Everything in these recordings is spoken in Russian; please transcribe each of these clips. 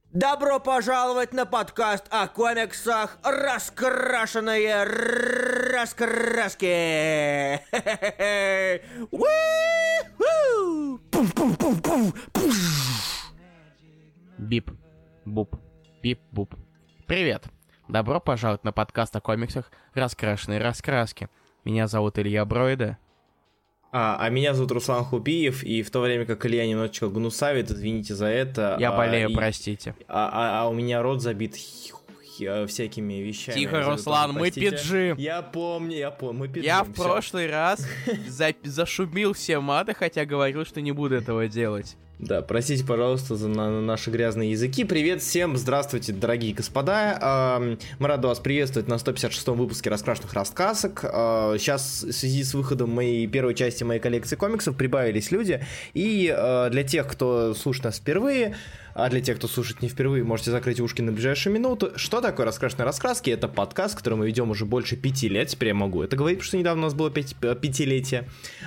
Добро пожаловать на подкаст о комиксах «Раскрашенные раскраски». Бип, буп, бип, буп. Привет! Добро пожаловать на подкаст о комиксах «Раскрашенные раскраски». Меня зовут Илья Бройда. А меня зовут Руслан Хубиев, и в то время как Илья немножечко гнусавит, извините за это. Я болею, простите. У меня рот забит всякими вещами. Тихо, Руслан, мы пиджи. Я помню, мы пиджи. Я в прошлый раз зашумел все маты, хотя говорил, что не буду этого делать. Да, простите, пожалуйста, за наши грязные языки. Привет всем, здравствуйте, дорогие господа. Мы рады вас приветствовать на 156-м выпуске «Раскрашенных рассказок». Сейчас в связи с выходом моей первой части моей коллекции комиксов прибавились люди. И для тех, кто слушает нас впервые, а для тех, кто слушает не впервые, можете закрыть ушки на ближайшую минуту. Что такое «Раскрашенные раскраски»? Это подкаст, который мы ведем уже больше 5 лет. Теперь я могу это говорить, потому что недавно у нас было пятилетие.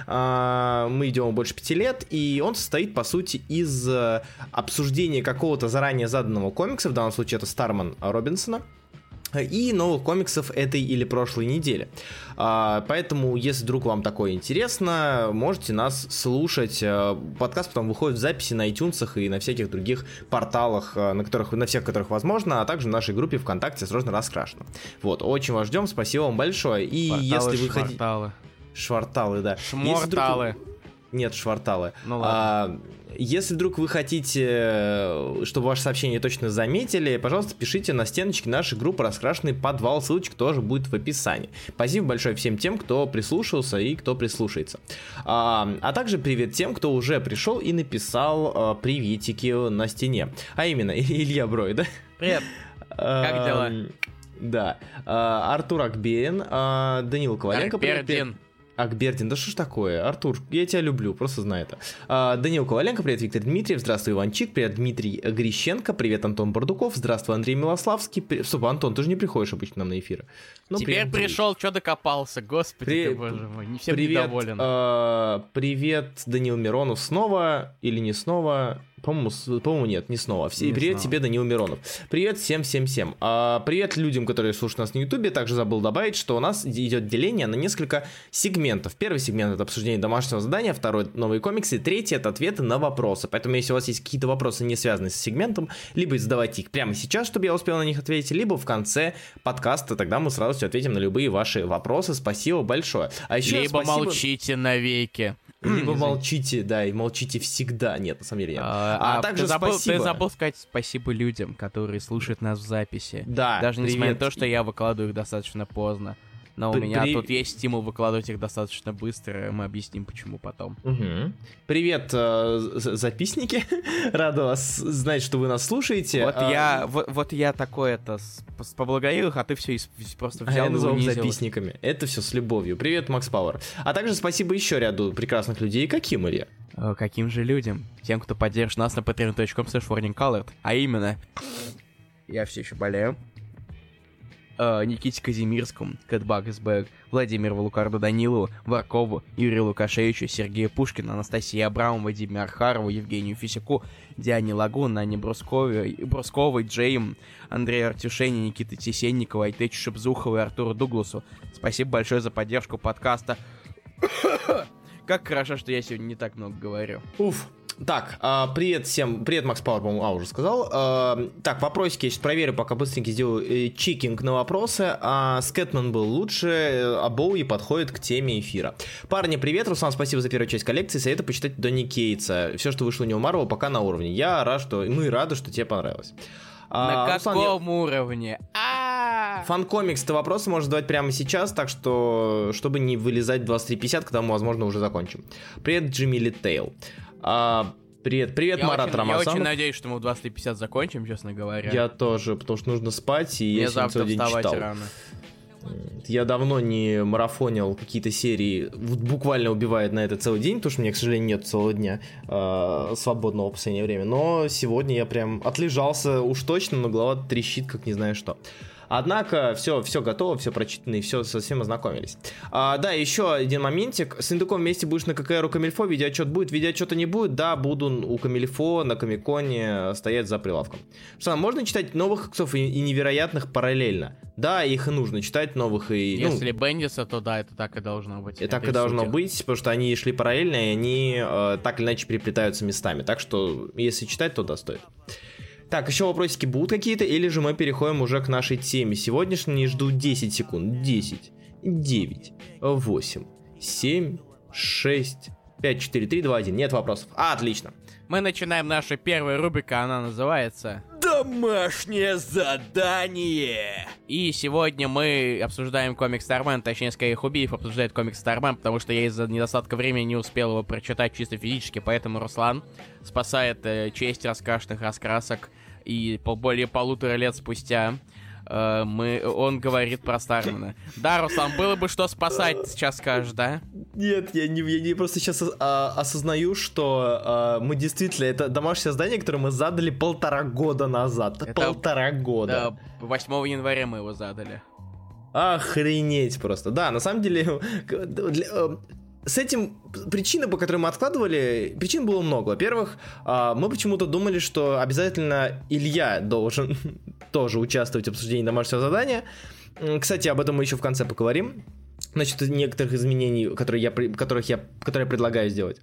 Мы идем больше 5 лет, и он состоит, по сути, из обсуждения какого-то заранее заданного комикса, в данном случае это Старман Робинсона, и новых комиксов этой или прошлой недели. Поэтому, если вдруг вам такое интересно, можете нас слушать. Подкаст потом выходит в записи на iTunes и на всяких других порталах, на всех которых возможно, а также в нашей группе ВКонтакте «Срочно раскрашено». Вот, очень вас ждем, спасибо вам большое. И порталы, если вы шварталы. Шварталы, да. Шморталы. Нет, шварталы. Ну ладно. Если вдруг вы хотите, чтобы ваше сообщение точно заметили, пожалуйста, пишите на стеночке нашей группы «Раскрашенный подвал». Ссылочка тоже будет в описании. Спасибо большое всем тем, кто прислушался и кто прислушается. А также привет тем, кто уже пришел и написал приветики на стене. А именно, Илья Бройда. Привет. Как дела? Да. Артур Акберин, Данил Коваленко. Акбердин, да что ж такое? Артур, я тебя люблю, просто знай это. Данил Коваленко, привет, Виктор Дмитриев, здравствуй, Иванчик, привет, Дмитрий Грищенко, привет, Антон Бардуков, здравствуй, Андрей Милославский. Стоп, Антон, ты же не приходишь обычно нам на эфиры. Теперь пришел, что докопался, господи ты, боже мой, не всем недоволен. Привет, Данил Миронов, снова или не снова? По-моему, нет, не снова. Привет тебе, Данил Миронов. Привет всем. Привет людям, которые слушают нас на Ютубе. Также забыл добавить, что у нас идет деление на несколько сегментов. Первый сегмент — это обсуждение домашнего задания, второй — новые комиксы, третий — это ответы на вопросы. Поэтому, если у вас есть какие-то вопросы, не связанные с сегментом, либо задавайте их прямо сейчас, чтобы я успел на них ответить, либо в конце подкаста, тогда мы с радостью ответим на любые ваши вопросы. Спасибо большое. А еще либо молчите навеки. Либо молчите, да, и молчите всегда. Нет, на самом деле нет. Также ты забыл сказать спасибо людям, которые слушают нас в записи. Да, даже несмотря на то, что я выкладываю их достаточно поздно. Но у меня тут есть стимул выкладывать их достаточно быстро, мы объясним, почему потом. Угу. Привет, записники. Рада вас знать, что вы нас слушаете. Вот я такой поблагодарил их, а ты все просто взял и назову унизил. Записниками. Это все с любовью. Привет, Макс Пауэр. А также спасибо еще ряду прекрасных людей. Каким, Илья? Каким же людям? Тем, кто поддержит нас на patreon.com/warningcolored. А именно, я все еще болею. Никите Казимирскому, Кэтбак СБ, Владимиру Валукарду Данилову, Варкову, Юрию Лукашевичу, Сергею Пушкину, Анастасии Абрамову, Вадиму Архарову, Евгению Фисяку, Диане Лагун, Анне Брусковой, Джейм, Андрею Артюшене, Никите Тесенникову, Айтечу Шепзухову и Артуру Дугласу. Спасибо большое за поддержку подкаста. Как хорошо, что я сегодня не так много говорю. Уф. Так, привет всем. Привет, Макс Пауэр, по-моему, уже сказал. Так, вопросики я сейчас проверю, пока быстренько сделаю чекинг на вопросы. Скэтман был лучше, а Боуи подходит к теме эфира. Парни, привет. Руслан, спасибо за первую часть коллекции. Советую почитать Донни Кейтса. Все, что вышло у него Марвел, пока на уровне. Я рад, что... Мы рады, что тебе понравилось. На каком уровне? Фан-комикс-то вопросы можно задавать прямо сейчас, так что, чтобы не вылезать 23:50, когда мы, возможно, уже закончим. Привет, Джимми Литтейл. Привет, Марат Рамазанов. Я очень надеюсь, что мы в 23:50 закончим, честно говоря. Я тоже, потому что нужно спать, и мне я завтра сегодня вставать читал. рано. Я давно не марафонил какие-то серии, буквально убивает на это целый день, потому что у меня, к сожалению, нет целого дня свободного в последнее время. Но сегодня я прям отлежался уж точно, но голова трещит, как не знаю что. Однако все готово, все прочитано и все со всем ознакомились. Да, еще один моментик. С Индуком вместе будешь на ККР у Камильфо, видеоотчет будет, видеоотчета не будет. Да, буду у Камильфо на Комиконе стоять за прилавком. Что, можно читать новых иксов и невероятных параллельно? Да, их и нужно читать новых и... Если бендится, то да, это так и должно быть. И так и должно быть, потому что они шли параллельно, и они так или иначе переплетаются местами. Так что, если читать, то да, стоит. Так, еще вопросики будут какие-то, или же мы переходим уже к нашей теме сегодняшней. Жду 10 секунд. 10, 9, 8, 7, 6, 5, 4, 3, 2, 1. Нет вопросов. Отлично. Мы начинаем нашу первую рубрику, она называется Домашнее задание. И сегодня мы обсуждаем комикс Стармен, точнее, скорее Хубиев обсуждает комикс Стармен, потому что я из-за недостатка времени не успел его прочитать чисто физически, поэтому Руслан спасает честь раскрашенных раскрасок, и более 1,5 лет спустя он говорит про Стармена. Да, Руслан, было бы что спасать, сейчас скажешь, да? Нет, я не просто сейчас осознаю, что мы действительно, это домашнее задание, которое мы задали 1,5 года назад. Это 1,5 года. Да, 8 января мы его задали. Охренеть просто. Да, на самом деле, с этим причина, по которой мы откладывали, причин было много. Во-первых, мы почему-то думали, что обязательно Илья должен тоже участвовать в обсуждении домашнего задания. Кстати, об этом мы еще в конце поговорим. Насчет некоторых изменений, которые я предлагаю сделать.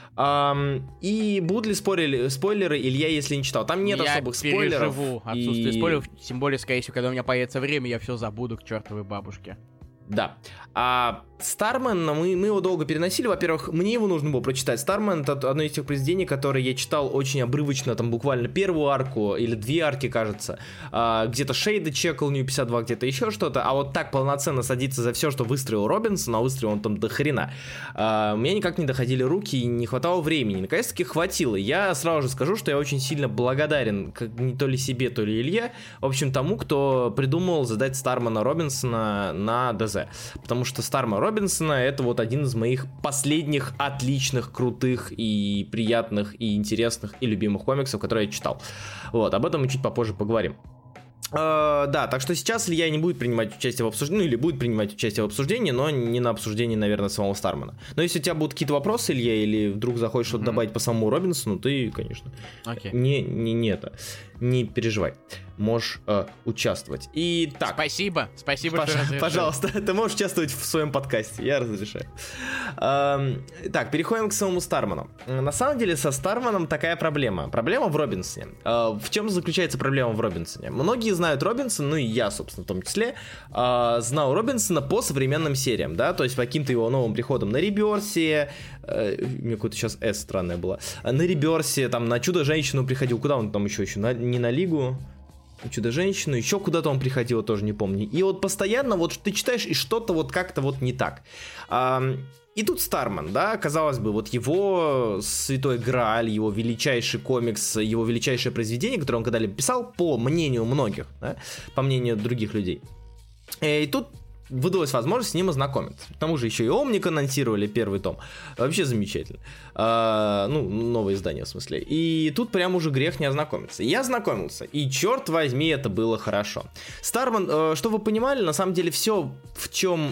И будут ли спойлеры, Илья, если не читал. Там нет особых спойлеров. Я переживу отсутствие спойлеров, тем более, скорее всего, когда у меня появится время, я все забуду к чертовой бабушке. Да. Стармен, мы его долго переносили. Во-первых, мне его нужно было прочитать. Стармен — это одно из тех произведений, которые я читал очень обрывочно, там буквально первую арку или 2 арки, кажется. Где-то Шейда чекал, Нью 52, где-то еще что-то. А вот так полноценно садиться за все, что выстроил Робинсон, а выстроил он там до хрена. У меня никак не доходили руки и не хватало времени. Наконец-таки хватило. Я сразу же скажу, что я очень сильно благодарен не то ли себе, то ли Илье, в общем, тому, кто придумал задать Стармена Робинсона на ДЗ. Потому что Стармена Робинсона — это вот один из моих последних отличных, крутых и приятных, и интересных, и любимых комиксов, которые я читал. Вот, об этом мы чуть попозже поговорим. Да, так что сейчас Илья не будет принимать участие в обсуждении, или будет принимать участие в обсуждении, но не на обсуждении, наверное, самого Стармена. Но если у тебя будут какие-то вопросы, Илья, или вдруг захочешь что-то добавить по самому Робинсону, ты, конечно, не переживай. Можешь участвовать. И так. Спасибо, что разрешил. Пожалуйста, ты можешь участвовать в своем подкасте, я разрешаю. Так, переходим к самому Стармену. На самом деле со Старменом такая проблема. Проблема в Робинсоне. В чем заключается проблема в Робинсоне? Многие знают Робинсона, ну и я, собственно, в том числе, знал Робинсона по современным сериям, да, то есть по каким-то его новым приходам на Реберсе, у меня какое-то сейчас S странное было, на Реберсе, там, на Чудо-женщину приходил, куда он там еще, не на Лигу, Чудо-женщину, еще куда-то он приходил, тоже не помню. И вот постоянно вот ты читаешь, и что-то вот как-то вот не так. И тут Стармен, да, казалось бы, вот его святой Грааль, его величайший комикс, его величайшее произведение, которое он когда-либо писал, по мнению многих, да, по мнению других людей. И тут выдалась возможность с ним ознакомиться. К тому же еще и Омник анонсировали первый том. Вообще замечательно. Новое издание, в смысле. И тут прям уже грех не ознакомиться. Я ознакомился, и черт возьми, это было хорошо. Стармен, что вы понимали, на самом деле все, в чем...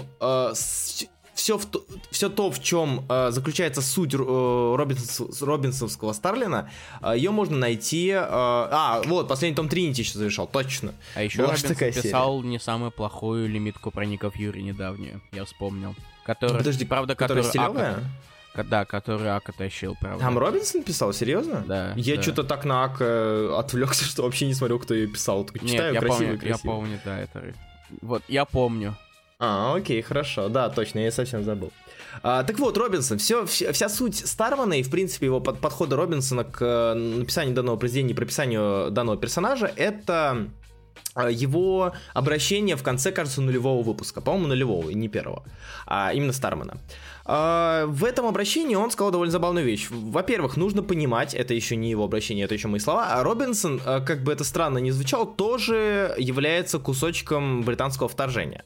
Все то, в чем заключается суть робинсовского Старлина, ее можно найти... вот, последний том Тринити еще завершал, точно. А еще Робинсон писал не самую плохую лимитку про Ника Фьюри недавнюю, я вспомнил. Которая, подожди, правда, которая стилевая? Да, который Ака тащил, правда. Там Робинсон писал, серьезно? Да. Я что-то так на Ака отвлекся, что вообще не смотрел, кто ее писал. Только читаю, нет, красиво. Я помню, да, это... Вот, я помню. Окей, хорошо, да, точно, я совсем забыл. Так вот, Робинсон, вся суть Стармена и, в принципе, его подхода Робинсона к написанию данного произведения и прописанию данного персонажа, это его обращение в конце, кажется, нулевого выпуска, по-моему, нулевого, и не первого, а именно Стармена. В этом обращении он сказал довольно забавную вещь. Во-первых, нужно понимать, это еще не его обращение, это еще мои слова, а Робинсон, как бы это странно ни звучало, тоже является кусочком британского вторжения.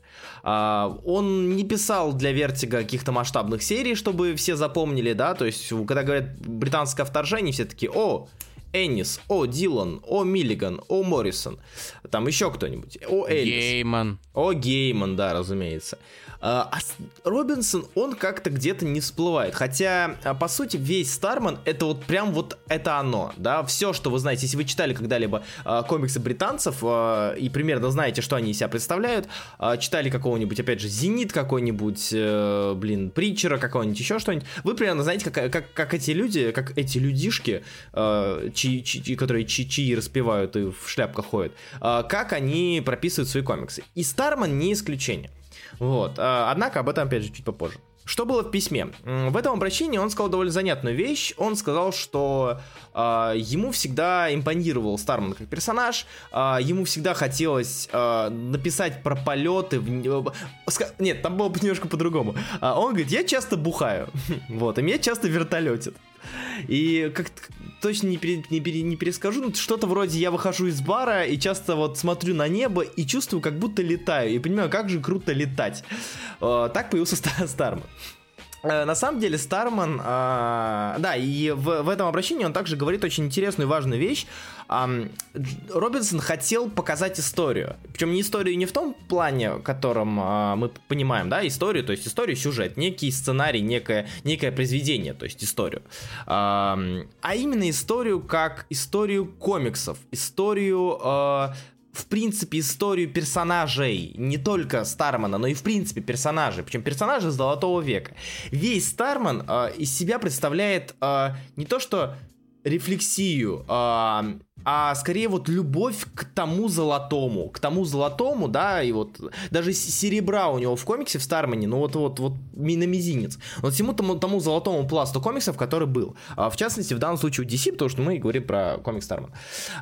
Он не писал для Вертига каких-то масштабных серий, чтобы все запомнили, да, то есть, когда говорят британское вторжение, все такие: о, Эннис, О. Дилан, О. Миллиган, О. Моррисон. Там еще кто-нибудь. О. Эллис. Гейман. О. Гейман, да, разумеется. А Робинсон, он как-то где-то не всплывает. Хотя, по сути, весь Старман это вот прям вот это оно, да. Все, что вы знаете, если вы читали когда-либо комиксы британцев и примерно знаете, что они из себя представляют, читали какого-нибудь, опять же, Зенит какой-нибудь, Притчера какого-нибудь, еще что-нибудь, вы примерно знаете, как эти люди, как эти людишки, которые чаи распевают и в шляпках ходят, как они прописывают свои комиксы. И Старман не исключение. Вот. Однако об этом, опять же, чуть попозже. Что было в письме? В этом обращении он сказал довольно занятную вещь. Он сказал, что ему всегда импонировал Старман как персонаж, ему всегда хотелось написать про полеты. Нет, там было немножко по-другому. Он говорит, я часто бухаю, вот, и меня часто вертолетит. И как точно не перескажу, но что-то вроде я выхожу из бара и часто вот смотрю на небо и чувствую, как будто летаю, и понимаю, как же круто летать. Так появился Старман. На самом деле Старман, да, и в этом обращении он также говорит очень интересную и важную вещь. Робинсон хотел показать историю. Причем не историю не в том плане, в котором мы понимаем, да, историю, то есть историю, сюжет, некий сценарий, некое произведение, то есть историю. А именно историю как историю комиксов, историю... в принципе, историю персонажей, не только Стармана, но и в принципе персонажей, причем персонажи Золотого века. Весь Старман из себя представляет не то что рефлексию, а скорее вот любовь к тому золотому, да, и вот даже серебра у него в комиксе в Стармане, ну вот на мизинец, вот всему тому золотому пласту комиксов, который был, в частности, в данном случае у DC, потому что мы говорим про комикс Старман,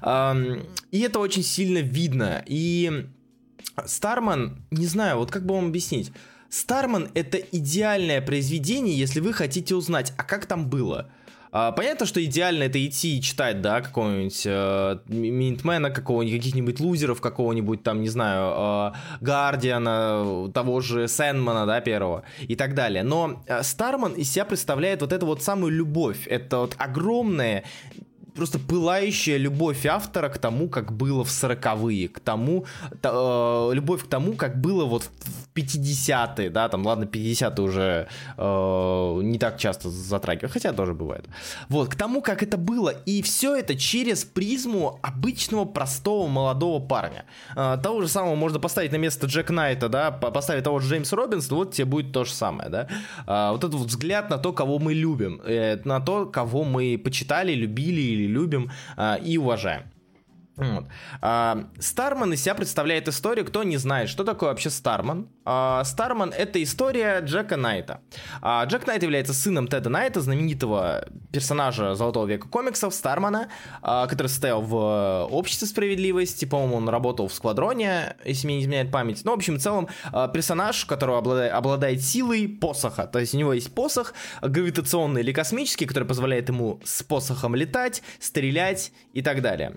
и это очень сильно видно, и Старман, не знаю, вот как бы вам объяснить, Старман это идеальное произведение, если вы хотите узнать, а как там было. Понятно, что идеально это идти и читать, да, какого-нибудь Минтмена, каких-нибудь лузеров, какого-нибудь там, не знаю, Гардиана, того же Сэндмана, да, первого, и так далее. Но Старман из себя представляет вот эту вот самую любовь, это вот огромная, просто пылающая любовь автора к тому, как было в 40-е, к тому, любовь к тому, как было вот в 50-е, да, там, ладно, 50-е уже не так часто затрагивают, хотя тоже бывает. Вот, к тому, как это было, и все это через призму обычного, простого, молодого парня. Того же самого можно поставить на место Джека Найта, да, поставить того же Джеймса Робинсона, вот тебе будет то же самое, да. Вот этот вот взгляд на то, кого мы любим, на то, кого мы почитали, любили или любим и уважаем. Вот. Старман из себя представляет историю, кто не знает, что такое вообще Старман. Старман — это история Джека Найта. Джек Найт является сыном Теда Найта, знаменитого персонажа Золотого века комиксов Стармана, который состоял в Обществе справедливости, по-моему, он работал в Сквадроне, если мне не изменяет память. Ну, в общем, в целом, персонаж, который обладает силой посоха, то есть у него есть посох гравитационный или космический, который позволяет ему с посохом летать, стрелять и так далее.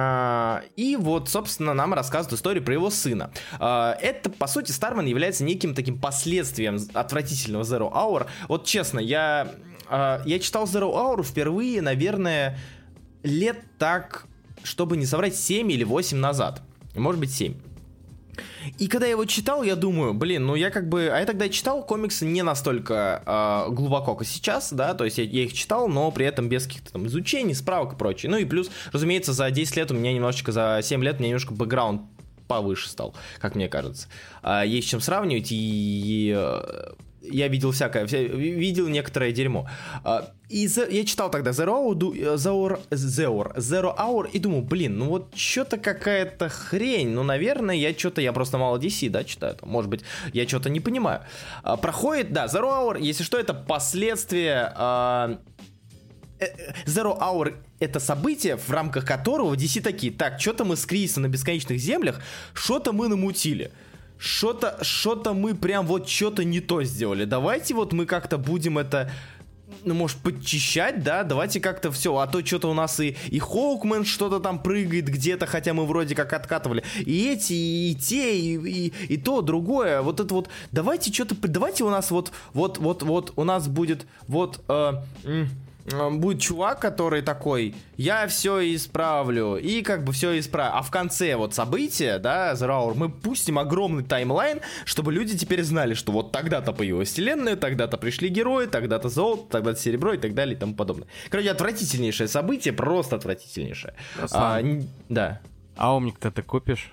И вот, собственно, нам рассказывают историю про его сына. Это, по сути, Старман является неким таким последствием отвратительного Zero Hour. Вот честно, я читал Zero Hour впервые, наверное, лет так, чтобы не соврать, 7 или 8 назад. Может быть, 7. И когда я его читал, я думаю, блин, ну я как бы... А я тогда читал комиксы не настолько глубоко, как сейчас, да, то есть я их читал, но при этом без каких-то там изучений, справок и прочее. Ну и плюс, разумеется, за 10 лет у меня немножечко, за 7 лет у меня немножко бэкграунд повыше стал, как мне кажется. Есть с чем сравнивать, и я видел всякое, видел некоторое дерьмо. И я читал тогда Zero Hour и думал, блин, ну вот что-то какая-то хрень, ну, наверное, я просто мало DC, да, читаю, там, может быть, я что-то не понимаю. Проходит, да, Zero Hour, если что, это последствия... Zero Hour — это событие, в рамках которого DC такие, так, что-то мы с кризисом на бесконечных землях, что-то мы намутили. Что-то мы прям вот что-то не то сделали. Давайте вот мы как-то будем это, ну, может, подчищать, да? Давайте как-то все. А то что-то у нас и Хоукмен что-то там прыгает где-то, хотя мы вроде как откатывали. И эти, и те, и то, другое. Вот это вот. Давайте что-то, давайте у нас вот у нас будет вот... будет чувак, который такой, я все исправлю, и как бы все исправлю. А в конце вот события, да, Zero Hour, мы пустим огромный таймлайн, чтобы люди теперь знали, что вот тогда-то появилась вселенная, тогда-то пришли герои, тогда-то золото, тогда-то серебро и так далее и тому подобное. Короче, отвратительнейшее событие, просто отвратительнейшее. Да. А Омник-то ты купишь?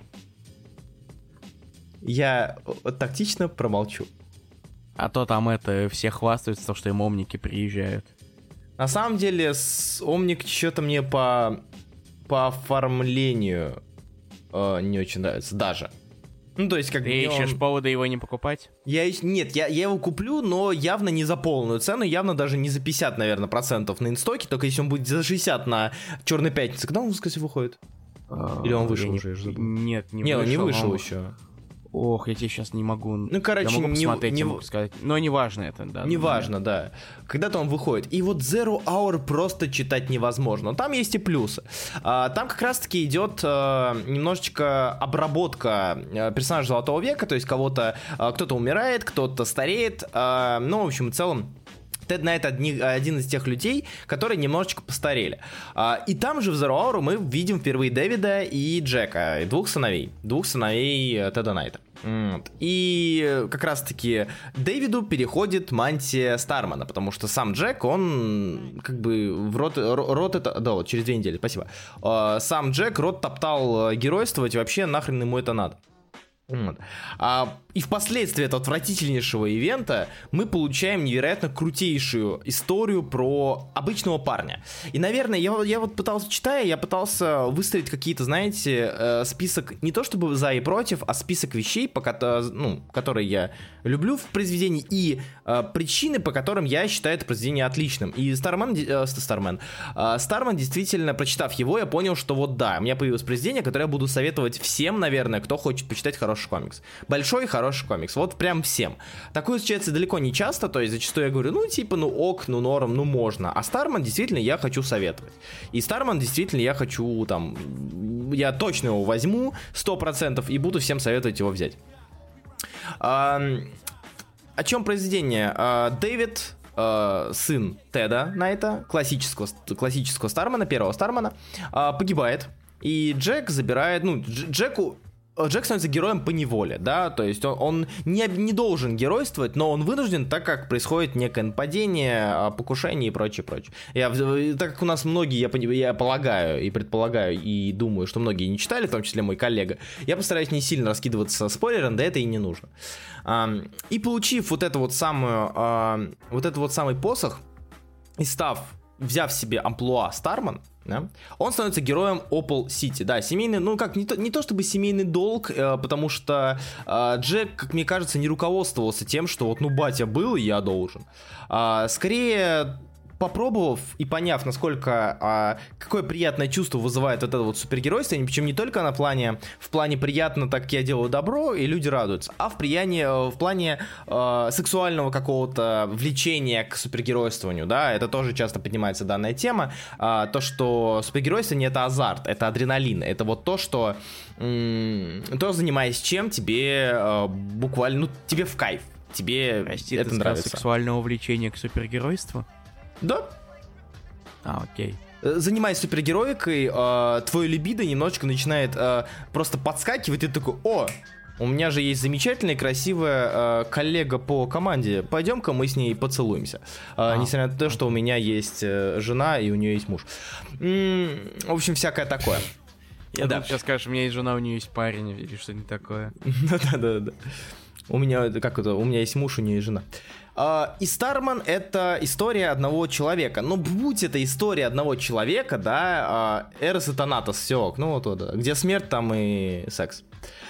Я тактично промолчу. А то там все хвастаются, что им Омники приезжают. На самом деле, Омник что-то мне по оформлению не очень нравится, даже. Ну, то есть, как бы... Ты ищешь повода его не покупать? Нет, я его куплю, но явно не за полную цену, явно даже не за 50, наверное, процентов на инстоке, только если он будет за 60 на Черной Пятнице. Когда он в воскресенье выходит? Или он вышел уже? Нет, не вышел. Он не вышел еще. Ох, я тебе сейчас не могу... Ну, короче, я могу посмотреть, не могу сказать. Но неважно это, да. Неважно, да. Когда-то он выходит. И вот Zero Hour просто читать невозможно. Но там есть и плюсы. Там как раз-таки идет немножечко обработка персонажа Золотого века. То есть кто-то умирает, кто-то стареет. Ну, в общем, в целом, Тед Найт один из тех людей, которые немножечко постарели. И там же в Zero Hour мы видим впервые Дэвида и Джека, двух сыновей Теда Найта. И как раз-таки Дэвиду переходит мантия Стармана, потому что сам Джек, он как бы в рот это... Да, вот через 2 недели, спасибо. Сам Джек рот топтал геройствовать, вообще нахрен ему это надо. И впоследствии этого отвратительнейшего ивента мы получаем невероятно крутейшую историю про обычного парня. И, наверное, я вот пытался выстроить какие-то, знаете, список не то чтобы за и против, а список вещей, которые я люблю в произведении, и причины, по которым я считаю это произведение отличным. И Старман действительно, прочитав его, я понял, что вот да, у меня появилось произведение, которое я буду советовать всем, наверное, кто хочет почитать хороший комикс. Большой хороший комикс, вот прям всем. Такое случается далеко не часто, то есть зачастую я говорю, ок, норм, можно. А Старман действительно я хочу советовать. И Старман действительно я хочу я точно его возьму 100% и буду всем советовать его взять. О чем произведение? Дэвид, сын Теда Найта, классического Стармана, первого Стармана, погибает. И Джек забирает, Джек становится героем по неволе, да, то есть он не должен геройствовать, но он вынужден, так как происходит некое нападение, покушение и прочее. Так как у нас многие, я полагаю и предполагаю и думаю, что многие не читали, в том числе мой коллега, я постараюсь не сильно раскидываться спойлером, да это и не нужно. И получив вот этот самый посох, и взяв себе амплуа Старман, да, он становится героем Опал Сити, да, семейный, не то чтобы семейный долг, потому что Джек, как мне кажется, не руководствовался тем, что батя был, и я должен. Скорее, попробовав и поняв, насколько какое приятное чувство вызывает это супергеройство, причем не только в плане приятно, так я делаю добро, и люди радуются, а в плане сексуального какого-то влечения к супергеройствованию, да, это тоже часто поднимается данная тема, то, что супергеройство не это азарт, это адреналин, это вот то, что занимаясь чем тебе буквально, тебе в кайф, тебе это нравится. Сексуального влечения к супергеройству? Да. Окей. Занимаясь супергероикой, твое либидо немножечко начинает просто подскакивать, и ты такой, у меня же есть замечательная, красивая коллега по команде, пойдем-ка мы с ней поцелуемся. Несмотря на то, что у меня есть жена, и у нее есть муж. В общем, всякое такое. Я думаю, сейчас скажешь, у меня есть жена, у нее есть парень, или что-нибудь такое. Да. У меня есть муж, у нее есть жена. И Старман — это история одного человека. Но будь это история одного человека, да, Эрос и Танатос, все, где смерть, там и секс.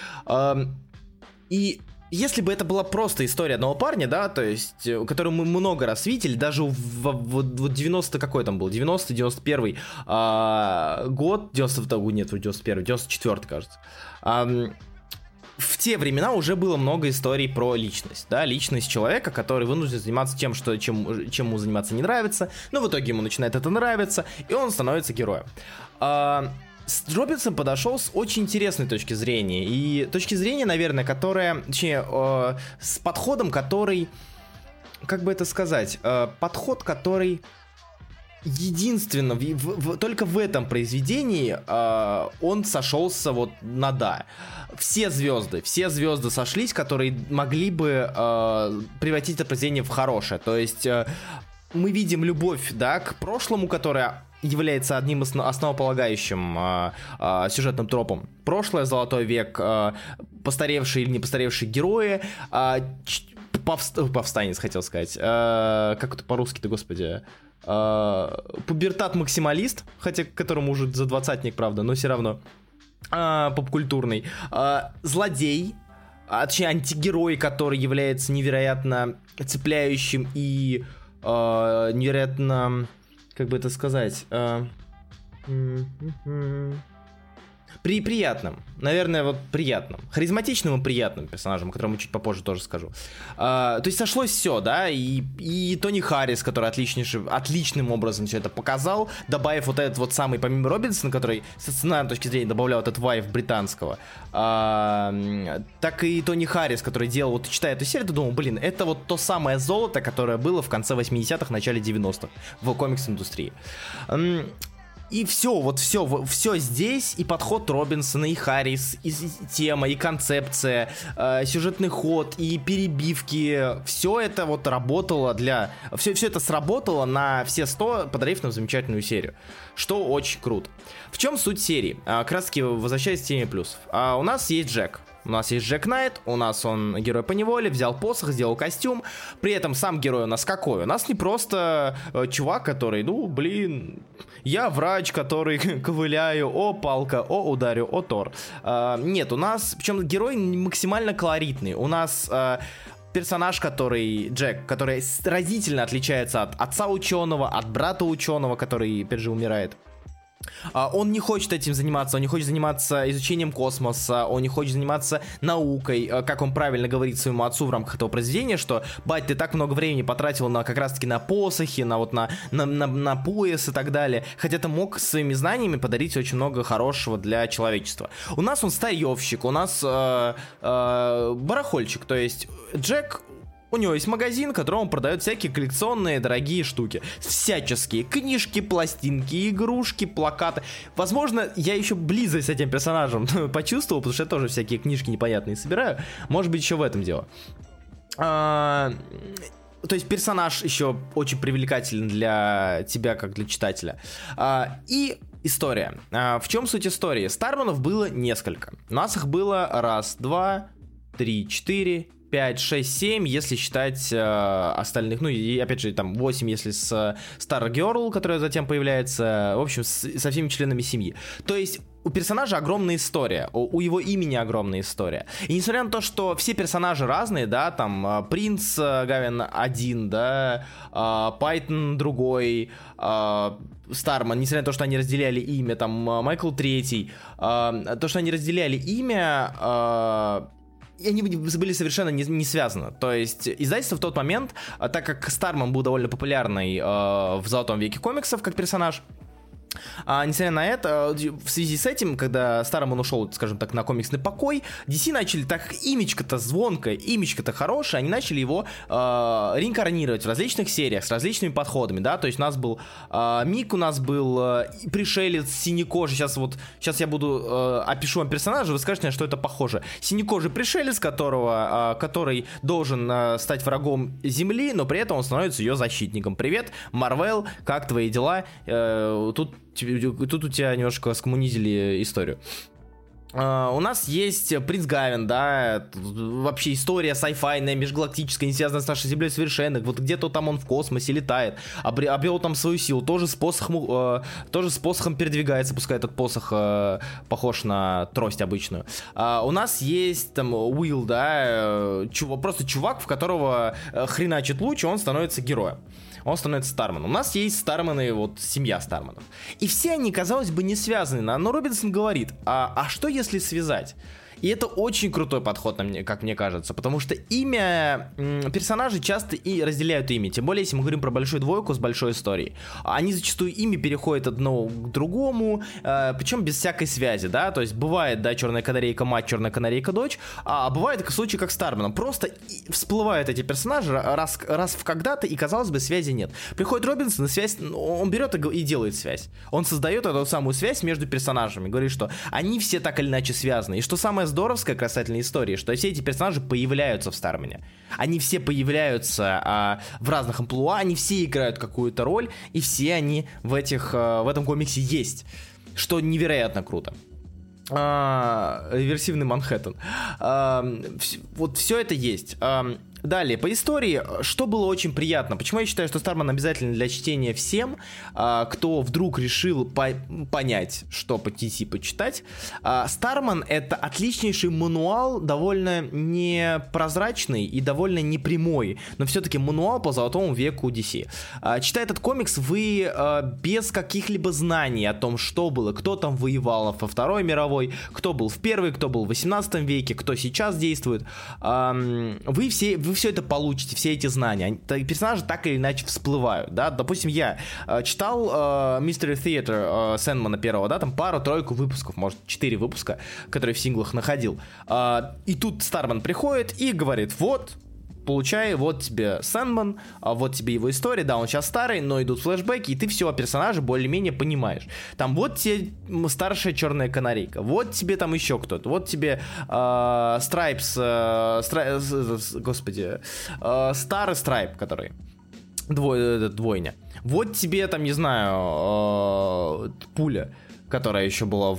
И если бы это была просто история одного парня, да, то есть, которую мы много раз видели, даже в 90 какой там был, 91 год, 94 кажется, в те времена уже было много историй про личность, да, личность человека, который вынужден заниматься тем, чем ему заниматься не нравится, но в итоге ему начинает это нравиться, и он становится героем. Робинсон подошел с очень интересной точки зрения, и точки зрения, наверное, с подходом, который, как бы это сказать, подход, который единственно, только в этом произведении он сошелся вот на «да». Все звезды сошлись, которые могли бы превратить это произведение в хорошее. То есть мы видим любовь, да, к прошлому, которая является одним из основополагающим сюжетным тропом. Прошлое, Золотой век, постаревшие или не постаревшие герои, повстанец, хотел сказать. Как это по-русски-то, господи? Пубертат-максималист, хотя к которому уже за двадцатник, правда, но все равно. Попкультурный. Злодей, точнее, антигерой, который является невероятно цепляющим и невероятно, как бы это сказать, приятным, наверное, вот приятным, харизматичным и приятным персонажем, о котором я чуть попозже тоже скажу. То есть сошлось все, да, и Тони Харрис, который отличным образом все это показал, добавив вот этот вот самый, помимо Робинсона, который со сценарной точки зрения добавлял этот вайб британского, так и Тони Харрис, который делал, вот читая эту серию, ты думал, блин, это вот то самое золото, которое было в конце 80-х, начале 90-х в комикс-индустрии. И все здесь, и подход Робинсона, и Харрис, и тема, и концепция, сюжетный ход, и перебивки, все это вот работало все это сработало на все 100, подарив нам замечательную серию, что очень круто. В чем суть серии? Как раз таки возвращаясь к теме плюсов. У нас есть Джек. У нас есть Джек Найт, у нас он герой по неволе, взял посох, сделал костюм. При этом сам герой у нас какой? У нас не просто чувак, который, я врач, который ковыляю, о, палка, о, ударю, о, Тор. Нет, у нас, причем герой максимально колоритный. У нас персонаж, Джек, который разительно отличается от отца ученого, от брата ученого, который, опять же, умирает. Он не хочет этим заниматься, он не хочет заниматься изучением космоса, он не хочет заниматься наукой, как он правильно говорит своему отцу в рамках этого произведения, что, бать, ты так много времени потратил как раз-таки на посохи, на пояс и так далее, хотя ты мог своими знаниями подарить очень много хорошего для человечества. У нас он старьевщик, у нас барахольчик, то есть Джек... У него есть магазин, в котором он продает всякие коллекционные дорогие штуки. Всяческие. Книжки, пластинки, игрушки, плакаты. Возможно, я еще близость с этим персонажем почувствовал, потому что я тоже всякие книжки непонятные собираю. Может быть, еще в этом дело. То есть персонаж еще очень привлекателен для тебя, как для читателя. И история. В чем суть истории? Старманов было несколько. У нас их было 1, 2, 3, 4... 5, 6, 7, если считать остальных, и опять же там 8, если с Stargirl, которая затем появляется, в общем, со всеми членами семьи. То есть у персонажа огромная история, у его имени огромная история. И несмотря на то, что все персонажи разные, да, там Принц Гавин один, да, Пайтон другой, Старман, несмотря на то, что они разделяли имя, там Майкл Третий, то, что они разделяли имя... И они были совершенно не связаны. То есть издательство в тот момент, так как Старман был довольно популярный в золотом веке комиксов как персонаж, несмотря на это, в связи с этим, когда Старман ушел, скажем так, на комиксный покой, DC начали, так как имидж-то звонкое, имидж-то хорошее, они начали его реинкарнировать в различных сериях с различными подходами, да, то есть у нас был Мик, у нас был пришелец синекожий, сейчас я опишу вам персонажа, вы скажете, на что это похоже. Синекожий пришелец, который должен стать врагом Земли, но при этом он становится ее защитником. Привет, Марвел, как твои дела? Тут у тебя немножко скоммунизили историю. У нас есть Принц Гавин, да, вообще история сайфайная, межгалактическая, не связанная с нашей Землей совершенно. Вот где-то там он в космосе летает, обрел там свою силу, тоже с посохом передвигается, пускай этот посох похож на трость обычную. У нас есть там Уилл, да, просто чувак, в которого хреначит луч, и он становится героем. Он становится Старманом. У нас есть Старманы, семья Старманов. И все они, казалось бы, не связаны. Но Робинсон говорит, а что если связать? И это очень крутой подход, как мне кажется, потому что имя персонажей часто и разделяют имя, тем более, если мы говорим про большую двойку с большой историей. Они зачастую ими переходят от одного к другому, причем без всякой связи, да, то есть бывает, да, черная канарейка мать, черная канарейка дочь, а бывает такой случай, как с Старменом, просто всплывают эти персонажи раз в когда-то, и, казалось бы, связи нет. Приходит Робинсон, и связь, он берет и делает связь. Он создает эту самую связь между персонажами, говорит, что они все так или иначе связаны. И что самое здоровское касательно истории, что все эти персонажи появляются в Стармене. Они все появляются в разных амплуа, они все играют какую-то роль, и все они в этом комиксе есть. Что невероятно круто. Реверсивный Манхэттен. Вот все это есть. Далее, по истории, что было очень приятно. Почему я считаю, что Старман обязательно для чтения всем, кто вдруг решил понять, что по DC почитать. Старман — это отличнейший мануал, довольно непрозрачный и довольно непрямой, но все-таки мануал по золотому веку DC. Читая этот комикс, вы без каких-либо знаний о том, что было, кто там воевал во Второй мировой, кто был в Первой, кто был в 18 веке, кто сейчас действует, вы все это получите, все эти знания. Персонажи так или иначе всплывают, да. Допустим, я читал Mystery Theater Сэндмана первого, да, там пару-тройку выпусков, может, 4 выпуска, которые в синглах находил. И тут Старман приходит и говорит: вот, получай, вот тебе Сэндман, вот тебе его история, да, он сейчас старый, но идут флешбеки, и ты все о персонаже более-менее понимаешь. Там вот тебе старшая черная канарейка, вот тебе там еще кто-то, вот тебе Страйпс, старый Страйп, который двойня. Вот тебе там, не знаю, пуля, которая еще была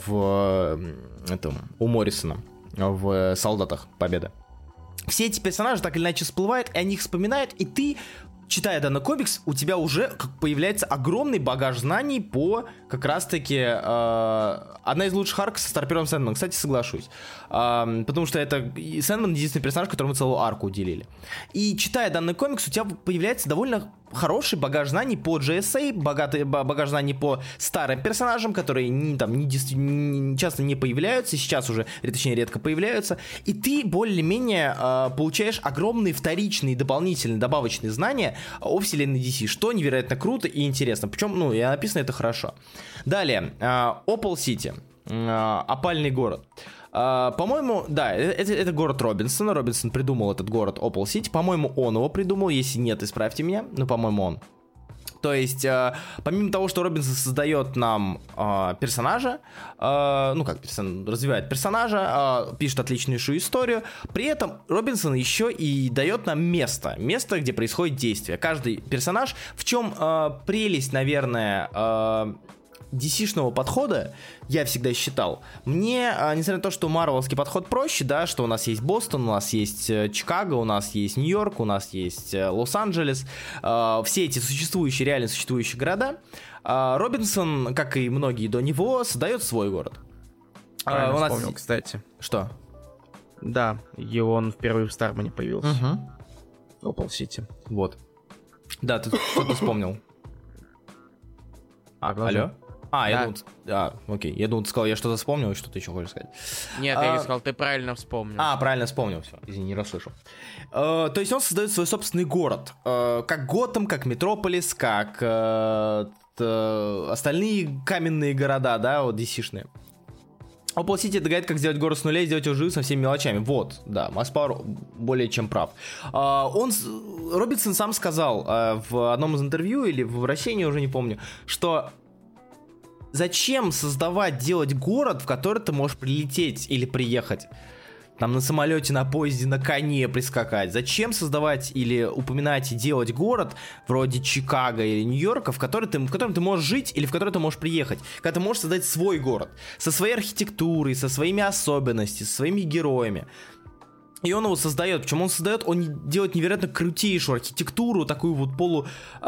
у Моррисона в «Солдатах Победы». Все эти персонажи так или иначе всплывают, и они их вспоминают, и ты, читая данный комикс, у тебя уже появляется огромный багаж знаний по как раз-таки одна из лучших арк со Старпером Сэндманом. Кстати, соглашусь. Потому что это Сэндман единственный персонаж, которому целую арку уделили. И читая данный комикс, у тебя появляется довольно хороший багаж знаний по JSA, багаж знаний по старым персонажам, которые часто не появляются, сейчас уже, точнее, редко появляются, и ты более-менее получаешь огромные вторичные, дополнительные, добавочные знания о вселенной DC, что невероятно круто и интересно. Причем, и написано это хорошо. Далее, Опал Сити, опальный город. По-моему, да, это город Робинсона. Робинсон придумал этот город Опал Сити. По-моему, он его придумал. Если нет, исправьте меня. Но, по-моему, он. То есть, помимо того, что Робинсон создает нам персонажа, развивает персонажа, пишет отличнейшую историю, при этом Робинсон еще и дает нам место, где происходит действие. Каждый персонаж, в чем прелесть, наверное, DC-шного подхода, я всегда считал. Мне, несмотря на то, что марвеловский подход проще, да, что у нас есть Бостон, у нас есть Чикаго, у нас есть Нью-Йорк, у нас есть Лос-Анджелес, все эти реально существующие города, Робинсон, как и многие до него, создает свой город. Правильно вспомнил, кстати. Что? Да, и он впервые в Стармане появился. Опал Сити. Вот. Да, ты что-то вспомнил. Алло? Окей. Я думал, ты сказал, я что-то вспомнил, и что-то еще хочешь сказать. Нет, я не сказал, ты правильно вспомнил. Правильно вспомнил, все, извини, не расслышал. То есть он создает свой собственный город. Как Готэм, как Метрополис, как остальные каменные города, да, вот DC-шные. Опал Сити догадает, как сделать город с нуля и сделать его живым со всеми мелочами. Вот, да, Маспар более чем прав. Робинсон сам сказал в одном из интервью или в обращении, уже не помню, что зачем делать город, в который ты можешь прилететь или приехать? Там на самолете, на поезде, на коне прискакать. Зачем создавать или упоминать и делать город вроде Чикаго или Нью-Йорка, в котором ты можешь жить или в который ты можешь приехать? Когда ты можешь создать свой город со своей архитектурой, со своими особенностями, со своими героями. И он его создает. Причем он делает невероятно крутейшую архитектуру, такую вот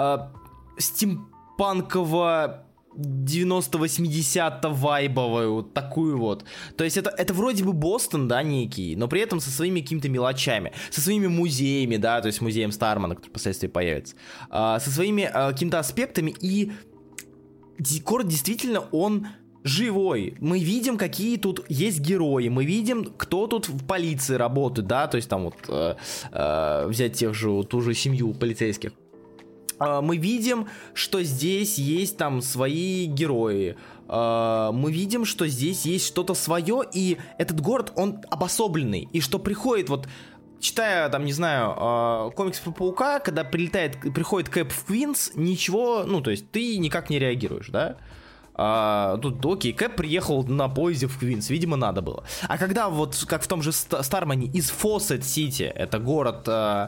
стимпанково 90-80 вайбовую, вот такую вот. То есть это вроде бы Бостон, да, некий, но при этом со своими какими-то мелочами, со своими музеями, да, то есть музеем Стармана, который впоследствии появится, со своими какими-то аспектами, и город действительно, он живой. Мы видим, какие тут есть герои, мы видим, кто тут в полиции работает, да, то есть там вот взять ту же семью полицейских. Мы видим, что здесь есть там свои герои. Мы видим, что здесь есть что-то свое, и этот город, он обособленный. И что приходит вот... Читая, там, не знаю, комикс про Паука, когда приходит Кэп в Квинс, ничего, ну, то есть ты никак не реагируешь, да? Тут, окей, Кэп приехал на поезде в Квинс, видимо, надо было. А когда вот, как в том же Стармане, из Фоссет-Сити, это город,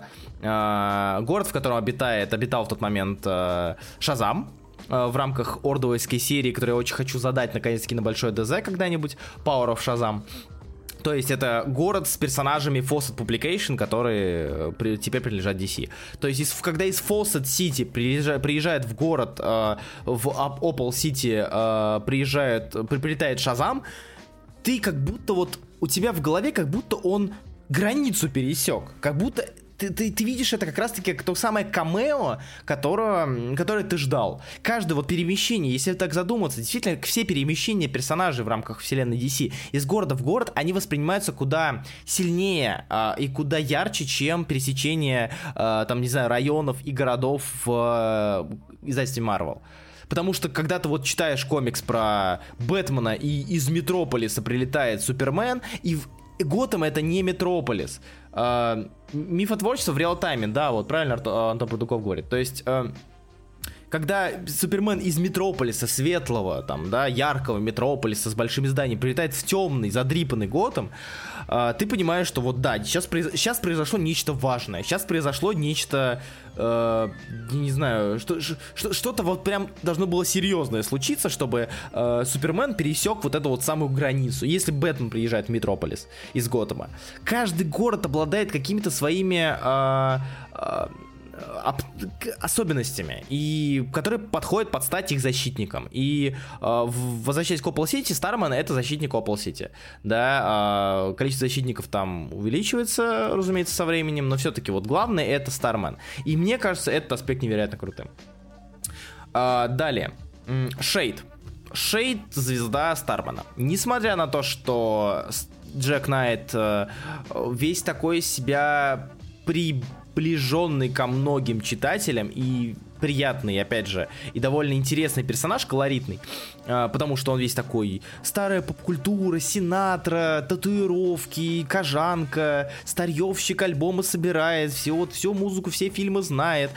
в котором обитал в тот момент Шазам, в рамках ордовской серии, которую я очень хочу задать, наконец-таки, на большой ДЗ когда-нибудь, Power of Shazam. То есть это город с персонажами Fawcett Publication, которые теперь принадлежат DC. То есть когда из Fawcett City приезжает в город, в Opal City прилетает Шазам, ты как будто вот у тебя в голове как будто он границу пересек, как будто ты видишь это как раз-таки как то самое камео, которое ты ждал. Каждое вот перемещение, если так задуматься, действительно, все перемещения персонажей в рамках вселенной DC из города в город, они воспринимаются куда сильнее и куда ярче, чем пересечение, там, не знаю, районов и городов в издательстве Marvel. Потому что когда ты вот читаешь комикс про Бэтмена, и из Метрополиса прилетает Супермен, и Готэм — это не Метрополис. Мифотворчество в реал-тайме, да, вот правильно Антон Продуков говорит. То есть, когда Супермен из Метрополиса, светлого, там, да, яркого Метрополиса с большими зданиями прилетает в темный, задрипанный Готэм, ты понимаешь, что вот да, сейчас произошло нечто важное, сейчас произошло нечто, не знаю, что-то вот прям должно было серьезное случиться, чтобы Супермен пересек вот эту вот самую границу. Если Бэтмен приезжает в Метрополис из Готэма, каждый город обладает какими-то своими особенностями, и которые подходят под стать их защитникам. И возвращаясь к Opal City, Старман — это защитник Opal City. Да, количество защитников там увеличивается, разумеется, со временем, но все-таки вот главное — это Старман. И мне кажется, этот аспект невероятно крутым. Далее. Шейд. Шейд — звезда Стармана. Несмотря на то, что Джек Найт весь такой из себя приближенный ко многим читателям и приятный, опять же, и довольно интересный персонаж, колоритный, потому что он весь такой: старая поп-культура, Синатра, татуировки, кожанка, старьевщик, альбомы собирает, всю музыку, все фильмы знает.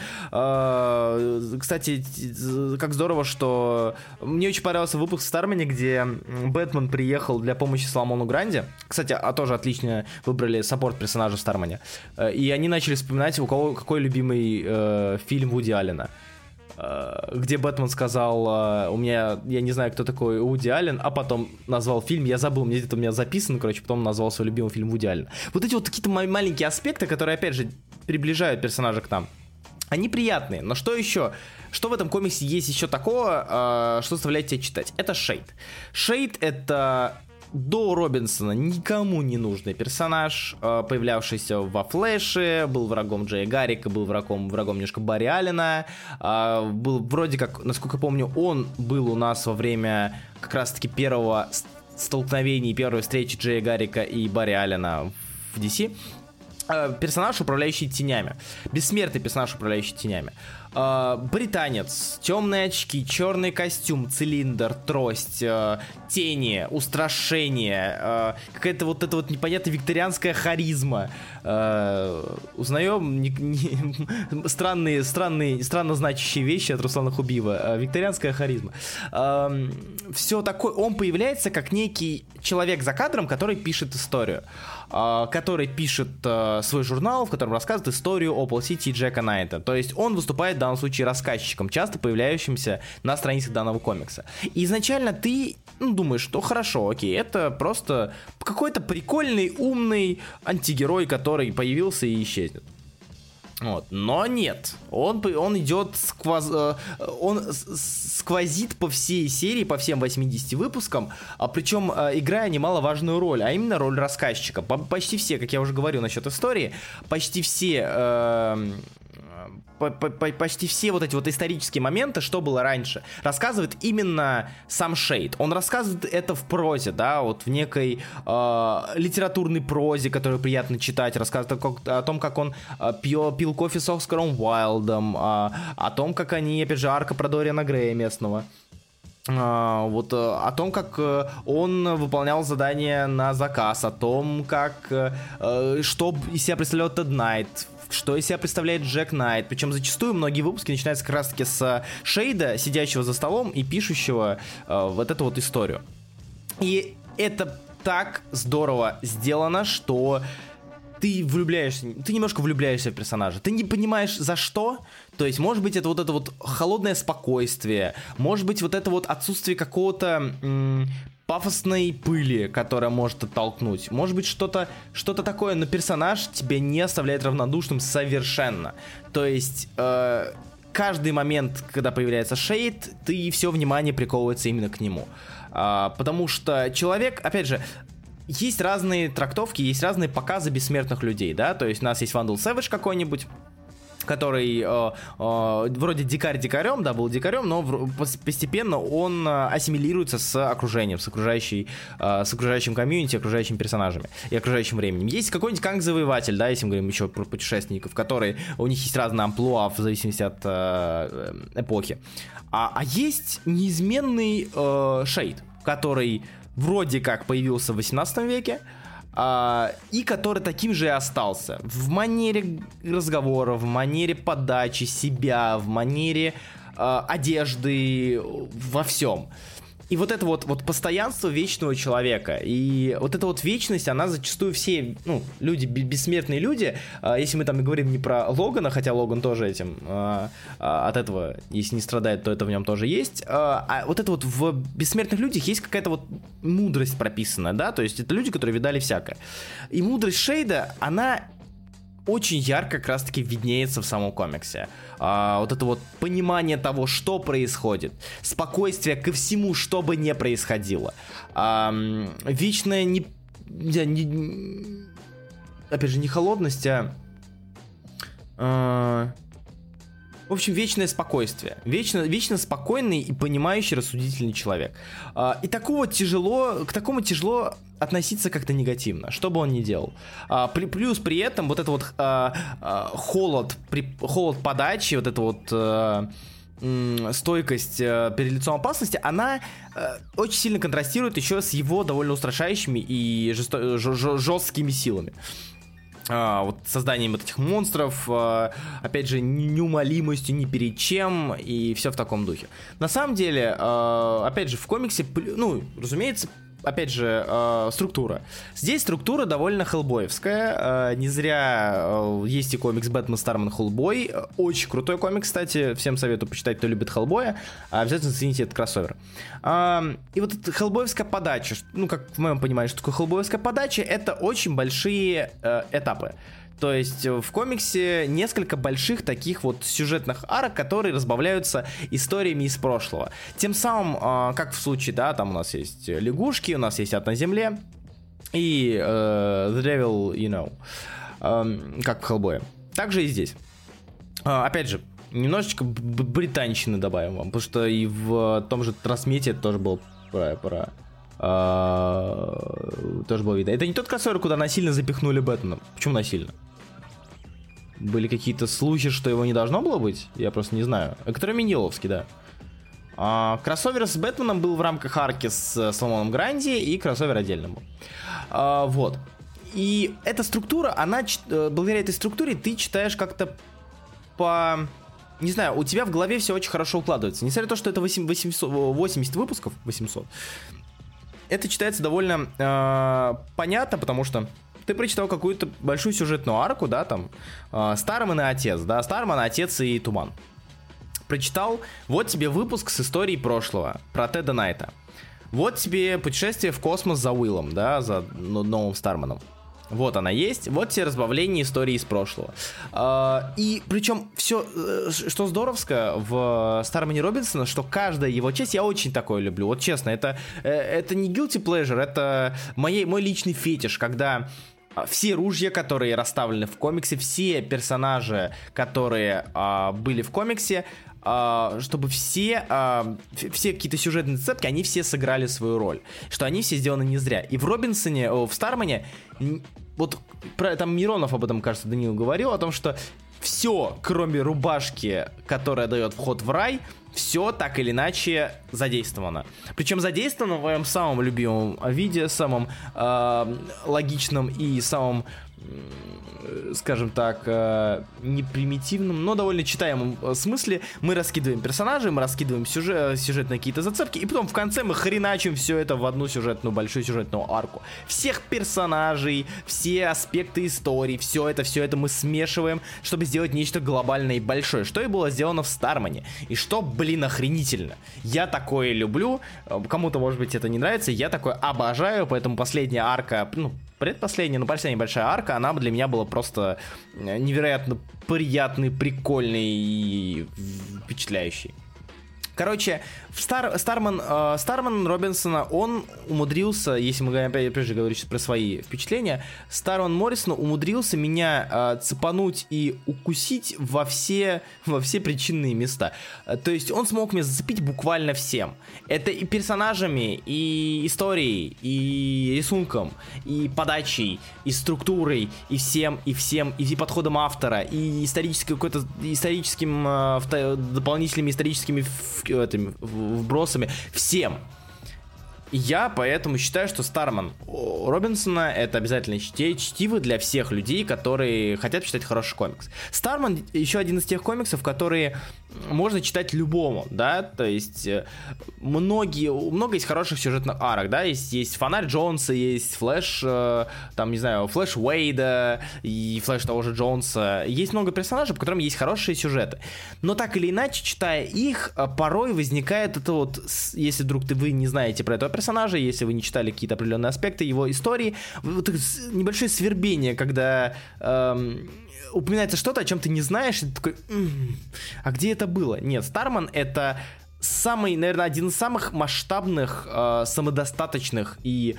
Кстати, как здорово, что мне очень понравился выпуск в Стармане, где Бэтмен приехал для помощи Соломону Гранди. Кстати, тоже отлично выбрали саппорт персонажа в Стармане. И они начали вспоминать, у кого какой любимый фильм Вуди Аллена. Где Бэтмен сказал: у меня, я не знаю, кто такой Вуди Аллен, а потом назвал фильм, я забыл, мне где-то у меня записан, короче, потом назвал свой любимый фильм Вуди Аллен. Вот эти вот какие-то маленькие аспекты, которые, опять же, приближают персонажа к нам, они приятные. Но что еще? Что в этом комиксе есть еще такого, что заставляет тебя читать? Это Шейд. Шейд — это до Робинсона никому не нужный персонаж, появлявшийся во Флэше, был врагом Джея Гаррика, был врагом немножко Барри Аллена, был вроде как, насколько помню, он был у нас во время как раз-таки первого столкновения, первой встречи Джея Гаррика и Барри Аллена в DC. Персонаж, управляющий тенями. Бессмертный персонаж, управляющий тенями. Британец, темные очки, черный костюм, цилиндр, трость, тени, устрашение, какая-то вот эта вот непонятная викторианская харизма. Узнаем странно значащие вещи от Руслана Хубиева. Викторианская харизма. Все такое. Он появляется как некий человек за кадром, который пишет историю. Который пишет свой журнал, в котором рассказывает историю Opal City и Джека Найта. То есть он выступает в данном случае рассказчиком, часто появляющимся на страницах данного комикса. И изначально ты думаешь, что хорошо, окей, это просто какой-то прикольный, умный антигерой, который появился и исчезнет. Вот. Но нет, он идет он сквозит по всей серии, по всем 80 выпускам, причем играя немаловажную роль, а именно роль рассказчика. Почти все, как я уже говорил насчет истории, почти все почти все вот эти вот исторические моменты, что было раньше, рассказывает именно сам Шейд. Он рассказывает это в прозе, да, вот в некой литературной прозе, которую приятно читать, рассказывает о том, как он пил кофе с Оскаром Уайлдом, о том, как они, опять же, арка про Дориана Грея местного. Вот о том, как он выполнял задания на заказ, о том, как что из себя представлял Тед Найт, что из себя представляет Джек Найт. Причем зачастую многие выпуски начинаются как раз таки с Шейда, сидящего за столом и пишущего вот эту вот историю. И это так здорово сделано, что ты немножко влюбляешься в персонажа. Ты не понимаешь, за что. То есть, может быть, это вот холодное спокойствие, может быть, вот это вот отсутствие какого-то пафосной пыли, которая может оттолкнуть. Может быть, что-то такое, но персонаж тебя не оставляет равнодушным совершенно. То есть, каждый момент, когда появляется Шейд, ты все внимание приковывается именно к нему. Потому что человек, опять же, есть разные трактовки, есть разные показы бессмертных людей, да, то есть у нас есть Вандал Сэвидж какой-нибудь, который вроде дикарь дикарем, да, был дикарем, но постепенно он ассимилируется с окружением, с окружающим комьюнити, окружающими персонажами и окружающим временем. Есть какой-нибудь Канг-завоеватель, да, если мы говорим еще про путешественников, которые, у них есть разные амплуа в зависимости от эпохи. А есть неизменный Шейд, который вроде как появился в 18 веке, и который таким же и остался. В манере разговора, в манере подачи себя, в манере одежды, во всем. И вот это вот постоянство вечного человека, и вот эта вот вечность, она зачастую все, люди, бессмертные люди, если мы там и говорим не про Логана, хотя Логан тоже этим, от этого, если не страдает, то это в нем тоже есть, а вот это вот в бессмертных людях есть какая-то вот мудрость прописанная, да, то есть это люди, которые видали всякое. И мудрость Шейда, она очень ярко как раз-таки виднеется в самом комиксе. Вот это вот понимание того, что происходит, спокойствие ко всему, что бы ни происходило, вечная опять же, не холодность, в общем, вечное спокойствие. Вечно спокойный и понимающий, рассудительный человек. И к такому тяжело относиться как-то негативно, что бы он ни делал. Плюс при этом вот это вот холод подачи, вот это вот стойкость перед лицом опасности, она очень сильно контрастирует еще с его довольно устрашающими и жесткими силами. Вот созданием вот этих монстров, опять же, неумолимостью ни перед чем, и все в таком духе. На самом деле, опять же, в комиксе, разумеется, опять же, структура. Здесь структура довольно хеллбоевская. Не зря есть и комикс «Бэтмен Старман Хеллбой». Очень крутой комикс, кстати. Всем советую почитать, кто любит Хеллбоя. Обязательно зацените этот кроссовер. И вот эта хеллбоевская подача, как в моем понимании, что такое хеллбоевская подача, это очень большие этапы. То есть в комиксе несколько больших таких вот сюжетных арок, которые разбавляются историями из прошлого. Тем самым, как в случае, да, там у нас есть лягушки, у нас есть «Ад на земле» и The Devil, You Know, как в Хеллбое. Также и здесь. Опять же, немножечко британщины добавим вам, потому что и в том же Трансмете это тоже было тоже было видно. Это не тот кроссовер, куда насильно запихнули Бэтмена. Почему насильно? Были какие-то слухи, что его не должно было быть? Я просто не знаю. Который Миниловский, да. Кроссовер с Бэтменом был в рамках арки с Соломоном Гранди, и кроссовер отдельно был. Вот. И эта структура, она, благодаря этой структуре, ты читаешь как-то не знаю, у тебя в голове все очень хорошо укладывается. Несмотря на то, что это 80 выпусков, 800, это читается довольно понятно, потому что ты прочитал какую-то большую сюжетную арку, да, там, Старман и отец, да, Старман, отец и Туман. Прочитал, вот тебе выпуск с историей прошлого, про Теда Найта. Вот тебе путешествие в космос за Уиллом, да, за новым Старманом. Вот она есть, вот тебе разбавление истории из прошлого. И причем все, что здоровско в Стармане Робинсона, что каждая его часть, я очень такое люблю. Вот честно, это не guilty pleasure, это мой личный фетиш, когда все ружья, которые расставлены в комиксе, все персонажи, которые были в комиксе, чтобы все какие-то сюжетные зацепки, они все сыграли свою роль, что они все сделаны не зря. И в Робинсоне, в Стармане, вот там Миронов об этом, кажется, Данил говорил, о том, что все, кроме рубашки, которая дает вход в рай, все так или иначе задействовано. Причем задействовано в моем самом любимом виде, самом логичном и самом, скажем так, не примитивном, но довольно читаемом смысле. Мы раскидываем персонажей, мы раскидываем сюжетные какие-то зацепки, и потом в конце мы хреначим все это в одну большую сюжетную арку. Всех персонажей, все аспекты истории, все это мы смешиваем, чтобы сделать нечто глобальное и большое, что и было сделано в Стармане. И что, охренительно. Я такое люблю, кому-то, может быть, это не нравится, я такое обожаю, поэтому последняя арка, предпоследняя, но последняя большая арка, она для меня была просто невероятно приятной, прикольной и впечатляющей. Короче, Старман Робинсона, он умудрился, если мы опять прежде говорим про свои впечатления, Старман Моррисон умудрился меня цепануть и укусить во все причинные места. То есть он смог меня зацепить буквально всем. Это и персонажами, и историей, и рисунком, и подачей, и структурой, и всем, и подходом автора, и историческим дополнительными историческими вбросами, всем. Я поэтому считаю, что Старман Робинсона — это обязательно чтиво для всех людей, которые хотят читать хороший комикс. Старман еще один из тех комиксов, которые можно читать любому, да, то есть много есть хороших сюжетных арок, да, есть Фонарь Джонса, есть Флэш, там, не знаю, Флэш Уэйда и Флэш того же Джонса, есть много персонажей, по которым есть хорошие сюжеты, но так или иначе, читая их, порой возникает это вот, если вдруг вы не знаете про этого персонажа, если вы не читали какие-то определенные аспекты его истории, вот небольшое свербение, когда упоминается что-то, о чем ты не знаешь, и ты такой, а где это было? Нет, Старман — это наверное, один из самых масштабных, самодостаточных и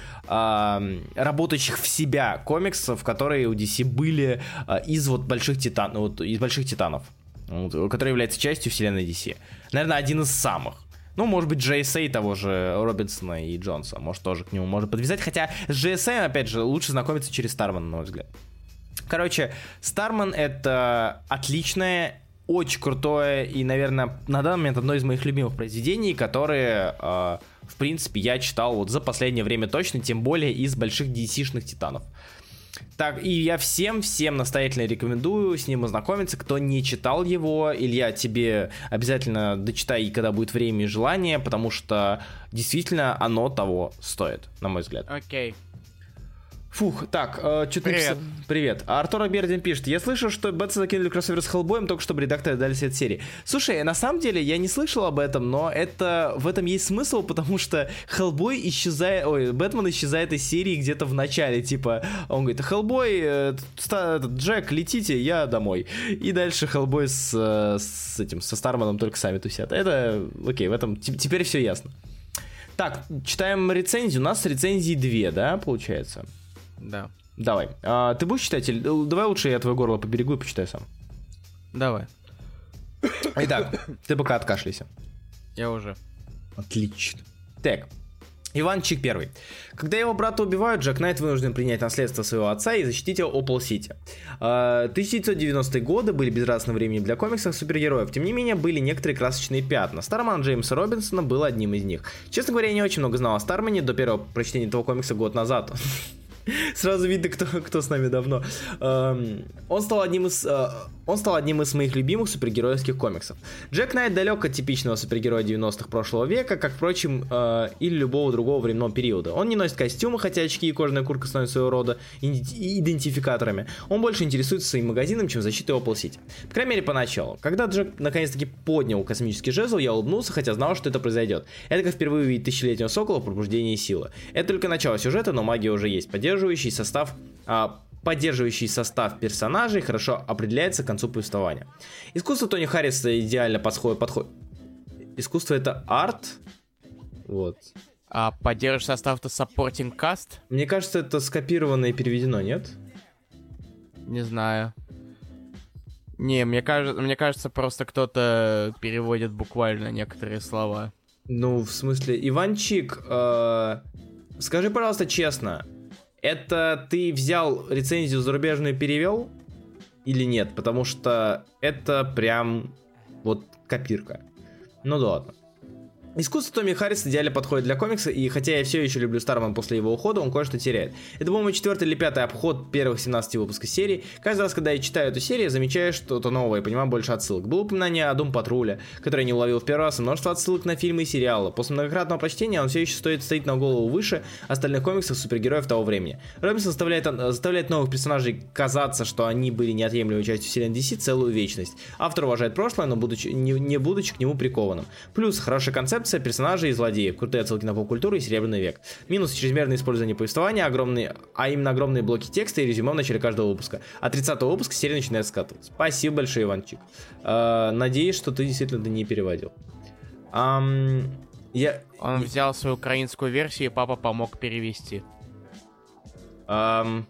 работающих в себя комиксов, которые у DC были из больших титанов, которые являются частью вселенной DC. Наверное, один из самых. Может быть, GSA того же Робинсона и Джонса, может, тоже к нему можно подвязать, хотя с GSA, опять же, лучше знакомиться через Стармана, на мой взгляд. Короче, Старман — это отличное, очень крутое и, наверное, на данный момент одно из моих любимых произведений, которые, в принципе, я читал вот за последнее время точно, тем более из больших DC-шных титанов. Так, и я всем настоятельно рекомендую с ним ознакомиться, кто не читал его. Илья, тебе обязательно дочитай, когда будет время и желание, потому что действительно оно того стоит, на мой взгляд. Окей. Фух, так, что-то... Привет. Привет. Артур Бердин пишет: я слышал, что Бэтса закинули кроссовер с Хеллбоем, только чтобы редакторы дали свет серии. Слушай, на самом деле я не слышал об этом, но в этом есть смысл, потому что Хеллбой Бэтмен исчезает из серии где-то в начале, типа, он говорит: Хеллбой, Джек, летите, я домой. И дальше Хеллбой со Старманом только сами тусят. Это, окей, в этом теперь все ясно. Так, читаем рецензию. У нас рецензии 2, да, получается? Да. Давай. Ты будешь читать? Давай лучше я твое горло поберегу и почитаю сам. Давай. Итак, ты пока откашляйся. Я уже. Отлично. Так. Иванчик первый. Когда его брата убивают, Джек Найт вынужден принять наследство своего отца и защитить его Опал-Сити. 1990-е годы были безрадостным временем для комиксов супергероев. Тем не менее, были некоторые красочные пятна. Старман Джеймса Робинсона был одним из них. Честно говоря, я не очень много знал о Стармане до первого прочтения этого комикса год назад. Сразу видно, кто с нами давно. Он стал одним из моих любимых супергеройских комиксов. Джек Найт далек от типичного супергероя 90-х прошлого века, как, впрочем, или любого другого временного периода. Он не носит костюмы, хотя очки и кожаная куртка становятся своего рода идентификаторами. Он больше интересуется своим магазином, чем защитой Опал-Сити. По крайней мере, поначалу. Когда Джек наконец-таки поднял космический жезл, я улыбнулся, хотя знал, что это произойдет. Это как впервые увидеть тысячелетнего сокола в пробуждении силы. Это только начало сюжета, но магия уже есть. Поддерживающий состав персонажей хорошо определяется к концу повествования. Искусство Тони Харриса идеально подходит. Искусство — это арт. Вот. А поддержишь состав-то supporting cast? Мне кажется, это скопировано и переведено, нет? Не знаю. Не, мне кажется, просто кто-то переводит буквально некоторые слова. Ну, в смысле, Иванчик, скажи, пожалуйста, честно, это ты взял рецензию зарубежную и перевел? Или нет? Потому что это прям вот копирка. Ну да ладно. Искусство Томми Харриса идеально подходит для комикса, и хотя я все еще люблю Стармана после его ухода, он кое-что теряет. Это, по-моему, 4-й или 5-й обход первых 17 выпусков серии. Каждый раз, когда я читаю эту серию, замечаю что-то новое и понимаю больше отсылок. Было упоминание о Дом Патруля, который я не уловил в первый раз, и множество отсылок на фильмы и сериалы. После многократного прочтения он все еще стоит на голову выше остальных комиксов супергероев того времени. Робинсон заставляет новых персонажей казаться, что они были неотъемлемой частью вселенной DC целую вечность. Автор уважает прошлое, но не будучи к нему прикованным. Плюс хорошая концепция персонажей и злодеев, крутые отсылки на поп-культуру и Серебряный век. Минус чрезмерное использование повествования, именно огромные блоки текста и резюме в начале каждого выпуска. А 30-го выпуска серия начинает скатываться. Спасибо большое, Иванчик. Надеюсь, что ты действительно не переводил. Он взял свою украинскую версию, и папа помог перевести. У меня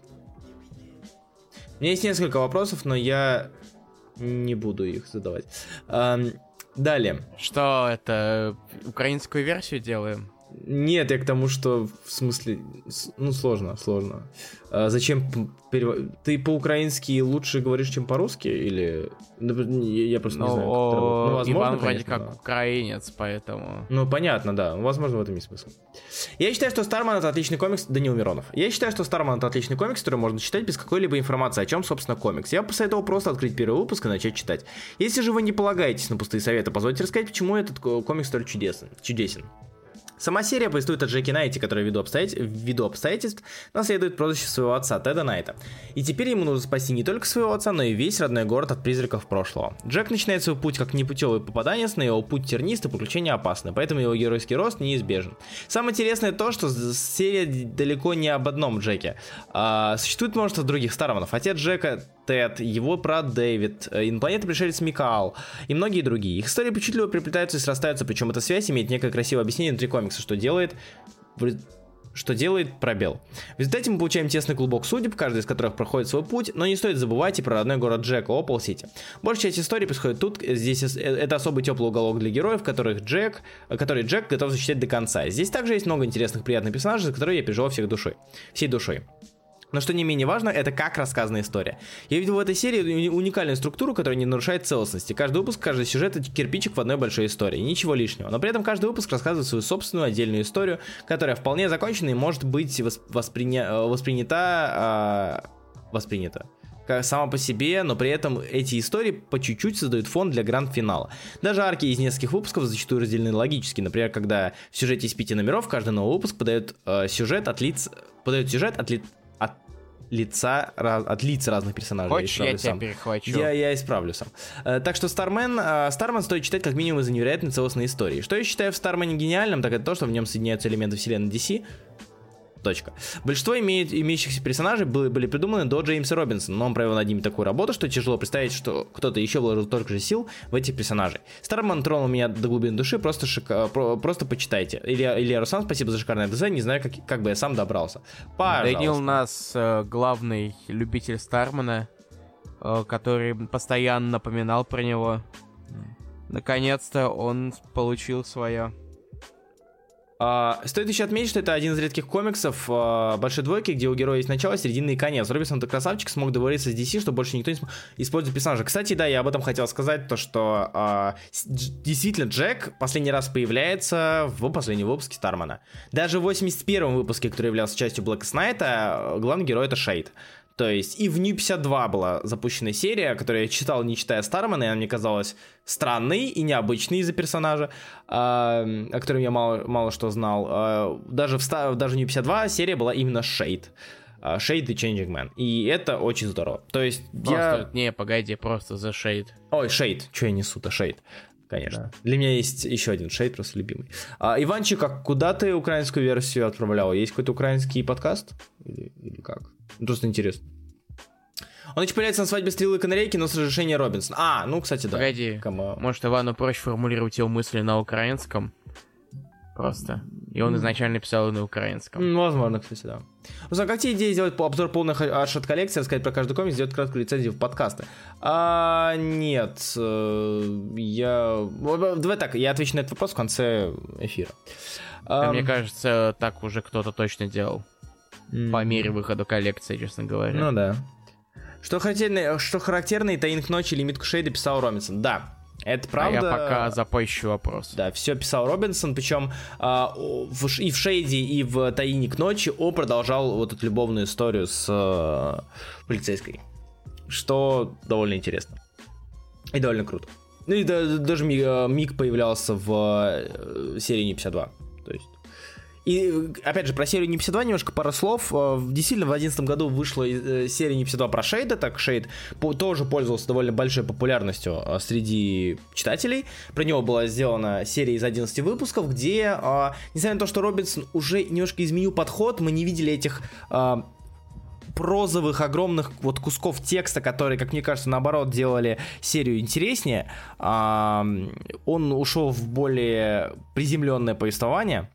есть несколько вопросов, но я не буду их задавать. Далее. Что это? Украинскую версию делаем? Нет, я к тому, что в смысле, ну сложно. Зачем ты по-украински лучше говоришь, чем по-русски, или я просто не знаю. Ну, возможно, Иван вроде конечно, как украинец, поэтому. Ну понятно, да. Возможно, в этом есть смысл. Я считаю, что Старман — это отличный комикс. Данил Миронов. Я считаю, что Старман — это отличный комикс, который можно читать без какой-либо информации, о чем, собственно, комикс. Я бы посоветовал просто открыть первый выпуск и начать читать. Если же вы не полагаетесь на пустые советы, позвольте рассказать, почему этот комикс столь чудесен. Сама серия повествует о Джеке Найте, который ввиду обстоятельств наследует прозвище своего отца, Теда Найта. И теперь ему нужно спасти не только своего отца, но и весь родной город от призраков прошлого. Джек начинает свой путь как непутевый попаданец, но его путь тернист и приключения опасны, поэтому его геройский рост неизбежен. Самое интересное то, что серия далеко не об одном Джеке. Существует множество других Старманов. Отец Джека Тед, его брат Дэвид, инопланетный-пришелец Микаэл и многие другие. Их истории причудливо переплетаются и срастаются, причем эта связь имеет некое красивое объяснение внутри комикса, что делает пробел. В результате мы получаем тесный клубок судеб, каждый из которых проходит свой путь, но не стоит забывать и про родной город Джека, Опал-Сити. Большая часть истории происходит тут, здесь это особый теплый уголок для героев, который Джек готов защищать до конца. Здесь также есть много интересных, приятных персонажей, за которые я переживал всей душой. Но что не менее важно, это как рассказана история. Я видел в этой серии уникальную структуру, которая не нарушает целостности. Каждый выпуск, каждый сюжет — это кирпичик в одной большой истории. Ничего лишнего. Но при этом каждый выпуск рассказывает свою собственную отдельную историю, которая вполне закончена и может быть воспринята сама по себе, но при этом эти истории по чуть-чуть создают фон для гранд-финала. Даже арки из нескольких выпусков зачастую разделены логически. Например, когда в сюжете из 5 номеров каждый новый выпуск подает сюжет от лиц разных персонажей. Хочешь, я тебя перехвачу? Я исправлю сам. Так что Старман стоит читать как минимум из-за невероятной целостной истории. Что я считаю в Стармане гениальным, так это то, что в нем соединяются элементы вселенной DC. Точка. Большинство имеющихся персонажей были придуманы до Джеймса Робинсона, но он провел над ними такую работу, что тяжело представить, что кто-то еще вложил столько же сил в этих персонажей. Старман тронул меня до глубины души, просто почитайте. Илья Руслан, спасибо за шикарный дизайн, не знаю, как бы я сам добрался. Пожалуйста. Данил у нас главный любитель Стармана, который постоянно напоминал про него. Наконец-то он получил свое. Стоит еще отметить, что это один из редких комиксов большой двойки, где у героя есть начало, середина и конец. Робинсон-то красавчик, смог договориться с DC, что больше никто не использует персонажа. Кстати, да, я об этом хотел сказать, то что действительно Джек последний раз появляется в последнем выпуске Стармана. Даже в 81-м выпуске, который являлся частью Blackest Night, главный герой — это Шейд. То есть и в New 52 была запущена серия, которую я читал, не читая Стармана, и она мне казалась странной и необычной из-за персонажа, о котором я мало что знал. Даже в New 52 серия была именно Шейд. Shade the Changing Man. И это очень здорово. То есть Не, погоди, просто The Shade. Ой, Shade. Че я несу-то? Shade. Конечно. Да. Для меня есть еще один Shade, просто любимый. Иванчик, а куда ты украинскую версию отправлял? Есть какой-то украинский подкаст? Или как? Просто интересно. Он еще появляется на свадьбе Стрелы и Канарейки, но с разрешения Робинсона. Ну, кстати, да. Погоди, может, Ивану проще формулировать его мысли на украинском? Просто. И он изначально писал и на украинском. Возможно, кстати, да. Руслан, как тебе идея сделать обзор полных Аршат-коллекции, рассказать про каждый комикс, сделать краткую рецензию в подкасты? Нет, Давай так, я отвечу на этот вопрос в конце эфира. Мне кажется, так уже кто-то точно делал. По мере выхода коллекции, честно говоря. Ну да. Что характерно, и «Таинных ночи» или «Митку Шейда» писал Робинсон. Да, это правда. А я пока запущу вопрос. Да, все писал Робинсон, причем и в «Шейде», и в «Таинник ночи» он продолжал вот эту любовную историю с полицейской. Что довольно интересно. И довольно круто. Ну и даже Мик появлялся в серии Не 52. То есть... И, опять же, про серию Не 52 немножко пара слов. Действительно, в 2011 году вышла серия Не 52 про Шейда, так Шейд тоже пользовался довольно большой популярностью среди читателей. Про него была сделана серия из 11 выпусков, где, несмотря на то, что Робинсон уже немножко изменил подход, мы не видели этих прозовых огромных вот кусков текста, которые, как мне кажется, наоборот, делали серию интереснее. Он ушел в более приземленное повествование.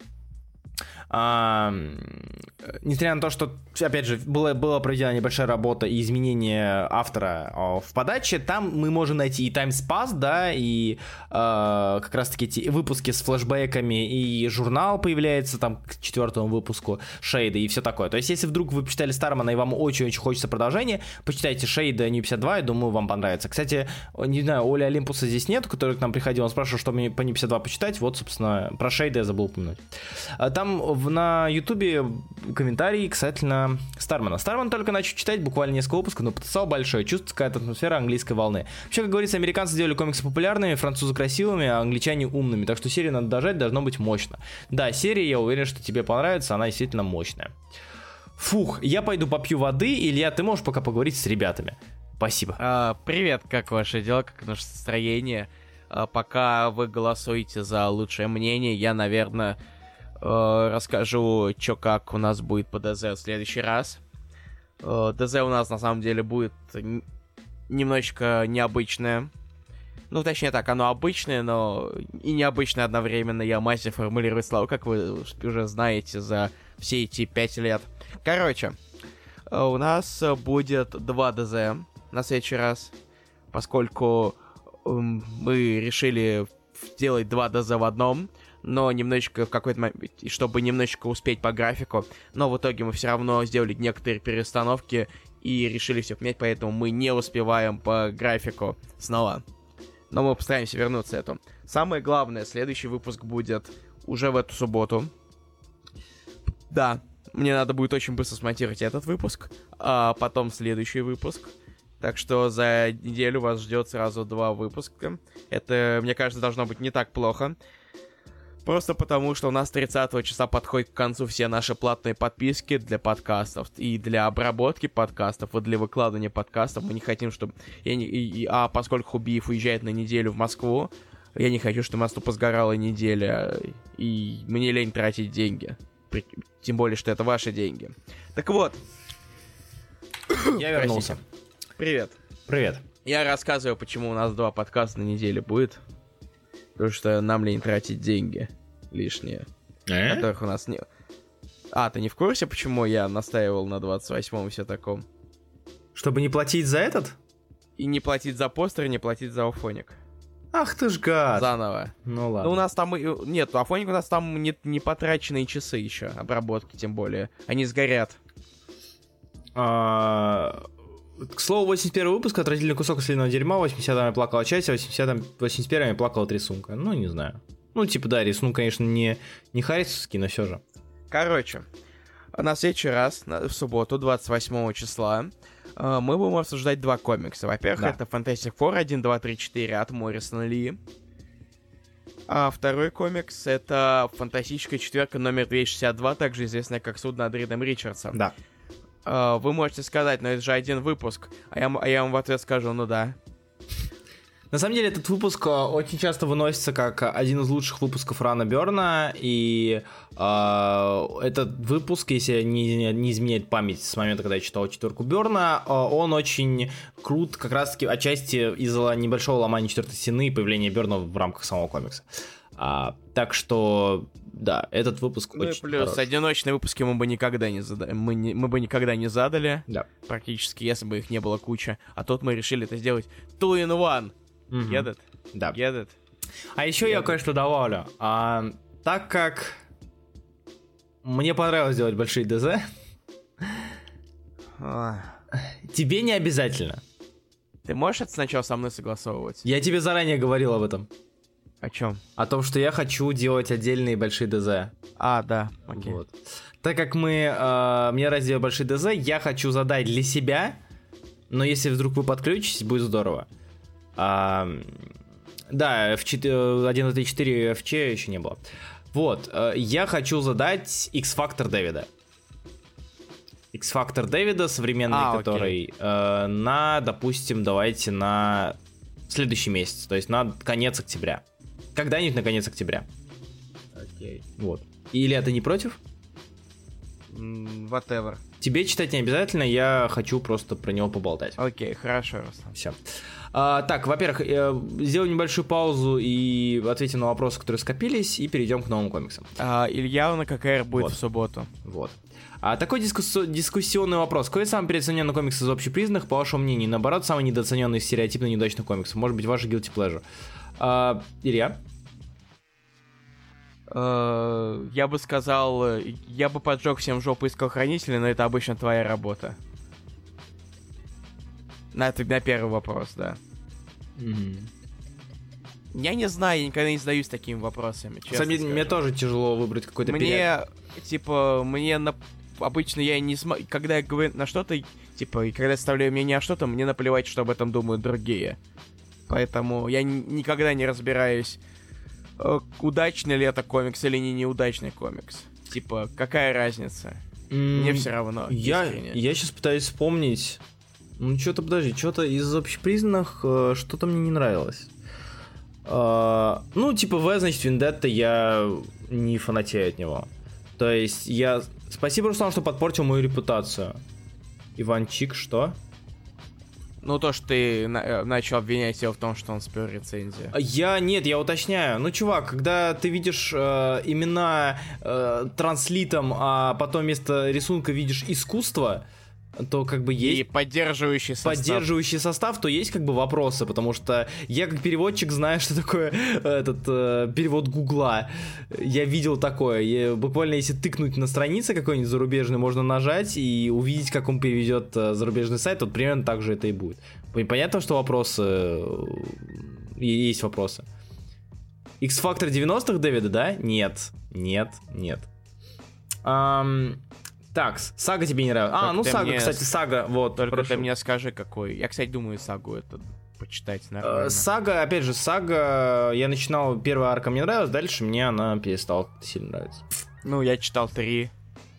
Несмотря на то, что, опять же, была проведена небольшая работа и изменение автора в подаче, там мы можем найти и таймспас, да, и как раз-таки эти выпуски с флешбэками, и журнал появляется там к 4-му выпуску Шейда и все такое. То есть, если вдруг вы почитали Стармана и вам очень-очень хочется продолжения, почитайте Шейда New 52, я думаю, вам понравится. Кстати, не знаю, Оли Олимпуса здесь нет, который к нам приходил, он спрашивал, что мне по New 52 почитать, вот, собственно, про Шейда я забыл упомянуть. Там на Ютубе комментарий касательно Стармана. Старман только начал читать, буквально несколько выпусков, но потенциал большой, чувствуется какая-то атмосфера английской волны. Вообще, как говорится, американцы сделали комиксы популярными, французы красивыми, а англичане умными, так что серию надо дожать, должно быть мощно. Да, серия, я уверен, что тебе понравится, она действительно мощная. Фух, я пойду попью воды, Илья, ты можешь пока поговорить с ребятами. Спасибо. Привет, как ваше дело, как наше настроение? Пока вы голосуете за лучшее мнение, я, наверное, расскажу, что как у нас будет по ДЗ в следующий раз. ДЗ у нас на самом деле будет немножечко необычное. Ну, точнее так, оно обычное, но и необычное одновременно. Я мастер формулировать слова, как вы уже знаете за все эти 5 лет. Короче, у нас будет 2 ДЗ на следующий раз, поскольку мы решили сделать 2 ДЗ в одном, но немножечко в какой-то момент, чтобы немножечко успеть по графику, но в итоге мы все равно сделали некоторые перестановки и решили все поменять, поэтому мы не успеваем по графику снова. Но мы постараемся вернуться к этому. Самое главное, следующий выпуск будет уже в эту субботу. Да, мне надо будет очень быстро смонтировать этот выпуск, а потом следующий выпуск. Так что за неделю вас ждет сразу 2 выпуска. Это, мне кажется, должно быть не так плохо. Просто потому, что у нас 30 числа подходит к концу все наши платные подписки для подкастов и для обработки подкастов, и для выкладывания подкастов. Мы не хотим, чтобы... поскольку Хубиев уезжает на неделю в Москву, я не хочу, чтобы у нас тупо сгорала неделя, и мне лень тратить деньги. Тем более, что это ваши деньги. Так вот. Я вернулся. Привет. Привет. Я рассказываю, почему у нас 2 подкаста на неделе будет. Потому что нам лень тратить деньги лишние. Которых у нас не... ты не в курсе, почему я настаивал на 28-м и все таком? Чтобы не платить за этот? И не платить за постер, и не платить за Афоник. Ах ты ж гад. Заново. Ну ладно. Ну у нас там... Нет, Афоник у нас там не потраченные часы еще, обработки тем более. Они сгорят. К слову, 81 выпуск, отвратительный кусок слиного дерьма, 80-м я плакала часть, 81-м я плакала рисунка. Ну, не знаю. Ну, типа, да, рисунок, конечно, не харисовский, но все же. Короче, на следующий раз, в субботу, 28 числа, мы будем обсуждать 2 комикса. Во-первых, это Fantastic Four 1, 2, 3, 4 от Моррисона Ли. А второй комикс — это Фантастическая четверка номер 262, также известная как Суд над Ридом Ричардсом. Да. Вы можете сказать, но это же один выпуск, а я вам в ответ скажу, ну да. На самом деле, этот выпуск очень часто выносится как один из лучших выпусков Рана Бёрна, и этот выпуск, если не изменяет память с момента, когда я читал четверку Бёрна, он очень крут, как раз-таки отчасти из-за небольшого ломания четвертой стены и появления Бёрна в рамках самого комикса. Так что, да, этот выпуск Ну и очень плюс хороший. одиночные выпуски мы бы никогда не задали. Мы бы никогда не задали. Да. Практически, если бы их не было куча. А тут мы решили это сделать 2-in-1. Мгм. Get it? Да. Get it? А еще я кое-что добавлю. Так как мне понравилось делать большие ДЗ, тебе не обязательно. Ты можешь это сначала со мной согласовывать? Я тебе заранее говорил об этом. О чем? О том, что я хочу делать отдельные большие ДЗ. А, да, окей. Вот. Так как мне нравится делать большие ДЗ, я хочу задать для себя, но если вдруг вы подключитесь, будет здорово. Да, F4, 1.3.4 FC еще не было. Вот, я хочу задать X-Factor Дэвида. X-Factor Дэвида, современный, который допустим, давайте на следующий месяц, то есть на конец октября. Когда-нибудь на конец октября. Окей. Вот. Или ты не против? Whatever. Тебе читать не обязательно, я хочу просто про него поболтать. Окей, хорошо, Руслан. Все. Так, во-первых, сделаем небольшую паузу и ответим на вопросы, которые скопились, и перейдем к новым комиксам. Илья на ККР будет Вот. в субботу. Вот. Такой дискуссионный вопрос. Какой самый переоцененный комикс из общепризнанных, по вашему мнению? Наоборот, самый недооцененный из стереотипно неудачных комиксов? Может быть, ваш guilty pleasure? Илья? Я бы сказал, я бы поджег всем жопу искал хранителя, но это обычно твоя работа. На первый вопрос, да. Я не знаю, я никогда не задаюсь такими вопросами, честно Кстати, мне скажу. тоже тяжело выбрать какой-то Обычно я не смотрю, когда я говорю на что-то, и когда я составляю мнение о что-то, мне наплевать, что об этом думают другие. Поэтому я никогда не разбираюсь, удачный ли это комикс или не неудачный комикс. Какая разница? Мне все равно. Я искренне. сейчас пытаюсь вспомнить. Что-то из общепризнанных что-то мне не нравилось. В, значит, Вендетта я не фанатею от него. То есть Спасибо, Руслан, что подпортил мою репутацию. Иванчик, что? Ну, то, что ты начал обвинять его в том, что он спер рецензию. Я уточняю. Чувак, когда ты видишь имена транслитом, а потом вместо рисунка видишь искусство, то есть... И поддерживающий состав, то есть вопросы, потому что я как переводчик знаю, что такое перевод Гугла. Я видел такое. Буквально если тыкнуть на странице какой-нибудь зарубежный, можно нажать и увидеть, как он переведет зарубежный сайт, вот примерно так же это и будет. Понятно, что вопросы... Есть вопросы. X-Factor 90-х Дэвида, да? Нет. Так, Сага тебе не нравится. Сага, кстати, Сага, вот. Только прошу. ты мне скажи, какой. Я, кстати, думаю, Сагу это почитать нормально. Сага, опять же, я начинал, первая арка мне нравилась, дальше мне она перестала сильно нравиться. Я читал 3.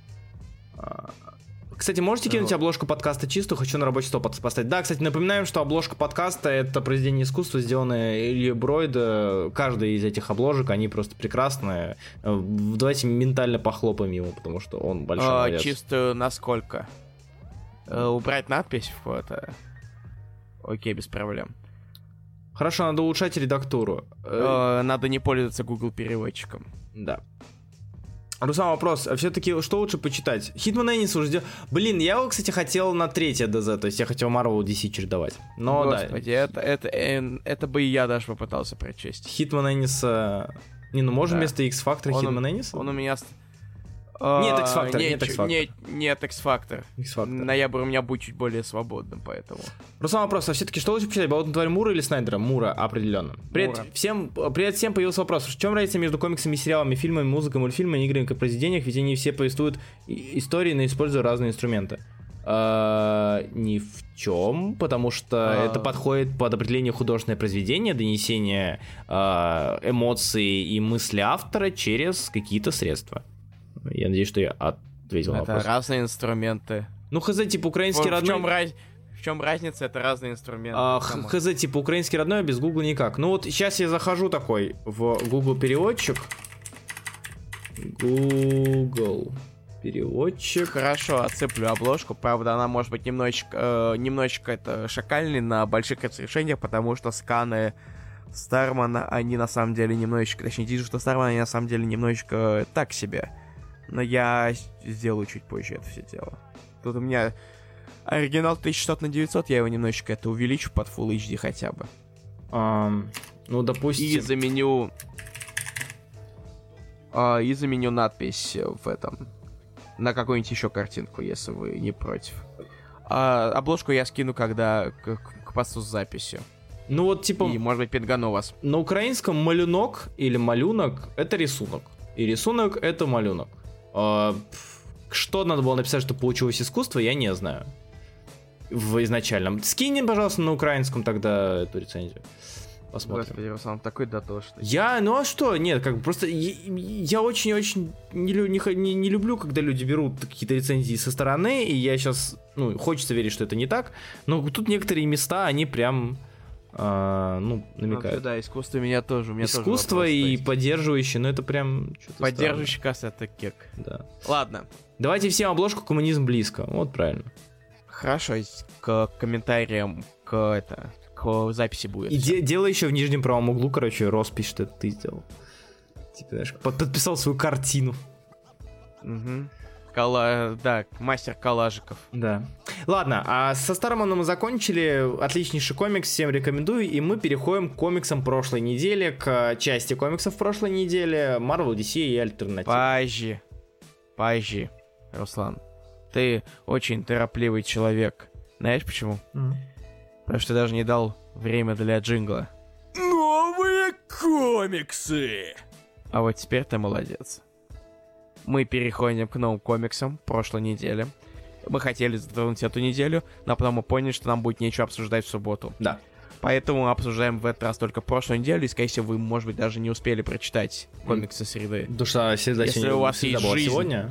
Кстати, можете кинуть обложку подкаста чистую? Хочу на рабочий стол поставить. Да, кстати, напоминаем, что обложка подкаста — это произведение искусства, сделанное Ильей Бройда. Каждая из этих обложек, они просто прекрасные. Давайте ментально похлопаем его, потому что он большой молодец. Чистую насколько? Убрать надпись в фото? Окей, без проблем. Хорошо, надо улучшать редактуру. Надо не пользоваться Google переводчиком. Да. Руслан, вопрос, а все-таки что лучше почитать? Хитман Эннис уже сделал... Блин, я его, кстати, хотел на 3 ДЗ, то есть я хотел Marvel DC чередовать. Но Господи, это бы и я даже попытался прочесть. Хитман Энниса... можем вместо X-Factor Хитман Энниса? Он у меня... Нет, X-Factor, Нет, X-Factor. Ноябрь у меня будет чуть более свободным, поэтому... Руслан, вопрос, а все-таки что лучше почитать? Болотную тварь Мура или Снайдера? Мура, определенно. Привет всем появился вопрос. В чем разница между комиксами, сериалами, фильмами, музыкой, мультфильмами, играми, произведениях? Ведь они все повествуют истории, но используя разные инструменты. Ни в чем, потому что это подходит под определение художественное произведение, донесение эмоций и мысли автора через какие-то средства. Я надеюсь, что я ответил на вопрос. Это разные инструменты. Хз, украинский родной... В чем разница? Это разные инструменты. Хз, украинский родной, а без Google никак. Сейчас я захожу такой в Google переводчик. Google переводчик. Хорошо, отцеплю обложку. Правда, она может быть немножечко это шакальной на больших разрешениях, потому что сканы Старман, они на самом деле немножечко, точнее, Digital Starman, они на самом деле немножечко так себе. Но я сделаю чуть позже это все дело. Тут у меня оригинал 1600 на 900, я его немножечко это увеличу под Full HD хотя бы. Ну, допустим... И заменю надпись в этом. На какую-нибудь еще картинку, если вы не против. Обложку я скину, когда к посту с записью. Ну вот, типа... И, может быть, пингану вас. На украинском малюнок или малюнок — это рисунок. И рисунок — это малюнок. Что надо было написать, чтобы получилось искусство, я не знаю. В изначальном. Скинь, пожалуйста, на украинском тогда эту рецензию. Посмотрим. Господи, Руслан, такой дотошный. Ну а что? Нет, как бы просто я очень-очень не люблю, когда люди берут какие-то рецензии со стороны, и я сейчас, хочется верить, что это не так, но тут некоторые места, они прям, намекают. Да, искусство меня тоже. Искусство тоже и поддерживающее, это прям что-то поддерживающий касс, это кек. Да. Ладно. Давайте всем обложку «Коммунизм близко». Вот правильно. Хорошо, к комментариям к записи будет. И делай еще в нижнем правом углу, роспись, что это ты сделал. Типа, знаешь, подписал свою картину. Угу. Да, мастер коллажиков. Да. Ладно, а со Старманом мы закончили. Отличнейший комикс, всем рекомендую. И мы переходим к комиксам прошлой недели, к части комиксов прошлой недели. Marvel, DC и альтернатива. Позже, Руслан. Ты очень торопливый человек. Знаешь почему? Потому что ты даже не дал время для джингла. Новые комиксы! А вот теперь ты молодец. Мы переходим к новым комиксам прошлой недели. Мы хотели затронуть эту неделю, но потом мы поняли, что нам будет нечего обсуждать в субботу. Да. Поэтому мы обсуждаем в этот раз только прошлую неделю, и, скорее всего, вы, может быть, даже не успели прочитать комиксы среды. Потому что среда если у вас есть жизнь, сегодня.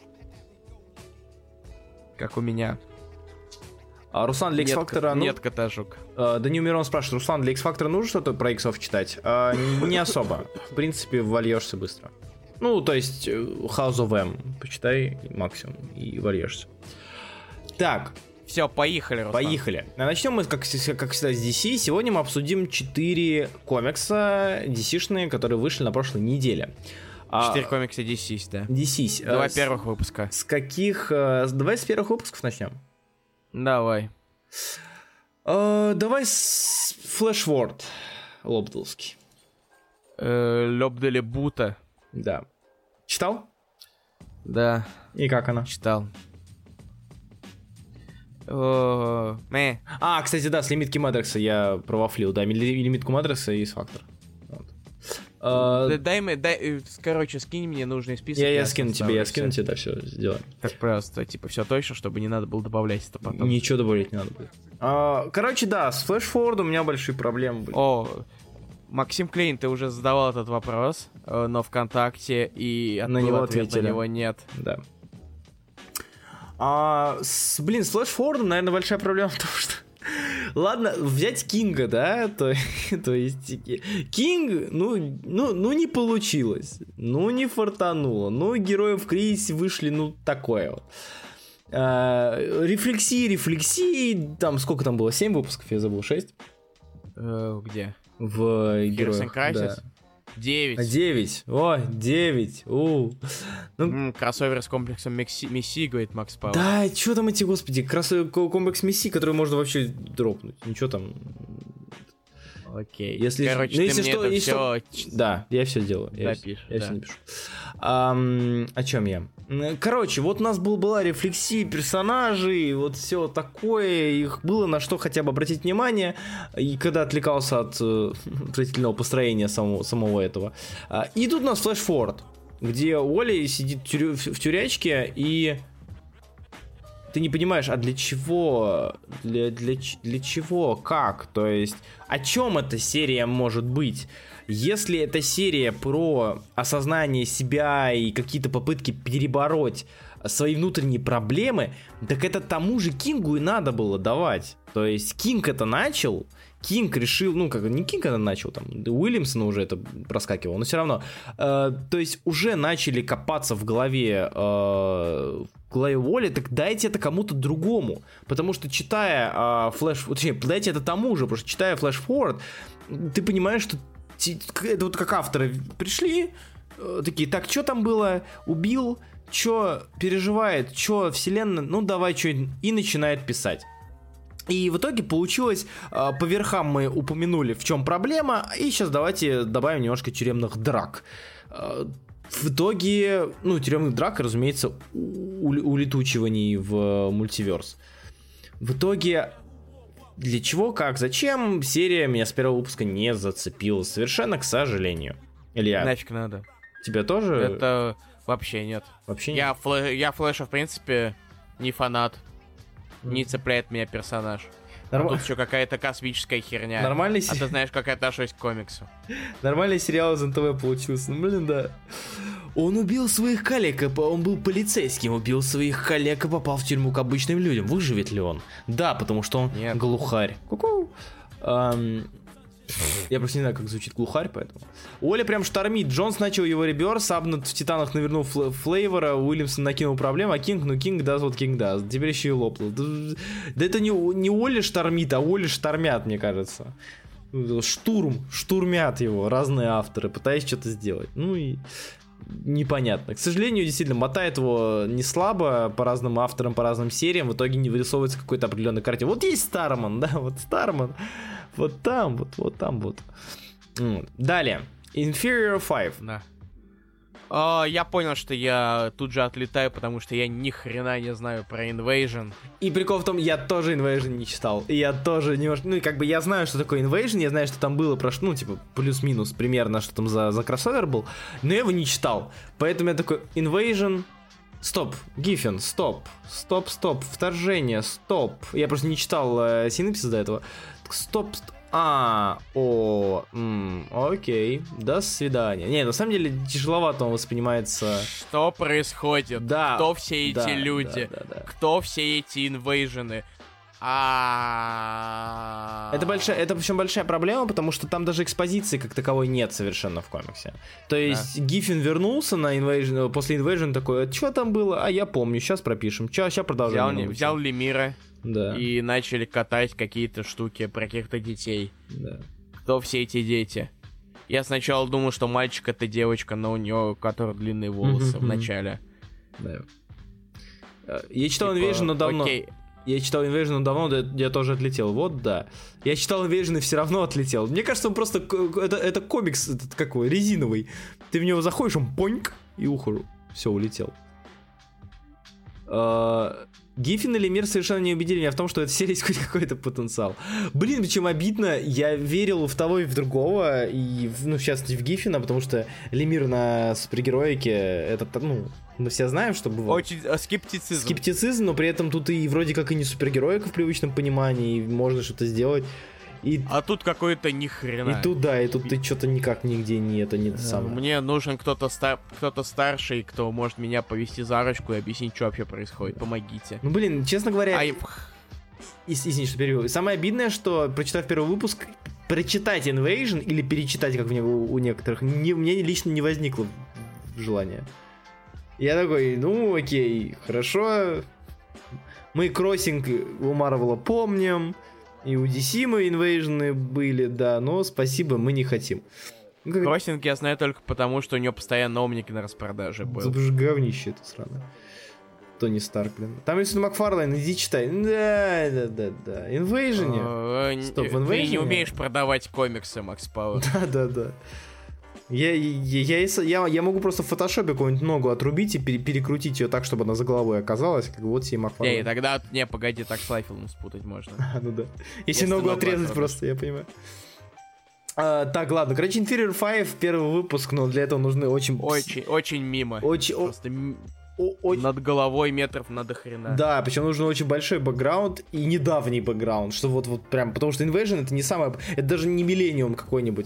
Как у меня. Руслан, для X-Factor... Нет, Катажук. Данил Мирон спрашивает, Руслан, для X-Factor нужно что-то про иксов читать? Не особо. В принципе, вольешься быстро. То есть, House of M почитай максимум и вольешься. Так. Все, поехали, Руслан. Поехали. Начнем мы, как всегда, с DC. Сегодня мы обсудим 4 комикса DC-шные, которые вышли на прошлой неделе. 4 комикса DC, да. DC. Давай первых выпуска. С каких... Давай с первых выпусков начнем. Давай. Давай с Flashword. Лобдулский. Лобдели Бута. Да. Читал? Да. И как она? Читал. Кстати, да, с лимитки Мадрекса я провафлил, да, лимитку Мадрекса и с Фактор. Короче, скинь мне нужный список. Я скину тебе, да, все сделаем. Так просто, все точно, чтобы не надо было добавлять это потом. Ничего добавлять не надо будет. Короче, да, с Flashforward у меня большие проблемы были. Максим Клейн, ты уже задавал этот вопрос, но ВКонтакте, и на него ответили. На него нет. Да. С Flashforward, наверное, большая проблема в том, что... Ладно, взять Кинга, да, то есть Кинг, не получилось, не фартануло, герои в кризисе вышли, такое вот. Рефлексии, там сколько там было, 7 выпусков, я забыл, 6? Где? В героях, да. 9. 9. О, 9. Кроссовер с комплексом Месси, говорит Макс Пауэлл. Да, что там эти, господи, комплекс Месси, который можно вообще дропнуть. Ничего там. Окей. Если, короче, ты если мне что, это все... Да, я все делаю. Запишешь, я все напишу. О чем я? Короче, вот у нас была рефлексия персонажей, вот все такое, их было на что хотя бы обратить внимание, и когда отвлекался от отвратительного построения самого этого. И тут у нас флэш-форвард, где Уолли сидит в тюрячке, и ты не понимаешь, а для чего? Для чего? Как? То есть, о чем эта серия может быть? Если эта серия про осознание себя и какие-то попытки перебороть свои внутренние проблемы, так это тому же Кингу и надо было давать. То есть Кинг это начал, Кинг решил, ну как не Кинг это начал, там Уильямсона уже это проскакивал, но все равно, то есть уже начали копаться в голове Уолли, так дайте это кому-то другому, потому что читая точнее, дайте это тому же, потому что читая Flash Forward, ты понимаешь, что это вот как авторы пришли, такие, так, что там было, убил, что переживает, что вселенная, ну давай что, и начинает писать. И в итоге получилось, по верхам мы упомянули, в чем проблема, и сейчас давайте добавим немножко тюремных драк. В итоге, ну, тюремных драк, разумеется, улетучиваний в мультиверс. В итоге, для чего, как, зачем, серия меня с первого выпуска не зацепила совершенно, к сожалению. Илья, Нафиг надо. тебя тоже? Это вообще нет. Вообще нет. Я Флэша, в принципе, не фанат. Не цепляет меня персонаж. Тут еще какая-то космическая херня. Нормальный А ты знаешь, как я отношусь к комиксу. Нормальный сериал из НТВ получился. Ну, блин, да. Он убил своих коллег, он был полицейским, убил своих коллег и попал в тюрьму к обычным людям. Выживет ли он? Да, потому что он глухарь. Ку-ку. Я просто не знаю, как звучит глухарь, поэтому. Оля прям штормит. Джонс начал его реберс, Абнет в Титанах навернул Флейвора, Уильямсон накинул проблему, а Кинг, ну Кинг даст, вот Кинг даст. Теперь еще и лопнул. Да это не Оля штормит, а Оля штормят, мне кажется. Штурмят его разные авторы, пытаясь что-то сделать. Ну и непонятно. К сожалению, действительно, мотает его не слабо по разным авторам, по разным сериям. В итоге не вырисовывается какой-то определенной карте. Вот есть Старман, да, вот Старман. Вот там, вот там, вот. Далее. Inferior 5. Да. Я понял, что я тут же отлетаю, потому что я ни хрена не знаю про Invasion. И прикол в том, я тоже Invasion не читал. И я тоже немножко... Ну, и как бы я знаю, что такое Invasion, я знаю, что там было, ну, типа, плюс-минус примерно, что там за кроссовер был, но я его не читал. Поэтому я такой, Invasion... Стоп, Гиффин, стоп, вторжение, стоп. Я просто не читал синопсис до этого. Стоп, окей, до свидания. Не, на самом деле тяжеловато он воспринимается. Что происходит? Да. Кто все эти люди? Да. Кто все эти инвейжены? Это причем большая проблема, потому что там даже экспозиции как таковой нет совершенно в комиксе. То есть Гиффин вернулся на Invasion, после Invasion такой, что там было? А я помню, сейчас пропишем. Сейчас продолжим. Взял Лемира. Да. И начали катать какие-то штуки про каких-то детей. Да. Кто все эти дети? Я сначала думал, что мальчик это девочка, но у нее которые длинные волосы в начале. Да. Я читал Invasion, но давно. Я читал Invasion, но давно, я тоже отлетел. Вот, да. Я читал Invasion и все равно отлетел. Мне кажется, он просто... Это комикс этот какой, резиновый. Ты в него заходишь, он поньк, и ухожу. Все, улетел. Гиффин и Лемир совершенно не убедили меня в том, что эта серия есть хоть какой-то потенциал. Блин, причем обидно, я верил в того и в другого, и, ну, в частности, в Гиффина, потому что Лемир на супергероике, это, ну, мы все знаем, что бывает. Очень скептицизм. Скептицизм, но при этом тут и вроде как и не супергероика в привычном понимании, и можно что-то сделать. А тут какой-то ни хрена. И тут, да, и тут ты что-то никак нигде не самое. Мне нужен кто-то старший, кто может меня повести за ручку и объяснить, что вообще происходит. Помогите. Ну, блин, честно говоря... Извини, что перевел. Самое обидное, что, прочитав первый выпуск, прочитать Invasion или перечитать, как у некоторых, мне лично не возникло желания. Я такой, ну, окей, хорошо. Мы кроссинг у Марвела помним. И у DC мы инвейжены были, да, но спасибо, мы не хотим. Кроссинг я знаю только потому, что у него постоянно омник на распродаже был. Это же говнище это сраное. Тони Старк, блин. Там есть Макфарлейн, иди читай. Да. Инвейжене. Стоп, в Инвейжене? Ты не умеешь продавать комиксы, Макс Пауэр. Да. Я могу просто в фотошопе какую-нибудь ногу отрубить и перекрутить ее так, чтобы она за головой оказалась, как вот себе Макфарлейн. Тогда, погоди, так с Лайфилом спутать можно. Ну да. Если ногу отрезать просто, я понимаю. Так, ладно, короче, Inferior 5, первый выпуск, но для этого нужны очень... Очень мимо. Очень... Над головой метров на дохрена. Да, причем нужен очень большой бэкграунд и недавний бэкграунд, что вот прям, потому что Invasion это не самое, это даже не Millennium какой-нибудь,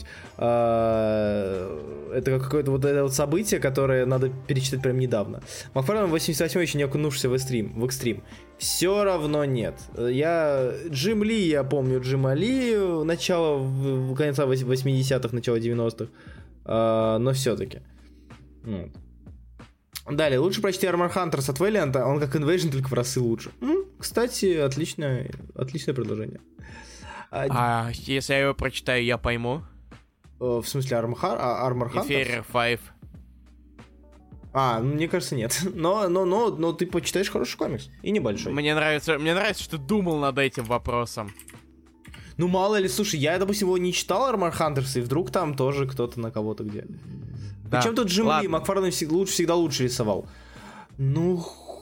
это какое-то вот это вот событие, которое надо перечитать прям недавно. Макфарлейн 88 еще не окунувшийся в экстрим. Все равно нет. Джим Ли, я помню Джима Ли, начало, конца 80-х, начало 90-х, но все-таки. Вот. Далее, лучше прочти Armor Hunters от Valiant, он как Invasion, только в разы лучше. Кстати, отличное предложение. А если я его прочитаю, я пойму? В смысле Armor Hunters? Inferior 5. Мне кажется, нет. Но ты почитаешь хороший комикс. И небольшой. Мне нравится, что ты думал над этим вопросом. Ну, мало ли, слушай, я, допустим, его не читал, Armor Hunters, и вдруг там тоже кто-то на кого-то где. Да. Причем тут Джим Ли, Макфарлейн всегда лучше рисовал. Ну...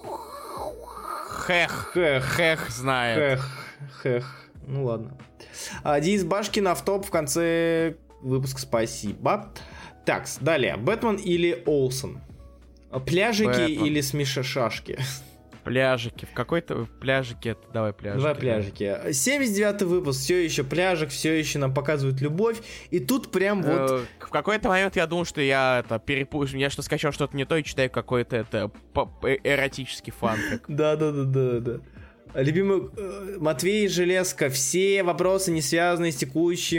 Хех знает. Ну ладно. Денис Башкин, автоп в конце выпуска, спасибо. Так, далее. Бэтмен или Олсен? Пляжики Бэтмен. или смешашашки? Пляжики. В какой-то пляжике это давай пляжики. Два пляжики. 79-й выпуск, все еще пляжик, все еще нам показывают любовь. И тут прям вот... В какой-то момент я думал, что я перепутал. Я что скачал что-то не то и читаю какой-то эротический фанфик. Да. Любимый Матвей Железко. Все вопросы, не связанные с текущей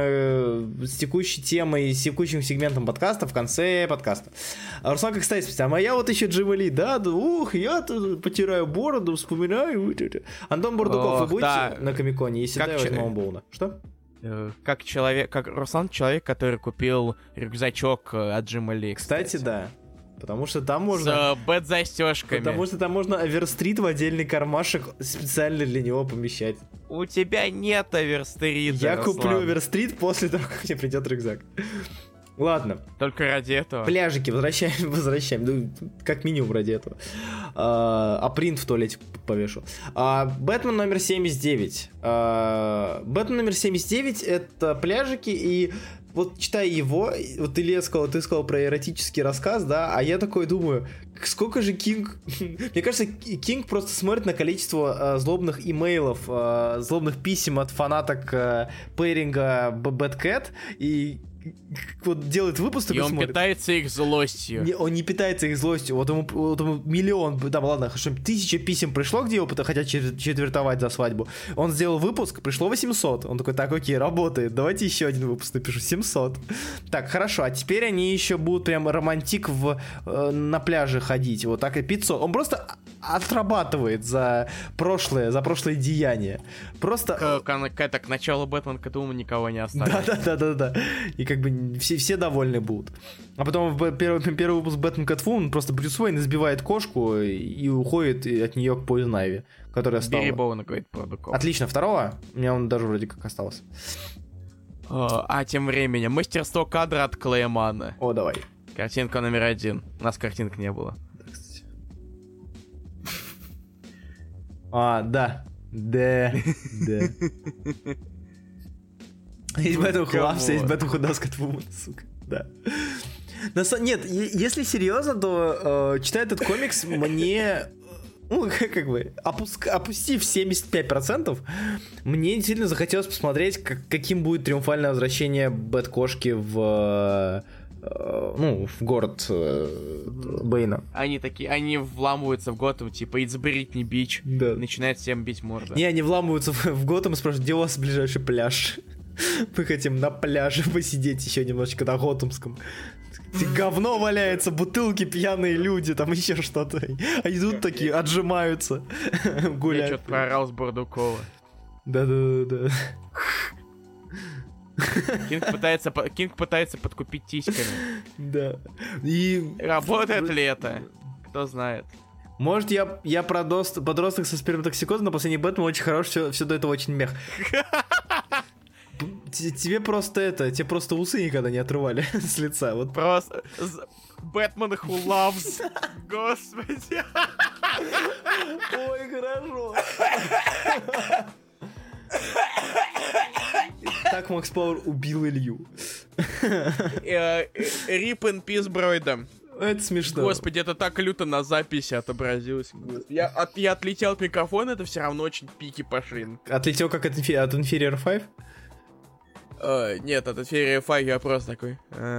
темой, с текущим сегментом подкаста в конце подкаста. Руслан, как кстати, спросит, а я вот еще Джима Ли, да, я тут потираю бороду, вспоминаю. Антон Бурдуков, вы будете на Комиконе? Если да, я возьму Боуна. Что? Как Руслан, человек, который купил рюкзачок от Джима Ли. Кстати, да. Потому что там можно... С бэт-застежками. Потому что там можно оверстрит в отдельный кармашек специально для него помещать. У тебя нет оверстрита, Я Руслан. куплю оверстрит после того, как мне придет рюкзак. Ладно. Только ради этого. Пляжики, возвращаем. Ну, как минимум ради этого. Принт в туалете повешу. Бэтмен номер 79. Бэтмен номер 79 это пляжики, и вот читая его, вот Илья сказал, ты сказал про эротический рассказ, да, а я такой думаю, сколько же Кинг... Мне кажется, Кинг просто смотрит на количество злобных имейлов, злобных писем от фанаток пейринга Бэткэт, и вот делает выпуск, и он смотрит. питается их злостью. Он не питается их злостью. Вот ему миллион, там, ладно, 1000 писем пришло, где его хотят четвертовать за свадьбу. Он сделал выпуск, пришло 800. Он такой, так, окей, работает, давайте еще один выпуск напишу, 700. Так, хорошо, а теперь они еще будут прям романтик на пляже ходить, вот так и 500. Он просто отрабатывает за прошлое деяние. Просто... К началу Бэтмена, к этому никого не осталось. Да. И как бы все довольны будут. А потом первый выпуск Бэтмен Кэтвумен просто Брюс Уэйн избивает кошку и уходит от нее к Пойзон Айви, которая стала... Бери Боуна, говорит Продуков. Отлично, второго? У меня он даже вроде как остался. Тем временем, мастерство кадра от Клеймана. О, давай. Картинка номер 1. У нас картинок не было. Да, кстати. Да. Есть Бэтмен Хулапс, есть Бэтмен Худас Кэтвумен, сука. Да. Нет, если серьезно, то читая этот комикс, мне... Ну, как бы, опустив 75%, мне действительно захотелось посмотреть, каким будет триумфальное возвращение Бэткошки в город Бэйна. Они вламываются в Готэм, типа, it's Britney Beach, да. Начинают всем бить морду. Не, они вламываются в Готэм и спрашивают, где у вас ближайший пляж? Мы хотим на пляже посидеть еще немножечко на Готэмском. Говно валяется, бутылки, пьяные люди, там еще что-то. Они тут такие, отжимаются, гуляют. Я что-то проорал с Бурдукова. Да. Кинг пытается подкупить тиськами. Да. Работает ли это? Кто знает. Может, я подросток со сперматоксикозом, но последний Бэтмен очень хорош, все до этого очень мех. Тебе просто усы никогда не отрывали с лица. Вот просто Бэтмен who loves. Господи. Ой, хорошо. Так Макс Пауэр убил Илью. Rip in peace, Бройда. Это смешно. Господи, это так люто на записи отобразилось. Я отлетел от микрофона, это все равно очень пики пошли. Отлетел как от Inferior 5? Нет, от Inferior 5 я просто такой...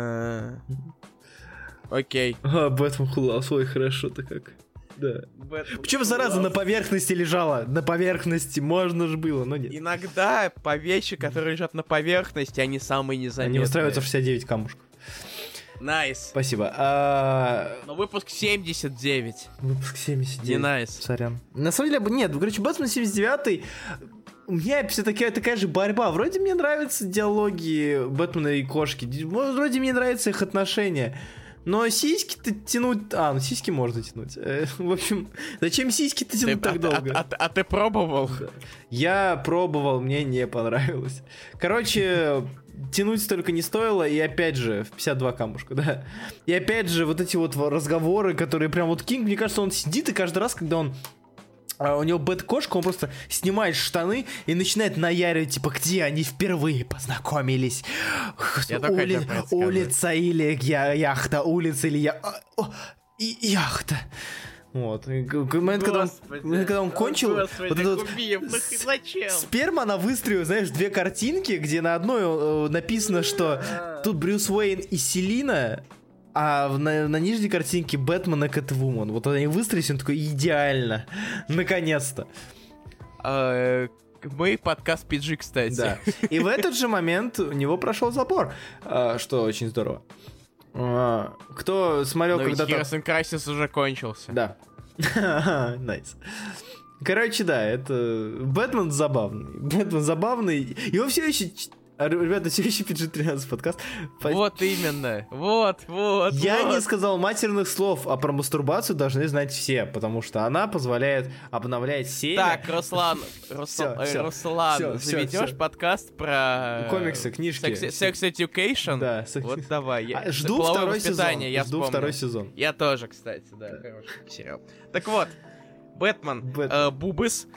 Окей. Бэтмен хулас, ой, хорошо-то как. Да. Почему, зараза, на поверхности лежала? На поверхности можно же было, но нет. Иногда по вещи, которые лежат на поверхности, они самые незаметные. Они устраиваются в 69 камушков. Найс. Спасибо. Но выпуск 79. Выпуск 79. Не найс. Сорян. На самом деле, нет, короче, Бэтмен 79 у меня все-таки такая же борьба. Вроде мне нравятся диалоги Бэтмена и кошки. Вроде мне нравятся их отношения. Но сиськи-то тянуть... ну сиськи можно тянуть. В общем, зачем сиськи-то тянуть так долго? А ты пробовал? Да. Я пробовал, мне не понравилось. Короче, тянуть столько не стоило, и опять же, в 52 камушка, да. И опять же, вот эти вот разговоры, которые прям вот Кинг, мне кажется, он сидит, и каждый раз, когда он... у него бэт-кошка, он просто снимает штаны и начинает наяривать, типа, где они впервые познакомились. Улица или яхта, улица или яхта. Вот. Момент, когда он кончил, Господи, вот этот зачем? сперма, она выстроила, знаешь, две картинки, где на одной написано, что тут Брюс Уэйн и Селина, а на нижней картинке Бэтмен и Кэтвумен. Вот они выстроились, он такой, идеально. Наконец-то. Мы подкаст PG, кстати. Да. И в этот же момент у него прошел забор, что очень здорово. Кто смотрел когда-то... Heroes in Crisis уже кончился. Да. Найс. Короче, да, это... Бэтмен забавный. Бэтмен забавный. Его все еще... Ребята, все еще PG-13 подкаст. Вот именно. Вот. Я не сказал матерных слов, а про мастурбацию должны знать все, потому что она позволяет обновлять серии. Так, Руслан, заведешь подкаст про... комиксы, книжки. Sex Education? Да. Вот давай. Жду второй сезон. Второй сезон. Я тоже, кстати, да, хороший сериал. Так вот, Бэтмен, Бубыс,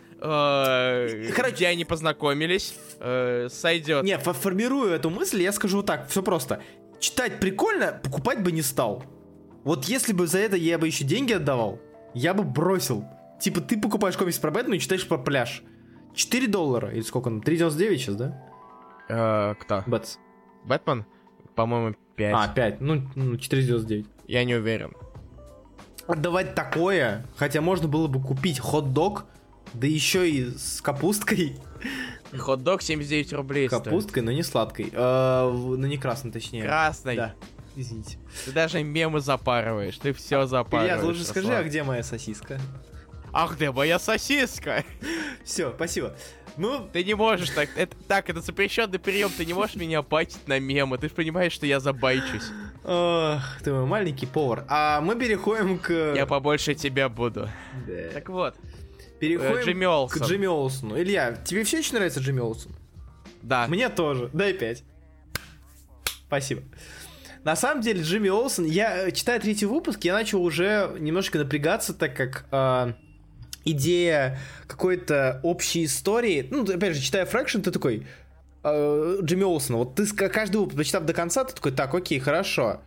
где они познакомились, сойдет. Не, формирую эту мысль, я скажу так, все просто. Читать прикольно, покупать бы не стал. Вот если бы за это я бы еще деньги отдавал, я бы бросил. Типа, ты покупаешь комикс про Бэтмена и читаешь про пляж. $4 или сколько он? 3,99 сейчас, да? Кто? Бэтс. Бэтмен? По-моему, 5. 5. Ну 4,99. Я не уверен. Отдавать такое, хотя можно было бы купить хот-дог, да еще и с капусткой. Хот-дог 79 рублей стоит. Капусткой, но не сладкой. Ну не красной, точнее. Красной. Да. Извините. Ты даже мемы запарываешь, ты все запарываешь. Илья, лучше скажи, а где моя сосиска? Ах, где моя сосиска? Все, спасибо. Ты не можешь так. Это запрещенный прием, ты не можешь меня батить на мемы. Ты же понимаешь, что я забайчусь. Ох, ты мой маленький повар. А мы переходим к... Я побольше тебя буду. Да. Так вот. Переходим Джимми Олсен. к Джимми Олсену. Илья, тебе все еще нравится Джимми Олсен? Да. Мне тоже. Дай 5. Спасибо. На самом деле, Джимми Олсен, я, читая 3-й выпуск, я начал уже немножко напрягаться, так как идея какой-то общей истории... Ну, опять же, читая Фрэкшн, ты такой... Джимми Олсен, вот ты каждый выпуск, прочитав до конца, ты такой, так, окей, хорошо.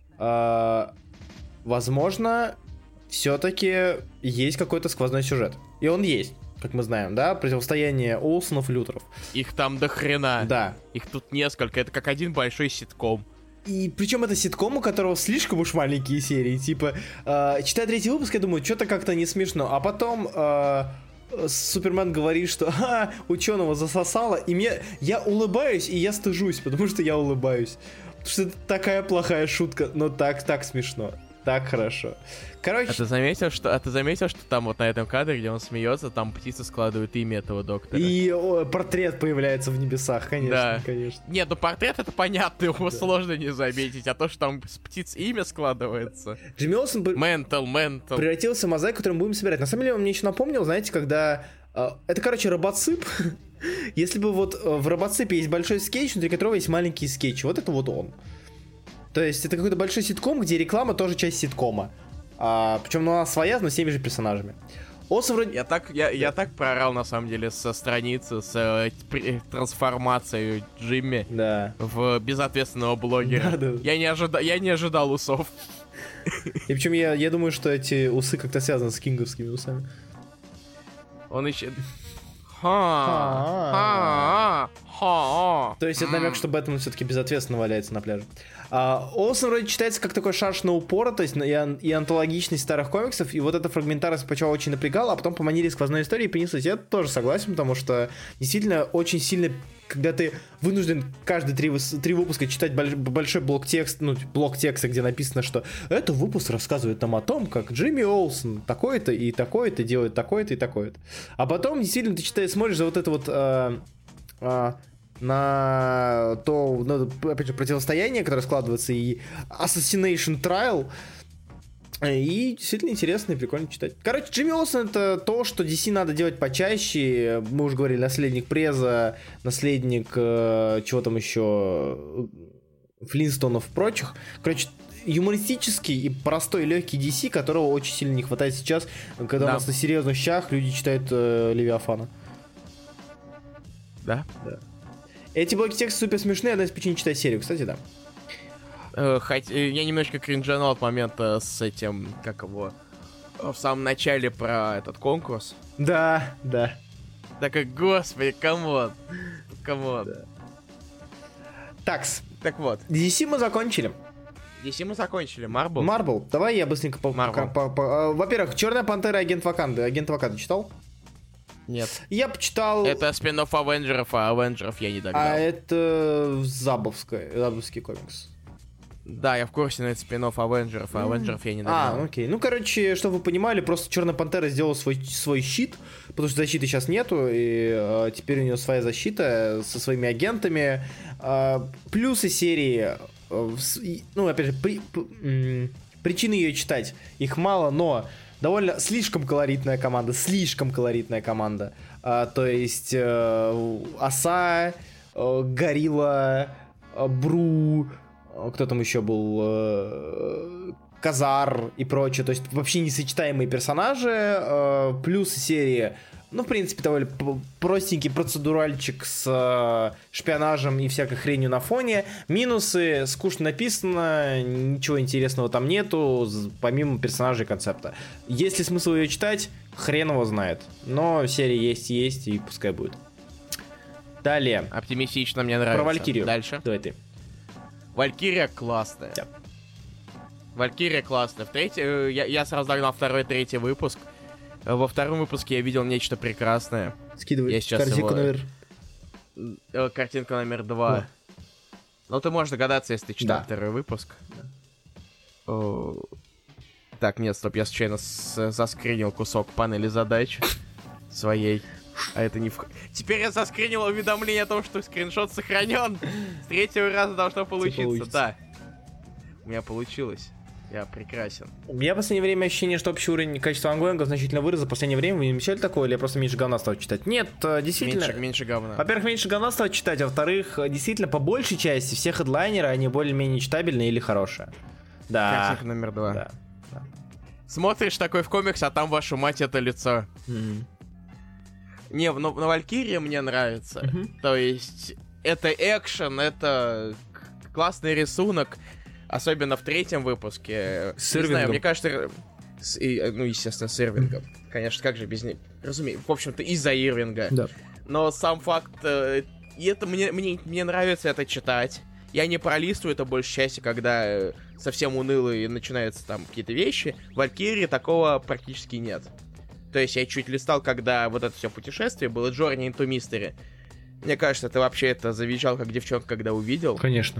Возможно, все-таки есть какой-то сквозной сюжет. И он есть, как мы знаем, да? Противостояние Олсенов и Лютеров. Их там до хрена. Да. Их тут несколько, это как один большой ситком. И причем это ситком, у которого слишком уж маленькие серии. Типа, читая 3-й выпуск, я думаю, что-то как-то не смешно. А потом Супермен говорит, что ученого засосало. И я улыбаюсь, и я стыжусь, потому что я улыбаюсь. Потому что это такая плохая шутка, но так смешно. Так хорошо. Короче... А ты заметил, что там вот на этом кадре, где он смеется, там птица складывает имя этого доктора? И портрет появляется в небесах, конечно, да. Конечно. Нет, ну портрет это понятно, его сложно не заметить, а то, что там с птиц имя складывается. Джимми Олсен Mental. превратился в мозаику, которую мы будем собирать. На самом деле, он мне еще напомнил, знаете, когда... это, короче, робоцып. Если бы вот в робоципе есть большой скетч, внутри которого есть маленький скетч, вот это вот он. То есть это какой-то большой ситком, где реклама тоже часть ситкома. Причем она своя, но с теми же персонажами. Олсен вроде... Я так проорал, на самом деле, со страницы, с трансформацией Джимми в безответственного блогера. Да. Я не ожидал усов. И причем я думаю, что эти усы как-то связаны с кинговскими усами. Он еще... То есть это намек, что Бэтмен все-таки безответственно валяется на пляже. Олсен вроде читается как такой шарш на упоротость и антологичность старых комиксов, и вот эта фрагментарность сначала очень напрягала, а потом по манере сквозной истории принеслась. Я тоже согласен, потому что действительно очень сильно, когда ты вынужден каждые три выпуска читать большой блок текста, где написано, что это выпуск рассказывает нам о том, как Джимми Олсен такой-то и такой-то делает такой-то и такой-то. А потом действительно ты смотришь за вот это вот... на то, опять же, противостояние, которое складывается, и Assassination Trial, и действительно интересно и прикольно читать. Короче, Джимми Олсен — это то, что DC надо делать почаще. Мы уже говорили, наследник Преза, наследник чего там еще, Флинстонов и прочих. Короче, юмористический и простой, легкий DC, которого очень сильно не хватает сейчас, когда у нас на серьезных щах люди читают Левиафана. Да? Да. Эти блоки текста супер смешные, одна из причин читать серию, кстати, да. Я немножко кринжанул от момента с этим, как его, в самом начале про этот конкурс. Да. Так как, господи, камон. Да. Такс. Так вот. DC мы закончили. Marvel. Marvel. Давай я быстренько во-первых, Черная пантера и Агент Ваканды. Агент Ваканды читал? Нет. Я почитал... Это спин-офф Авенджеров, а Авенджеров я не догнал. А это Забовский комикс. Да, я в курсе, но это спин-офф Авенджеров, а Авенджеров я не догнал. Окей. Ну, короче, чтобы вы понимали, просто Черная пантера сделала свой щит, потому что защиты сейчас нету, и теперь у нее своя защита со своими агентами. Плюсы серии... Ну, опять же, причины ее читать, их мало, но... Довольно слишком колоритная команда. То есть Оса, Горилла, Бру, кто там еще был, Казар и прочее. То есть вообще несочетаемые персонажи. Плюсы серии, ну, в принципе, довольно простенький процедуральчик с шпионажем и всякой хренью на фоне. Минусы: скучно написано, ничего интересного там нету, помимо персонажей и концепта. Есть ли смысл ее читать? Хрен его знает. Но серия есть, и пускай будет. Далее. Оптимистично, мне нравится. Про Валькирию. Дальше. Давай ты. Валькирия классная. Да. Валькирия классная. Я сразу догнал второй и третий выпуск. Во втором выпуске я видел нечто прекрасное. Скидывай я сейчас картинку картинка номер 2. Да. Ну, ты можешь догадаться, если ты читал второй выпуск. Да. Так, нет, стоп, я случайно заскринил кусок панели задач своей. А это не... Теперь я заскринил уведомление о том, что скриншот сохранен. С третьего раза должно получиться. Да. У меня получилось. Я прекрасен. У меня в последнее время ощущение, что общий уровень качества ангоингов значительно вырос за последнее время. Вы не замечали такое, или я просто меньше говна стал читать? Нет, действительно... Меньше говна. Во-первых, меньше говна стал читать, а во-вторых, действительно, по большей части все хедлайнеры, они более-менее читабельные или хорошие. Да. Картинка номер 2. Да. Смотришь такой в комикс, а там, вашу мать, это лицо. Не, на Валькирии мне нравится. То есть, это экшен, это классный рисунок. Особенно в третьем выпуске. С Не Ирвингом. знаю, мне кажется... естественно, с Ирвингом. Конечно, как же без них. Разумеется, в общем-то, из-за Ирвинга. Да. Но сам факт... И это мне нравится это читать. Я не пролистываю это большей части, когда совсем уныло и начинаются там какие-то вещи. В Валькирии такого практически нет. То есть я чуть листал, когда вот это все путешествие было Journey into Mystery. Мне кажется, ты вообще это завизжал как девчонка, когда увидел. Конечно.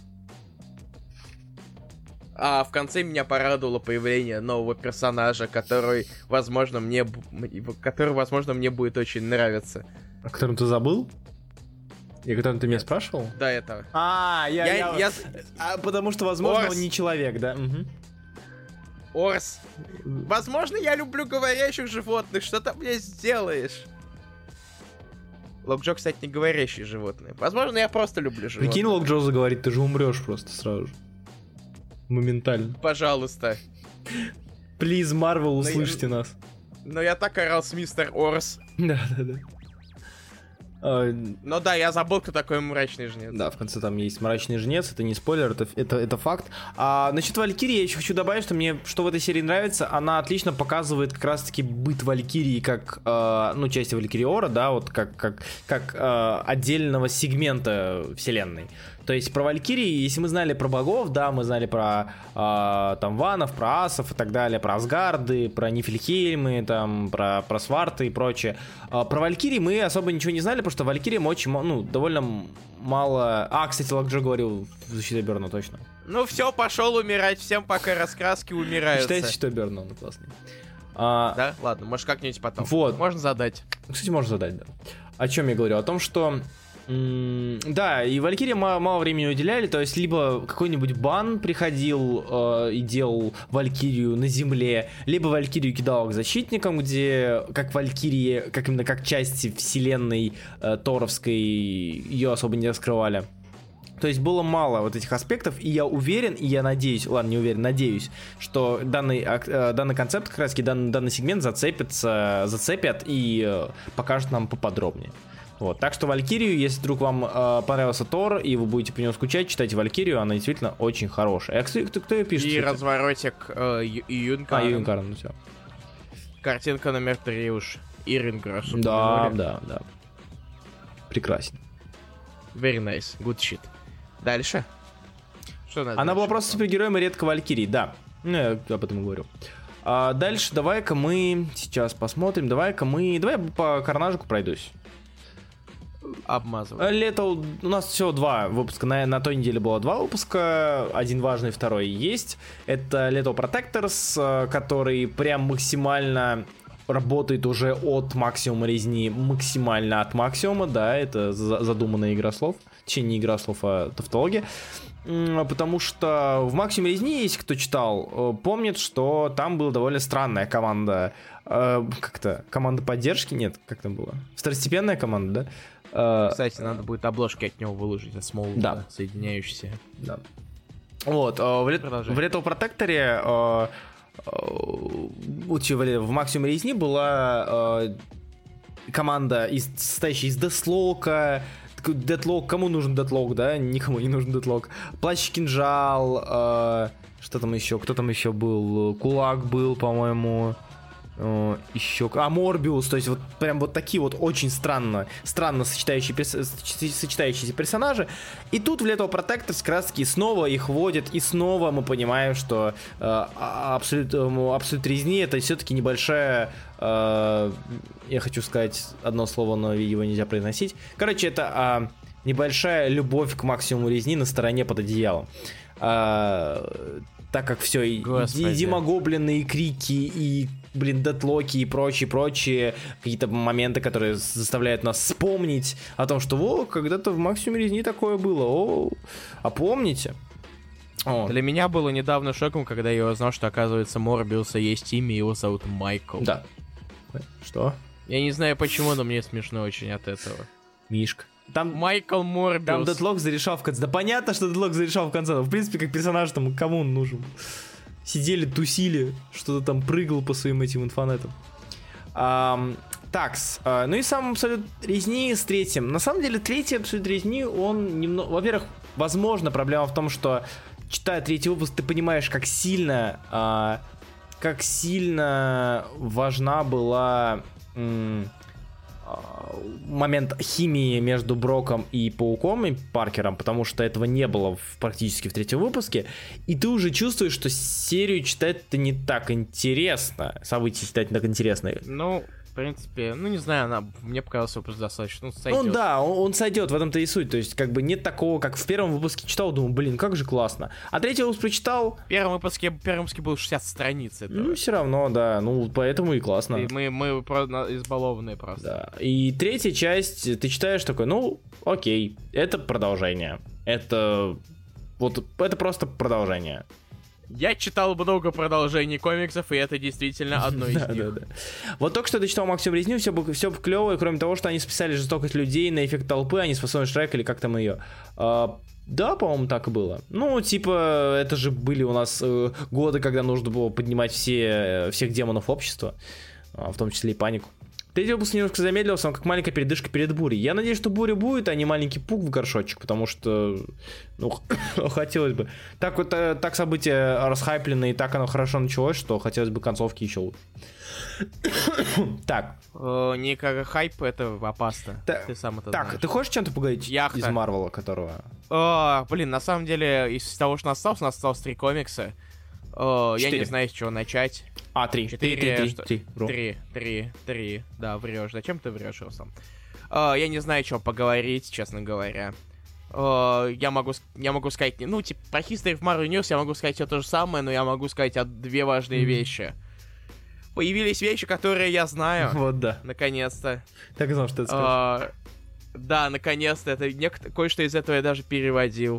А в конце меня порадовало появление нового персонажа, который, возможно, мне будет очень нравиться. О котором ты забыл? И о котором ты меня спрашивал? До этого. Потому что, возможно, Орс. он не человек, да? Орс. Возможно, я люблю говорящих животных. Что ты мне сделаешь? Локджо, кстати, не говорящие животные. Возможно, я просто люблю животных. Прикинь, Локджо заговорит, ты же умрешь просто сразу же. Моментально. Пожалуйста. Плиз, Марвел, услышьте нас. Но я так орал с мистер Орс. Да. Ну да, я забыл, кто такой мрачный жнец. Да, в конце там есть мрачный жнец, это не спойлер, это факт. Насчет Валькирии я еще хочу добавить, что мне что в этой серии нравится, она отлично показывает как раз-таки быт Валькирии как, части Валькириора, да, вот как отдельного сегмента вселенной. То есть про Валькирии, если мы знали про богов, да, мы знали про там ванов, про асов и так далее, про Асгарды, про Нифльхеймы, там, про Сварты и прочее. Про Валькирии мы особо ничего не знали, потому что Валькириям очень, довольно мало... Кстати, Локджо говорил в защите Берна, точно. Ну все, пошел умирать, всем пока раскраски умирают. Считайте, что Берна, он классный. Да? Ладно, может как-нибудь потом. Вот. Можно задать. Кстати, можно задать, да. О чем я говорю? О том, что... Да, и Валькирии мало времени уделяли, то есть либо какой-нибудь бан приходил и делал Валькирию на земле, либо Валькирию кидал к защитникам, где как Валькирии, как именно как части вселенной Торовской, ее особо не раскрывали. То есть было мало вот этих аспектов, и я уверен, и я надеюсь, ладно, не уверен, надеюсь, что данный концепт, как раз таки данный сегмент зацепят и покажут нам поподробнее. Вот, так что Валькирию, если вдруг вам понравился Тор, и вы будете по нему скучать, читайте Валькирию, она действительно очень хорошая. Кто ее пишет? И разворотик Юнкарн. Юнкарн, ну все. Картинка номер 3 уж. Ирингра. Да. Прекрасно. Very nice, good shit. Дальше? Что надо? Она была просто супергероем и редко Валькирией, да. Ну, я об этом и говорю. Дальше давай-ка мы сейчас посмотрим, давай я по Карнажику пройдусь. Обмазывай. Лето, у нас всего 2 выпуска, на той неделе было 2 выпуска, один важный, второй есть. Это Lethal Protectors, который прям максимально работает уже от максимума резни, максимально от максимума, да, это задуманная игра слов, точнее не игра слов, а тавтология. Потому что в максимуме резни, если кто читал, помнит, что там была довольно странная команда, команда поддержки, нет, как там было? Второстепенная команда, да? Кстати, надо будет обложки от него выложить, от Смолвуда, да, соединяющиеся. Да. Вот, в Lethal Protector'е в максимуме резни была команда, состоящая из Деслока. Дедлок, кому нужен Дедлок, да? Никому не нужен Дедлок. Плащ, кинжал, что там еще? Кто там еще был? Кулак был, по-моему. Еще... Морбиус, то есть вот прям вот такие вот очень странно сочетающиеся персонажи. И тут в Lethal Protectors как раз таки снова их вводят, и снова мы понимаем, что Абсолют резни это все-таки небольшая... я хочу сказать одно слово, но его нельзя произносить. Короче, это небольшая любовь к максимуму резни на стороне под одеялом. Так как все, и демогоблины, и крики, и, дедлоки, и прочие какие-то моменты, которые заставляют нас вспомнить о том, что, когда-то в максимуме резни такое было, а помните? Для меня было недавно шоком, когда я узнал, что, оказывается, Морбиуса есть имя, его зовут Майкл. Да. Что? Я не знаю почему, но мне смешно очень от этого. Мишка. Там Майкл Морбиус. Там Дедлок зарешал в конце. Да понятно, что Дедлок зарешал в конце. Но, в принципе, как персонаж, там, кому он нужен? Сидели, тусили, что-то там прыгал по своим этим инфонетам. Такс. Ну и сам Абсолют резни с третьим. На самом деле, третий Абсолют резни, он немного... Во-первых, возможно, проблема в том, что, читая третий выпуск, ты понимаешь, как сильно важна была... момент химии между Броком и Пауком и Паркером, потому что этого не было практически в третьем выпуске, и ты уже чувствуешь, что серию читать-то не так интересно, события читать не так интересно. Ну, в принципе, не знаю, мне показалось, просто достаточно, сойдет. Ну да, он сойдет, в этом-то и суть, то есть нет такого, как в первом выпуске читал, думаю, как же классно, а третий выпуск прочитал. В первом выпуске был 60 страниц этого. Ну все равно, да, поэтому и классно. И мы избалованные просто. Да, и третья часть, ты читаешь такой, окей, это продолжение, это просто продолжение. Я читал много продолжений комиксов, и это действительно одно из них. Да. Вот только что ты читал Максимум резни, все клево, кроме того, что они списали жестокость людей на эффект толпы, а не способный Шрек или как там ее. Да, по-моему, так и было. Это же были у нас годы, когда нужно было поднимать всех демонов общества, в том числе и Панику. Третий выпуск немножко замедлился, он как маленькая передышка перед бурей. Я надеюсь, что буря будет, а не маленький пук в горшочек, потому что, ну, хотелось бы. Так вот, так события расхайплены, и так оно хорошо началось, что хотелось бы концовки еще лучше. Так. Никакой хайп, это опасно. Ты сам это знаешь. Так, ты хочешь чем-то поговорить Яхта. из Марвела, которого... Блин, на самом деле, из того, что у нас осталось 3 комикса. Я не знаю, с чего начать. 3. 3. Да, врешь. Зачем ты врешь, Рустам? Я не знаю, чего поговорить, честно говоря. Я могу сказать... Ну, типа, про History of Marvel Universe я могу сказать все то же самое, но я могу сказать 2 важные вещи. Появились вещи, которые я знаю. Вот да. Наконец-то. Так и знал, что ты скажешь. Да, наконец-то. Это кое-что из этого я даже переводил.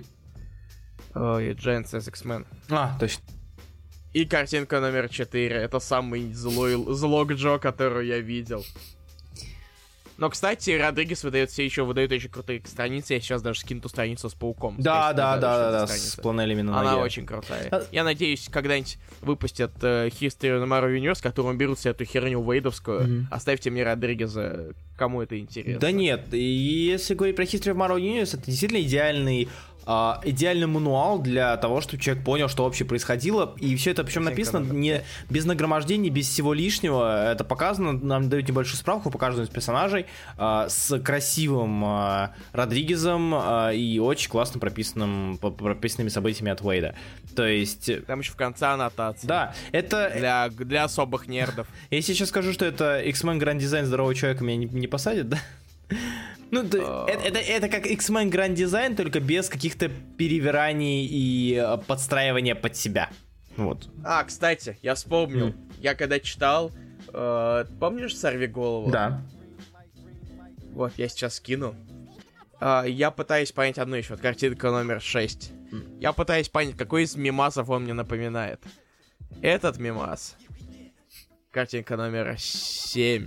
Giants as X-Men. Точно. И картинка номер 4. Это самый злой Джо, которую я видел. Но, кстати, Родригес все еще выдает очень крутые страницы. Я сейчас даже скину ту страницу с пауком. Да, с планелями на ноге. Она очень крутая. Я надеюсь, когда-нибудь выпустят History of Marvel Universe, которым берут себе эту херню вейдовскую. Оставьте мне Родригеса, кому это интересно. Да нет, и если говорить про History of Marvel Universe, это действительно идеальный мануал для того, чтобы человек понял, что вообще происходило. И все это причем написано не без нагромождений, без всего лишнего. Это показано, нам дают небольшую справку по каждому из персонажей с красивым Родригесом и очень классно прописанными событиями от Уэйда. То есть... Там еще в конце аннотация. Да, это... Для особых нердов. Если сейчас скажу, что это X-Men Grand Design здорового человека, меня не посадят, да? Ну, это как X-Men Grand Design, только без каких-то перевираний и подстраивания под себя. Вот. Кстати, я вспомнил. Я когда читал... помнишь «Сорви голову»? Да. Вот, я сейчас скину. Я пытаюсь понять одну еще. Вот картинка номер 6. Я пытаюсь понять, какой из мемасов он мне напоминает. Этот мемас. Картинка номер 7.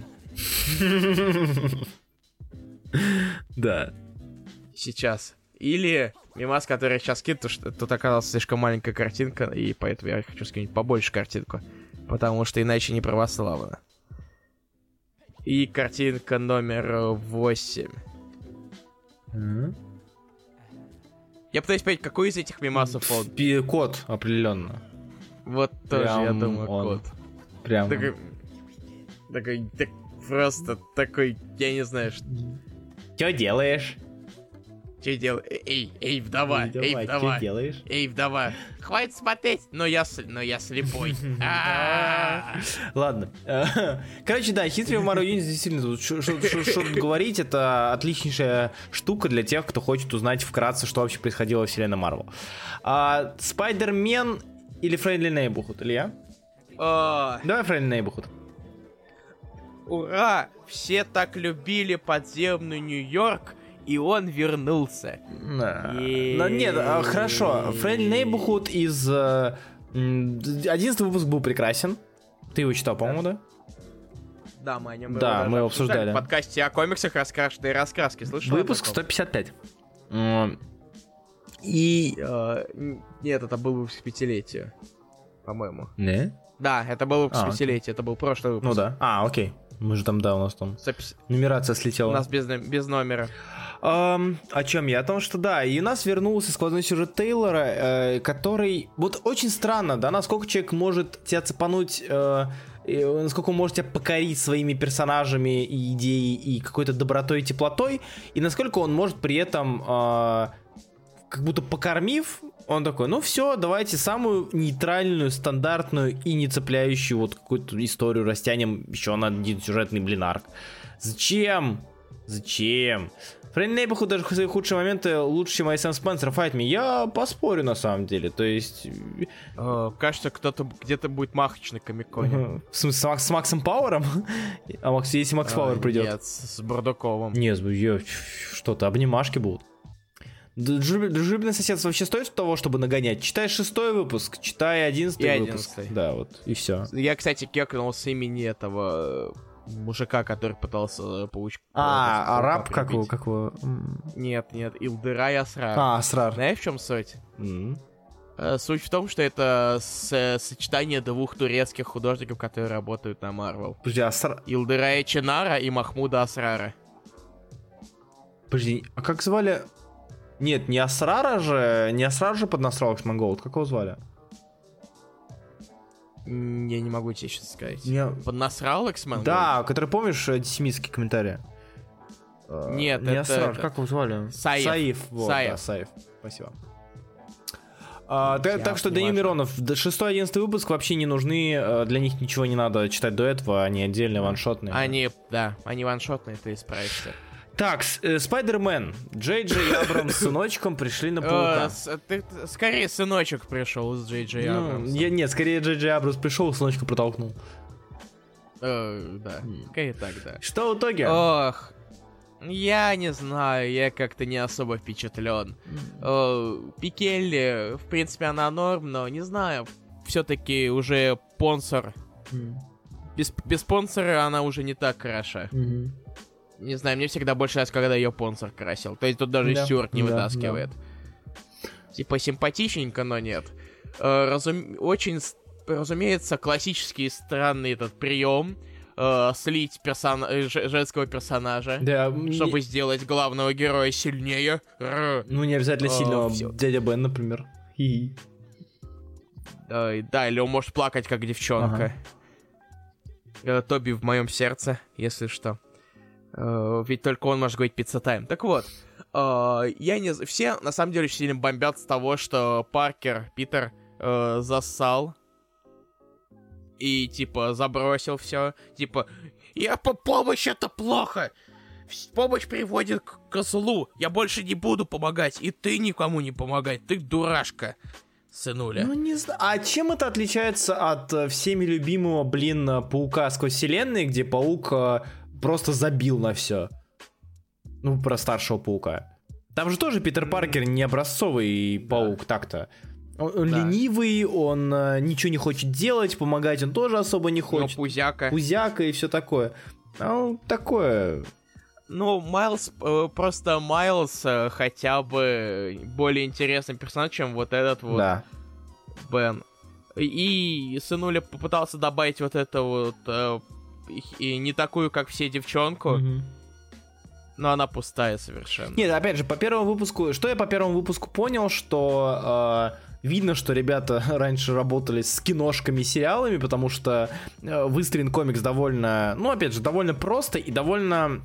Да. Сейчас. Или мемас, который я сейчас скину, потому что тут оказалась слишком маленькая картинка, и поэтому я хочу скинуть побольше картинку. Потому что иначе не православно. И картинка номер 8. Я пытаюсь понять, какой из этих мемасов он. Кот, определенно. Вот тоже, я думаю, кот. Прям. Такой, просто такой, я не знаю, что... Что делаешь? Что делаешь? Эй, вдова, Что делаешь? Эй, вдова. Хватит смотреть, но я слепой. Ладно. Короче, да, History of Marvel Universe действительно, что говорить, это отличнейшая штука для тех, кто хочет узнать вкратце, что вообще происходило в вселенной Марвел. Spider-Man или Friendly Neighborhood, Илья? Давай Friendly Neighborhood. Ура! Все так любили подземный Нью-Йорк, и он вернулся. Но нет, хорошо. Friendly Neighborhood из... 11 выпуск был прекрасен. Ты его читал, по-моему, да? Да, мы о нем мы его обсуждали. В подкасте о комиксах «Раскрашенные раскраски». Слышал? Выпуск 155. И... Нет, это был выпуск 5-летия, по-моему. Не? Да, это был выпуск 5-летия, это был прошлый выпуск. Ну да. Окей. Мы же там, да, у нас там нумерация слетела. У нас без номера. О чем я? О том, что да, и у нас вернулся сквозной сюжет Тейлора, который... Вот очень странно, да, насколько человек может тебя цепануть, насколько он может тебя покорить своими персонажами и идеей, и какой-то добротой и теплотой, и насколько он может при этом, как будто покормив, он такой, ну все, давайте самую нейтральную, стандартную и не цепляющую вот какую-то историю растянем еще на один сюжетный арк. Зачем? Friendly Neighborhood даже в свои худшие моменты лучше, чем Айсен Спенсер Fight Me. Я поспорю на самом деле, то есть... Кажется, кто-то где-то будет махач на Комик-Коне. В смысле, с Максом Пауэром? Если Макс Пауэр придет? Нет, с Бардаковым. Нет, что-то, обнимашки будут. Дружелюбное соседство вообще стоит того, чтобы нагонять? Читай 6-й выпуск, читай 11-й выпуск. Да, вот, и все. Я, кстати, кекнул с имени этого мужика, который пытался получить... араб как его? Нет, Илдырай Асрар. Асрар. Знаешь, в чем суть? Суть в том, что это сочетание двух турецких художников, которые работают на Marvel. Подожди, Илдырая Чинара и Махмуда Асрара. Подожди, а как звали? Нет, не Асрара же поднасрал X-Mangold, как его звали? Я не могу тебе сейчас сказать. Поднасрал X-Man? Да, который, помнишь, антисемитский комментарий? Нет, не Асрар, как его звали? Саев. Вот, да, Саев. Спасибо. Так что, Данил Миронов, 6-11 выпуск вообще не нужны, для них ничего не надо читать до этого, они отдельные, ваншотные. Они ваншотные, ты справишься. Так, Спайдермен, Джей Джей Абрамс с сыночком пришли на Паука. Скорее сыночек пришел с Джей Джей Абрамсом. Нет, скорее Джей Джей Абрамс пришел, сыночка протолкнул. Да, скорее так, да. Что в итоге? Ох, я не знаю, я как-то не особо впечатлен. Пикелли, в принципе, она норм, но не знаю, все-таки уже спонсор. Без спонсора она уже не так хороша. Не знаю, мне всегда больше нравится, когда ее спонсор красил. То есть тут даже Стюарт не вытаскивает. Типа симпатичненько, но нет. Разумеется, классический странный этот прием. Слить женского персонажа, чтобы сделать главного героя сильнее. Ну, не обязательно сильного. Дядя Бен, например. Да, или он может плакать, как девчонка. Тоби в моем сердце, если что. Ведь только он может говорить пицца тайм. Так вот, все на самом деле очень сильно бомбят с того, что Питер зассал и типа забросил все. Типа, помощь это плохо. Помощь приводит к злу. Я больше не буду помогать, и ты никому не помогать. Ты дурашка, сынуля. Ну не знаю. А чем это отличается от всеми любимого, Паука сквозь вселенной, где Паук просто забил на все? Ну, про старшего Паука. Там же тоже Питер Паркер не образцовый Паук, так-то. Он ленивый, он ничего не хочет делать, помогать он тоже особо не хочет. Но пузяка. Пузяка и все такое. Ну, такое. Ну, Майлз хотя бы более интересный персонаж, чем вот этот вот Бен. И сынуля попытался добавить вот это вот и не такую, как все, девчонку. Но она пустая совершенно. Нет, опять же, по первому выпуску... Что я по первому выпуску понял, что видно, что ребята раньше работали с киношками и сериалами, потому что выстроен комикс довольно... Ну, опять же, довольно просто и довольно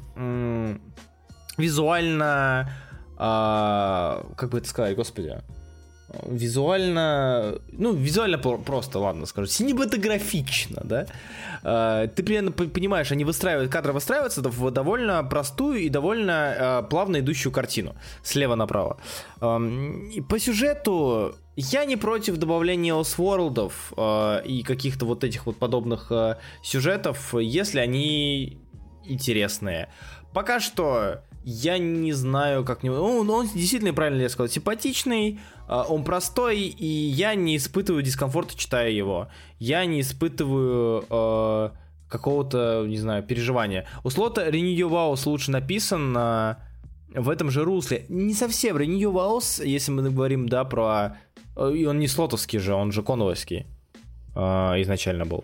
визуально... как бы это сказать, господи... Визуально просто, ладно скажу, синематографично, да? Ты примерно понимаешь, кадры выстраиваются в довольно простую и довольно плавно идущую картину, слева направо. И по сюжету я не против добавления Elseworld'ов и каких-то вот этих вот подобных сюжетов, если они интересные. Пока что я не знаю, как... Он действительно, правильно я сказал, симпатичный, он простой, и я не испытываю дискомфорта, читая его. Я не испытываю какого-то, не знаю, переживания. У Слота Renew Vows лучше написан в этом же русле. Не совсем. Renew Vows, если мы говорим, да, про... И он не слотовский же, он же коновский изначально был.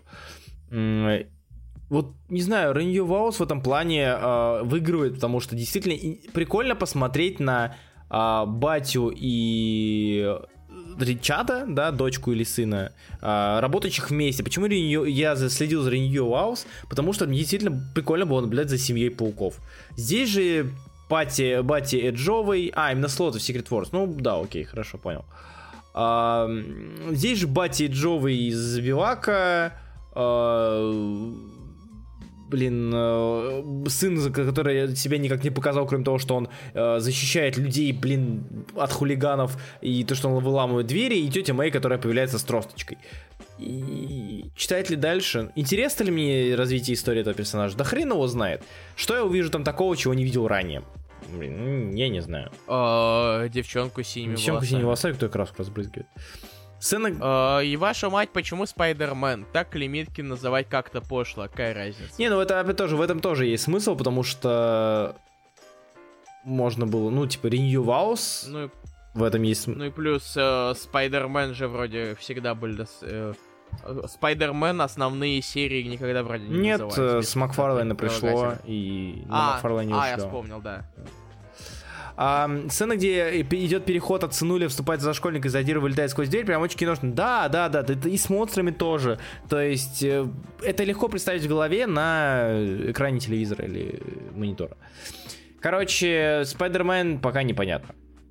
Вот, не знаю, Renew Vows в этом плане выигрывает, потому что действительно прикольно посмотреть на батю и Ричарда, да, дочку или сына, работающих вместе. Почему я следил за Renew Vows? Потому что мне действительно прикольно было наблюдать за семьей пауков. Здесь же Бати Эджовой, именно Слот в Secret Wars. Ну да, окей, хорошо, понял. Здесь же Бати Эджовой из Бивака, сын, который себя никак не показал, кроме того, что он защищает людей, от хулиганов, и то, что он выламывает двери, и тетя Мэй, которая появляется с тросточкой. И читать ли дальше? Интересно ли мне развитие истории этого персонажа? Да хрен его знает. Что я увижу там такого, чего не видел ранее? Я не знаю. Девчонку с синими волосами. Девчонку с синими волосами, кто краску разбрызгивает. И ваша мать, почему Спайдермен? Так Лимиткин называть как-то пошло, какая разница? Не, ну это опять тоже, в этом тоже есть смысл, потому что можно было, Renew Vows. В этом есть... Ну и плюс Спайдермен же вроде всегда были... Спайдермен основные серии никогда вроде не Нет, назывались. с Макфарлейна пришло, и на Макфарлейне я ушло. вспомнил, да. Сцена, где идет переход от сынуля, вступает за школьника, и Задира вылетает сквозь дверь, прям очень киношно. Да, это и с монстрами тоже. То есть это легко представить в голове на экране телевизора или монитора. Короче, Спайдермен пока непонятно.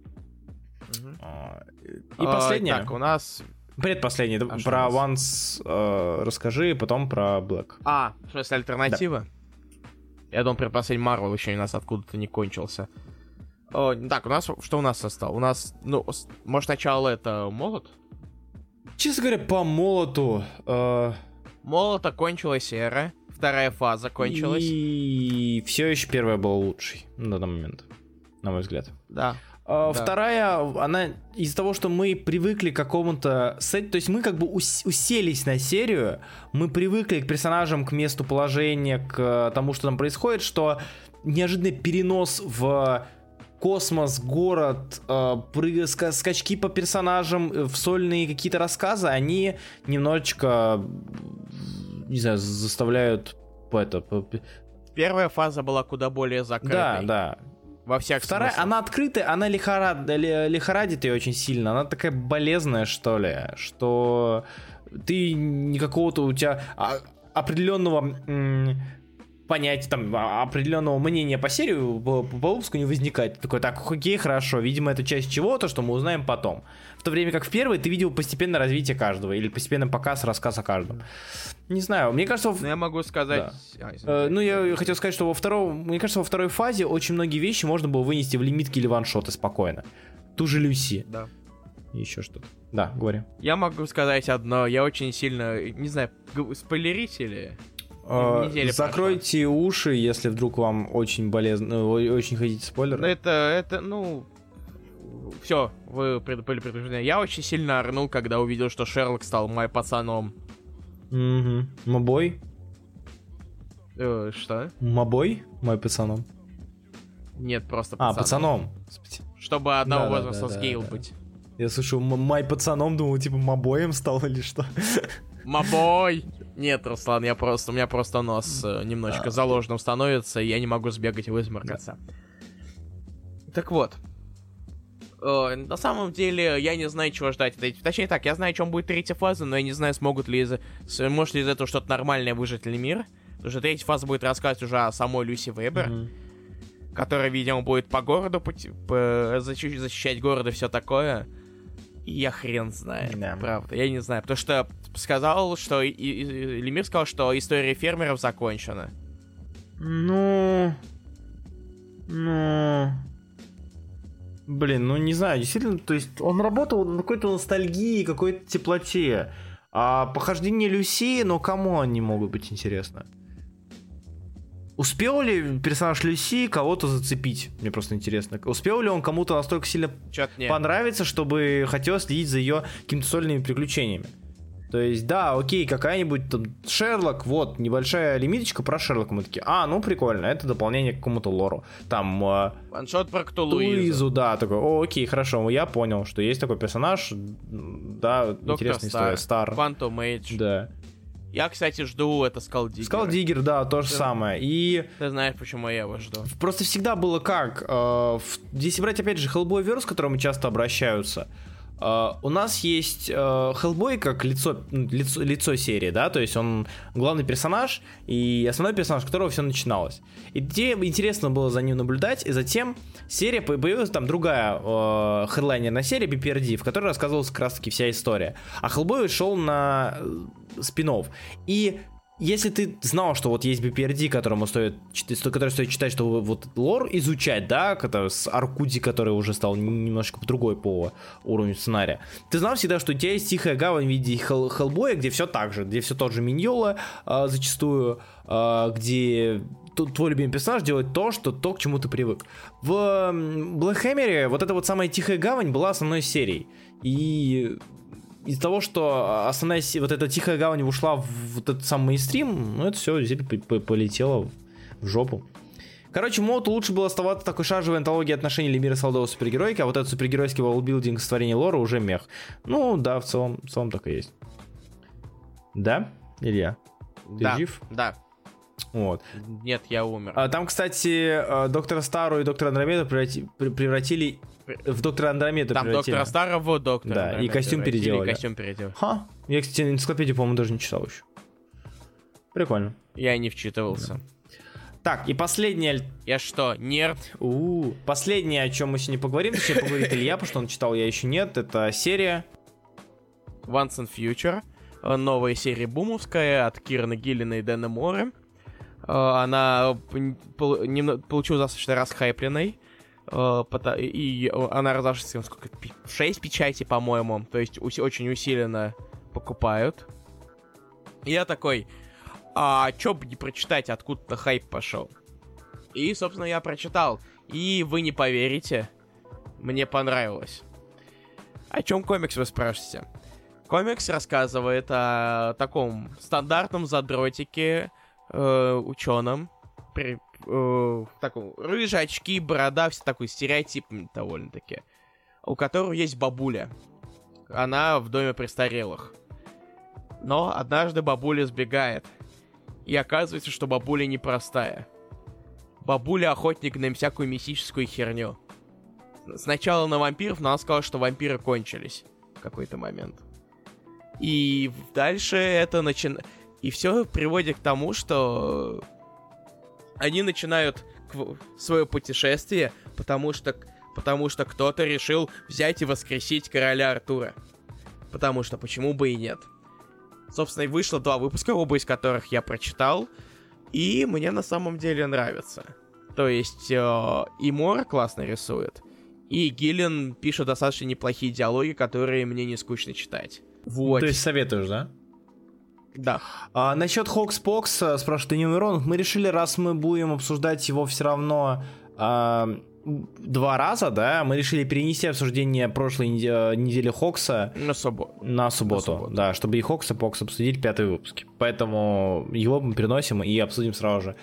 И последнее. Так, у нас... Предпоследнее. Про Once расскажи, потом про Black. В смысле альтернатива? Да. Я думал, предпоследний Марвел еще у нас откуда-то не кончился. Так, что у нас осталось? У нас, может, начало это Молот? Честно говоря, по Молоту... Молота кончилась эра, вторая фаза кончилась. И все еще первая была лучшей на данный момент, на мой взгляд. Да. Вторая, она из-за того, что мы привыкли к какому-то сету, то есть мы как бы уселись на серию, мы привыкли к персонажам, к месту положения, к тому, что там происходит, что неожиданный перенос в космос, город, скачки по персонажам, в сольные какие-то рассказы, они немножечко, не знаю, заставляют Первая фаза была куда более закрытой. Да. Во всяком Вторая, смысле. она открытая, она лихорадит ее очень сильно. Она такая болезненная, что ли, что ты никакого-то у тебя определенного понятия, там, определенного мнения по серию, по выпуску не возникает. Ты такой, так, окей, хорошо, видимо, это часть чего-то, что мы узнаем потом. В то время как в первой ты видел постепенное развитие каждого, или постепенный рассказ о каждом. Не знаю, мне кажется... я могу сказать... Да. Я хотел сказать, что мне кажется, во второй фазе очень многие вещи можно было вынести в лимитки или ваншоты спокойно. Ту же Люси. Да. И еще что-то. Да, говори. Я могу сказать одно, я очень сильно, не знаю, спойлерить или... Закройте уши, если вдруг вам очень болезненно, очень хотите спойлеры. Это, все, вы были предупреждены. Я очень сильно орнул, когда увидел, что Шерлок стал моим пацаном. Угу. Мобой? Что? Мобой? Мой пацаном? Нет, просто пацаном. Пацаном. Чтобы одного возраста с Гейл быть. Я слышу, мой пацаном, думал, типа, мобоем стал или что? Мобой! Нет, Руслан, у меня просто нос немножечко заложенным становится, и я не могу сбегать и высморкаться. Так вот. На самом деле, я не знаю, чего ждать. Точнее так, я знаю, о чем будет третья фаза, но я не знаю, может ли из этого что-то нормальное выжить ли мир. Потому что третья фаза будет рассказывать уже о самой Люси Вебер, которая, видимо, будет по городу защищать город и все такое. И я хрен знает, правда, я не знаю. Потому что сказал, что Лемир сказал, что история фермеров закончена. Блин, не знаю, действительно, то есть он работал на какой-то ностальгии, какой-то теплоте. А похождения Люси, кому они могут быть интересны? Успел ли персонаж Люси кого-то зацепить? Мне просто интересно. Успел ли он кому-то настолько сильно понравиться, чтобы хотелось следить за ее какими-то сольными приключениями? То есть, да, окей, какая-нибудь там Шерлок, вот, небольшая лимиточка про Шерлока. Мы такие, прикольно, это дополнение к какому-то лору. Там... ваншот про Ктулуизу. Да, такой, окей, хорошо, я понял, что есть такой персонаж. Да, Доктор интересная история. Стар. Quantum Mage. Да. Я, кстати, жду это Скалдиггер. Скалдиггер, да, то же самое. И... Ты знаешь, почему я его жду. Просто всегда было как. Если брать, опять же, Hellboyverse, к которому часто обращаются, у нас есть Hellboy как лицо серии, да, то есть он главный персонаж и основной персонаж, с которого все начиналось. И где интересно было за ним наблюдать, и затем серия появилась там другая хедлайнерная серия BPRD, в которой рассказывалась как раз таки вся история. А Hellboy шел на спин-офф. И если ты знал, что вот есть BPRD, который стоит читать, что вот лор изучать, да, с Аркуди, который уже стал немножечко другой по уровню сценария, ты знал всегда, что у тебя есть тихая гавань в виде Хеллбоя, где все так же, где все тот же Миньола зачастую, где твой любимый персонаж делает то, к чему ты привык. В Блэкхэмере вот эта вот самая тихая гавань была основной серией. И из-за того, что основная вот эта тихая гавань ушла в вот этот самый мейнстрим, это все полетело в жопу. Короче, Моуту лучше было оставаться в такой шаржевой антологии отношений Лемира Солдова супергеройки, а вот этот супергеройский воллбилдинг сотворение лора уже мех. Ну, да, в целом так и есть. Да, Илья? Ты жив? Да. Вот. Нет, я умер. Там, кстати, Доктора Стару и Доктора Андромеду превратили... В Доктора Андромеду там превратили. Доктора Старого, Доктора Да, Андромеду и костюм переделали. Костюм переделали. Ха, я, кстати, энциклопедию, по-моему, даже не читал еще. Прикольно. Я не вчитывался. Да. Так, и последнее... Я что, нерд? Последнее, о чем мы сегодня поговорим, точнее, поговорит Илья, потому что он читал, я еще нет, это серия... Once and Future. Новая серия бумовская от Кирана Гиллина и Дэна Мора. Она получилась достаточно расхайпленной. И она разошлась, сколько, 6 печатей, по-моему. То есть очень усиленно покупают. И я такой, а чё бы не прочитать, откуда-то хайп пошел. И, собственно, я прочитал. И вы не поверите, мне понравилось. О чем комикс, вы спрашиваете? Комикс рассказывает о таком стандартном задротике, ученом, таком рыжие очки, борода, все такой стереотипный довольно-таки, у которого есть бабуля. Она в доме престарелых. Но однажды бабуля сбегает. И оказывается, что бабуля непростая. Бабуля охотник на всякую мистическую херню. Сначала на вампиров, но она сказала, что вампиры кончились в какой-то момент. И дальше это И все приводит к тому, что они начинают свое путешествие, потому что кто-то решил взять и воскресить короля Артура. Потому что почему бы и нет. Собственно, и вышло 2 выпуска, оба из которых я прочитал, и мне на самом деле нравится. То есть и Мора классно рисует, и Гиллен пишет достаточно неплохие диалоги, которые мне не скучно читать. Вот. То есть советуешь, да? Да. Насчет Хокс-Покс, спрашивает Данил Миронов, мы решили, раз мы будем обсуждать его все равно 2 раза, да, мы решили перенести обсуждение прошлой недели Хокса на субботу. Да, чтобы и Хокс, и Покс обсудить 5-й выпуск. Поэтому его мы переносим и обсудим сразу же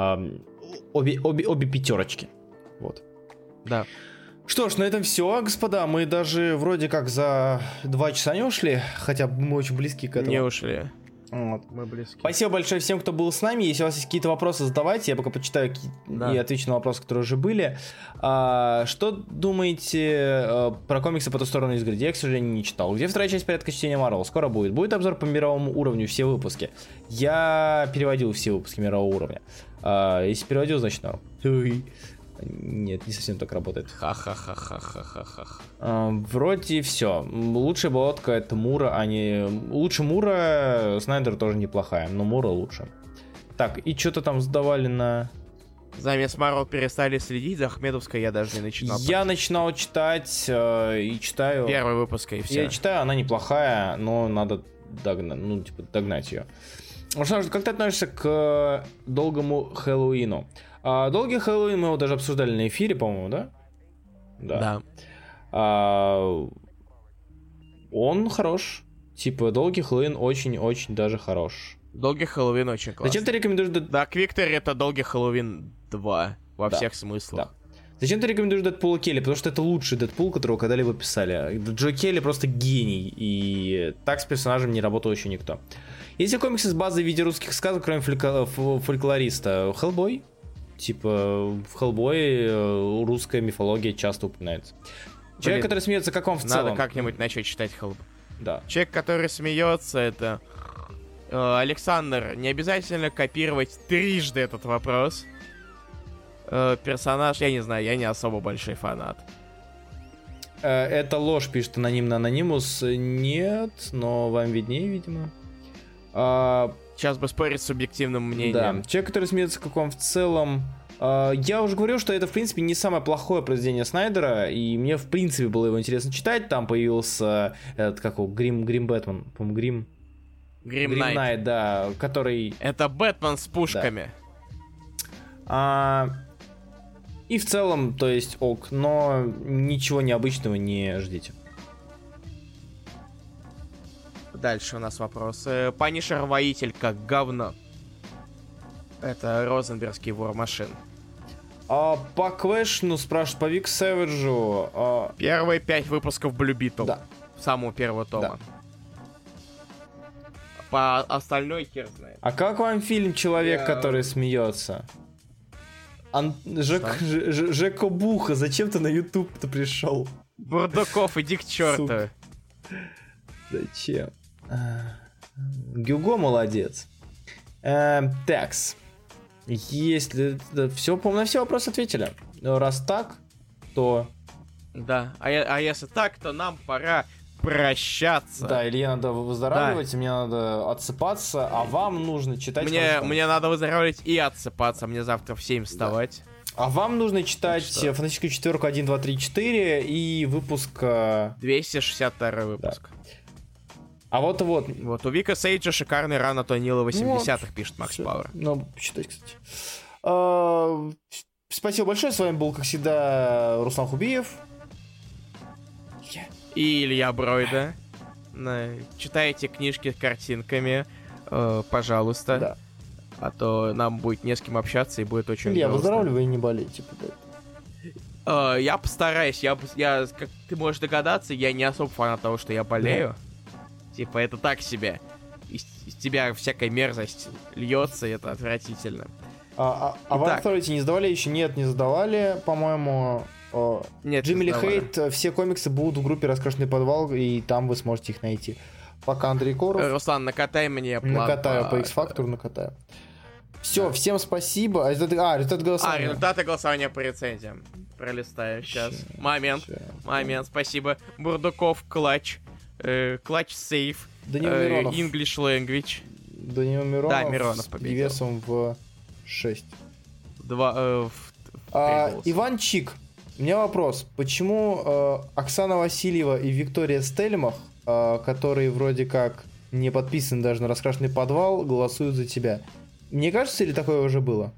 обе пятерочки. Вот. Да. Что ж, на этом все, господа. Мы даже вроде как за 2 часа не ушли, хотя мы очень близки к этому. Не ушли. Вот. Мы близки. Спасибо большое всем, кто был с нами. Если у вас есть какие-то вопросы, задавайте. Я пока почитаю и отвечу на вопросы, которые уже были. Что думаете про комиксы «По ту сторону изгороди»? Я, к сожалению, не читал. Где 2-я часть «Порядка чтения Марвел»? Скоро будет. Будет обзор по мировому уровню, все выпуски. Я переводил все выпуски мирового уровня. Если переводил, значит норм. Нет, не совсем так работает. Вроде все. Лучшая болотка это Мура, а не... Лучше Мура, Снайдер тоже неплохая, но Мура лучше. Так, и что-то там сдавали на... За Мисс Марвел перестали следить, за Ахмедовской я даже не начинал. Я начинал читать и читаю... Первый выпуск и все. Я читаю, она неплохая, но надо догнать ее. Руслан, как ты относишься к долгому Хэллоуину? Долгий Хэллоуин мы его даже обсуждали на эфире, по-моему, да? Да. Он хорош. Типа, долгий Хэллоуин очень-очень даже хорош. Долгий Хэллоуин очень классный. Зачем ты рекомендуешь... Да, Виктор это Долгий Хэллоуин 2 во всех смыслах. Да. Зачем ты рекомендуешь Дэдпула Келли? Потому что это лучший Дэдпул, которого когда-либо писали. Джо Келли просто гений. И так с персонажем не работал еще никто. Есть ли комиксы с базой в виде русских сказок, кроме фольклориста? Хеллбой? Типа, в Хеллбое русская мифология часто упоминается. Человек, который смеется, как вам в целом? Надо как-нибудь начать читать Хеллбой. Да. Человек, который смеется, это... Александр, не обязательно копировать трижды этот вопрос. Персонаж, я не знаю, я не особо большой фанат. Это ложь, пишет анонимус. Нет, но вам виднее, видимо. Сейчас бы спорить с субъективным мнением. Да, человек, который смеется, как вам в целом. Я уже говорил, что это, в принципе, не самое плохое произведение Снайдера, и мне, в принципе, было его интересно читать. Там появился этот, как его, Грим Бэтмен, по-моему, Грим Найт, да, который... Это Бэтмен с пушками. Да. И в целом, то есть, ок, но ничего необычного не ждите. Дальше у нас вопросы. Панишер-воитель как говно. Это Розенбергский вор машин. По Квешну спрашивают, по Вик Сэвиджу. Первые 5 выпусков Blue Beetle. Да. Самого первого тома. Да. По остальной хер знает. А как вам фильм «Человек, который смеется»? Жека Буха, зачем ты на YouTube-то пришел? Бурдуков, иди к черту. Сука. Зачем? Гюго молодец. Такс. Если... Все, по-моему, на все вопросы ответили. Раз так, то... Да, а если так, то нам пора прощаться. Да, Илье надо выздоравливать, мне надо отсыпаться, а вам нужно читать... Мне надо выздоравливать и отсыпаться, мне завтра в 7 вставать. А вам нужно читать «Фантастическую четверку» 1, 2, 3, 4 и выпуск... 262 выпуск. Да. А вот. Вот у Вика Сейджа шикарный ран от О'Нила 80-х, пишет Макс Пауэр. Ну, почитать, кстати. Спасибо большое, с вами был, как всегда, Руслан Хубиев. И Илья Бройда. Читайте книжки с картинками, пожалуйста. Да. А то нам будет не с кем общаться и будет очень Илья, грустно. выздоравливай и не болейте. Я постараюсь. Я, как ты можешь догадаться, я не особо фанат того, что я болею. Типа, это так себе. Из тебя всякая мерзость льется, и это отвратительно. А вы откроете, не сдавали еще? Нет, не сдавали, по-моему. Нет, Джимми не Ли сдавали. Хейт, все комиксы будут в группе «Раскрашенный подвал», и там вы сможете их найти. Пока Андрей Коров. Руслан, накатай мне план. Накатаю по X-Factor, накатаю. Все, всем спасибо. Результат голосования. Результаты голосования по рецензиям. Пролистаю сейчас. Момент, спасибо. Бурдуков, Клатч. Клатч Сейф. Данил Миронов. English Language. Данил Миронов. Да, Миронов с победил. весом в 6. Иван Чик. У меня вопрос. Почему Оксана Васильева и Виктория Стельмах, которые вроде как не подписаны даже на «Раскрашенный подвал», голосуют за тебя? Мне кажется, или такое уже было?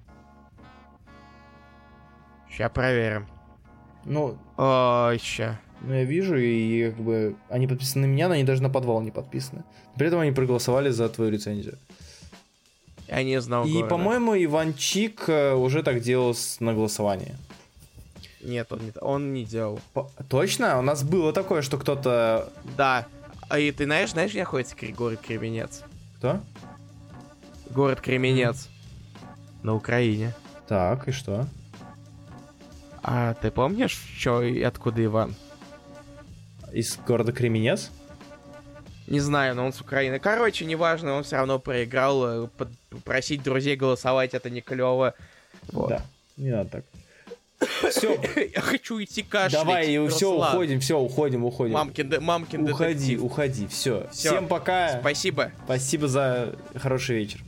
Сейчас проверим. Ну, Ща. я вижу, и как бы они подписаны на меня, но они даже на подвал не подписаны. При этом они проголосовали за твою рецензию. Я не знал. И, города. по-моему, Иван Чик уже так делал на голосовании. Нет, он не делал. Точно? У нас было такое, что кто-то... Да. И ты знаешь, где находится город Кременец? Кто? Город Кременец. На Украине. Так, и что? А ты помнишь, что и откуда Иван? Из города Кременец? Не знаю, но он с Украины. Короче, неважно, он все равно проиграл. Просить друзей голосовать это не клево. Вот. Да, не надо так. Все. Я хочу идти кашлять. Давай, все, уходим. Мамкин детектив. Уходи, все. Всем пока. Спасибо. Спасибо за хороший вечер.